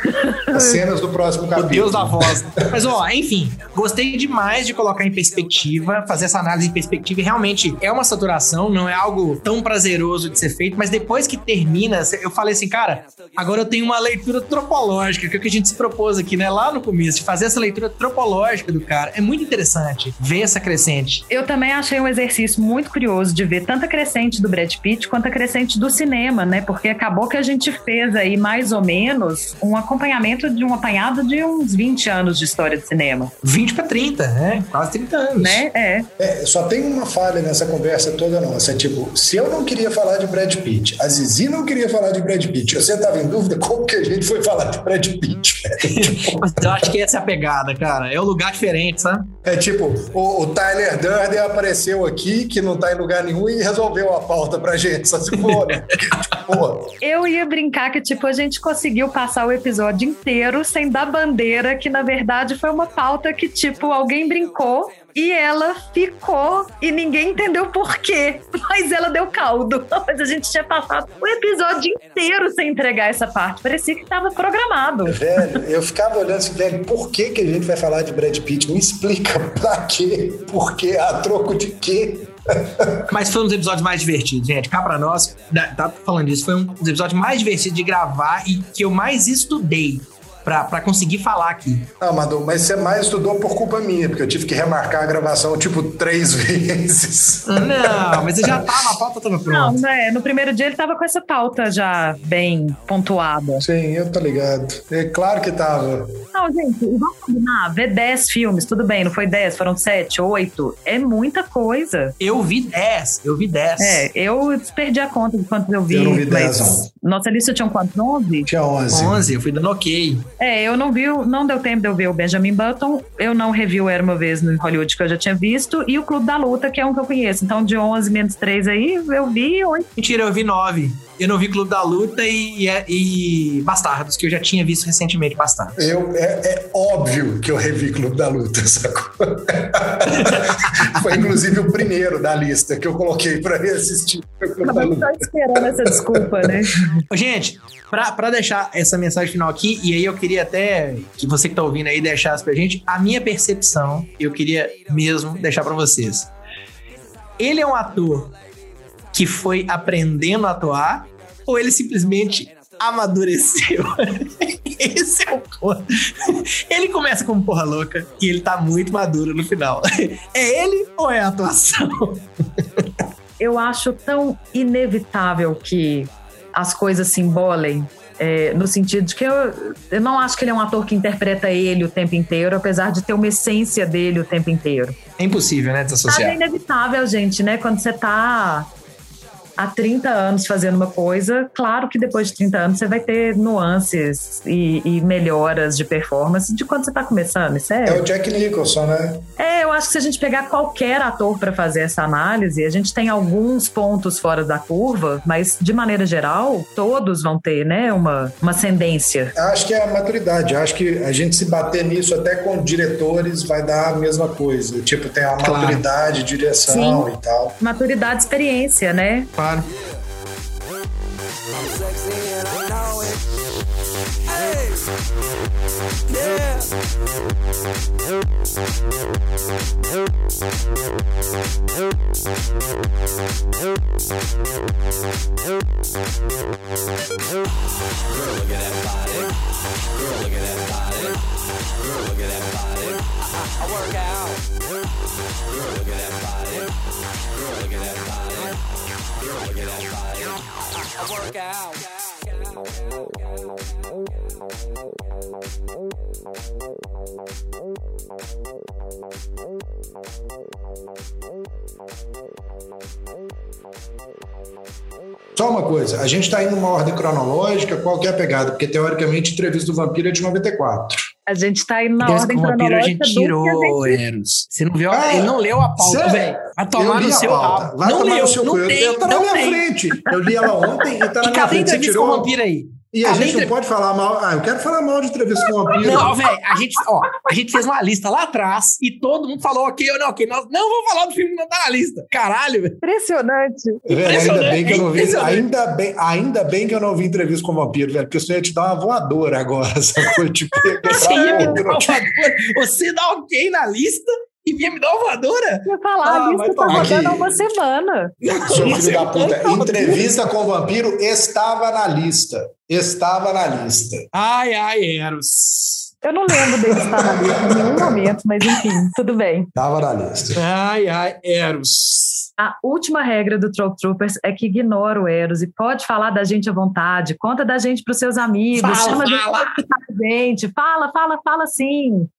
D: As cenas do próximo capítulo.
B: O Deus da voz. Mas, ó, enfim, gostei demais de colocar em perspectiva, fazer essa análise em perspectiva, e realmente é uma saturação, não é algo tão prazeroso de ser feito, mas depois que termina, eu falei assim, cara, agora eu tenho uma leitura antropológica, que é o que a gente se propôs aqui, né, lá no começo, de fazer essa leitura antropológica do cara. É muito interessante ver essa crescente.
C: Eu também achei um exercício muito curioso de ver tanto a crescente do Brad Pitt quanto a crescente do cinema, né, porque acabou que a gente fez aí mais ou menos um acompanhamento de um apanhado de uns vinte anos de história de cinema.
B: vinte para trinta, né? Quase trinta anos.
C: Né? É.
D: É, só tem uma falha nessa conversa toda nossa. É tipo, se eu não queria falar de Brad Pitt, a Zizi não queria falar de Brad Pitt, você estava em dúvida como que a gente foi falar de Brad Pitt?
B: Tipo, eu acho que essa é a pegada, cara. É um lugar diferente, sabe?
D: É tipo, o, o Tyler Durden apareceu aqui, que não tá em lugar nenhum, e resolveu a pauta pra gente. Só se for, né? Porra.
C: Eu ia brincar que, tipo, a gente conseguiu passar o episódio inteiro sem dar bandeira, que na verdade foi uma pauta que, tipo, alguém brincou e ela ficou e ninguém entendeu por quê. Mas ela deu caldo. Mas a gente tinha passado o episódio inteiro sem entregar essa parte. Parecia que estava programado.
D: Velho, eu ficava olhando assim, velho, por que que a gente vai falar de Brad Pitt? Me explica pra quê? Por quê? A troco de quê?
B: Mas foi um dos episódios mais divertidos, gente. Cá pra nós, tá falando disso, foi um dos episódios mais divertidos de gravar e que eu mais estudei pra, pra conseguir falar aqui.
D: Ah, Madu, mas você mais estudou por culpa minha, porque eu tive que remarcar a gravação, tipo, três vezes.
B: Não, mas eu já tava, a pauta tava pronta.
C: Não, né? No primeiro dia ele tava com essa pauta já bem pontuada.
D: Sim, eu tô ligado. É claro que tava.
C: Não, gente, vamos combinar, ver dez filmes, tudo bem, não foi dez, foram sete, oito, é muita coisa.
B: Eu vi dez, eu vi dez.
C: É, eu perdi a conta de quantos eu vi.
D: Eu não vi dez,
C: mas nossa lista tinha quantos? onze?
D: Tinha onze.
B: onze, eu fui dando ok.
C: É, eu não vi, não deu tempo de eu ver o Benjamin Button, eu não revi o Era Uma Vez no Hollywood, que eu já tinha visto, e o Clube da Luta, que é um que eu conheço. Então, de onze menos três aí, eu vi oito.
B: Mentira, eu vi nove. Eu não vi Clube da Luta e, e, e Bastardos, que eu já tinha visto recentemente Bastardos.
D: Eu, é, é óbvio que eu revi Clube da Luta, sacou? Foi inclusive o primeiro da lista que eu coloquei pra reassistir.
C: Eu tô esperando essa desculpa, né?
B: Gente, pra, pra deixar essa mensagem final aqui, e aí eu queria até que você que tá ouvindo aí deixasse pra gente a minha percepção, eu queria mesmo deixar pra vocês. Ele é um ator que foi aprendendo a atuar, ou ele simplesmente amadureceu? Esse é o ponto. Ele começa como porra louca e ele tá muito maduro no final. É ele ou é a atuação?
C: Eu acho tão inevitável que as coisas se embolem, é, no sentido de que eu, eu não acho que ele é um ator que interpreta ele o tempo inteiro, apesar de ter uma essência dele o tempo inteiro.
B: É impossível, né, desassociar.
C: É inevitável, gente, né? Quando você tá há trinta anos fazendo uma coisa, claro que depois de trinta anos você vai ter nuances e, e melhoras de performance de quando você tá começando, isso é...
D: É o Jack Nicholson, né?
C: É, eu acho que se a gente pegar qualquer ator para fazer essa análise, a gente tem alguns pontos fora da curva, mas de maneira geral, todos vão ter, né, uma, uma ascendência.
D: Acho que é a maturidade, acho que a gente se bater nisso até com diretores vai dar a mesma coisa, tipo, tem a maturidade, claro. Direção. Sim. E tal.
C: Maturidade, experiência, né?
B: Claro. Girl, look at that body.
A: Girl, look at that body. Girl, look at that body. I work out. Girl, look at that body. Girl, look at that body. Girl, look at that body. I work out.
D: Só uma coisa, a gente está indo numa ordem cronológica, qual que é a pegada? Porque, teoricamente, a Entrevista do Vampiro é de noventa e quatro.
C: A gente está indo na
B: Deus,
C: ordem
B: com o vampiro a
C: cronológica
B: gente
C: do
B: tirou,
C: que a gente...
B: Eros. Você não viu?
D: Ah,
B: ele não leu a pauta,
D: sério?
B: velho. Vai tomar
D: Eu li
B: no
D: a
B: seu
D: pauta.
B: rabo.
D: Vai
B: Não
D: tomar
B: leu,
D: no seu
B: não
D: cu.
B: tem,
D: Eu tá na
B: não
D: minha
B: tem.
D: frente. Eu li ela ontem e tá na
B: E
D: minha
B: cadê
D: frente. Você
B: entrevista
D: tirou...
B: com o vampiro aí?
D: E a
B: Cadê
D: gente não
B: entre-
D: pode falar mal... Ah, eu quero falar mal de Entrevista com o Vampiro.
B: Não, velho, a gente, ó, a gente fez uma lista lá atrás e todo mundo falou ok ou não ok. Nós não vamos falar do filme que não tá na lista. Caralho, velho.
C: Impressionante.
D: Velho, ainda bem que eu não vi,
B: Impressionante.
D: ainda bem, ainda bem que eu não vi Entrevista com o Vampiro, velho, porque senão eu ia te dar uma voadora agora, sacou? Tipo,
B: Você ia me dar uma voadora. Você dá ok na lista e vinha me dar uma voadora?
C: Eu ia falar,
D: Ah,
C: a lista
D: vai
C: tá
D: tomar
C: rodando
D: aqui.
C: há uma semana.
D: seu filho da puta, Entrevista com o Vampiro estava na lista. Estava na lista.
B: Ai, ai, Eros.
C: Eu não lembro dele estar na lista em nenhum momento, mas enfim, tudo bem.
D: Estava na lista.
B: Ai, ai, Eros.
C: A última regra do Trope Troopers é que ignora o Eros e pode falar da gente à vontade, conta da gente pros seus amigos,
B: Fala,
C: chama
B: fala.
C: de gente, fala, fala, fala sim.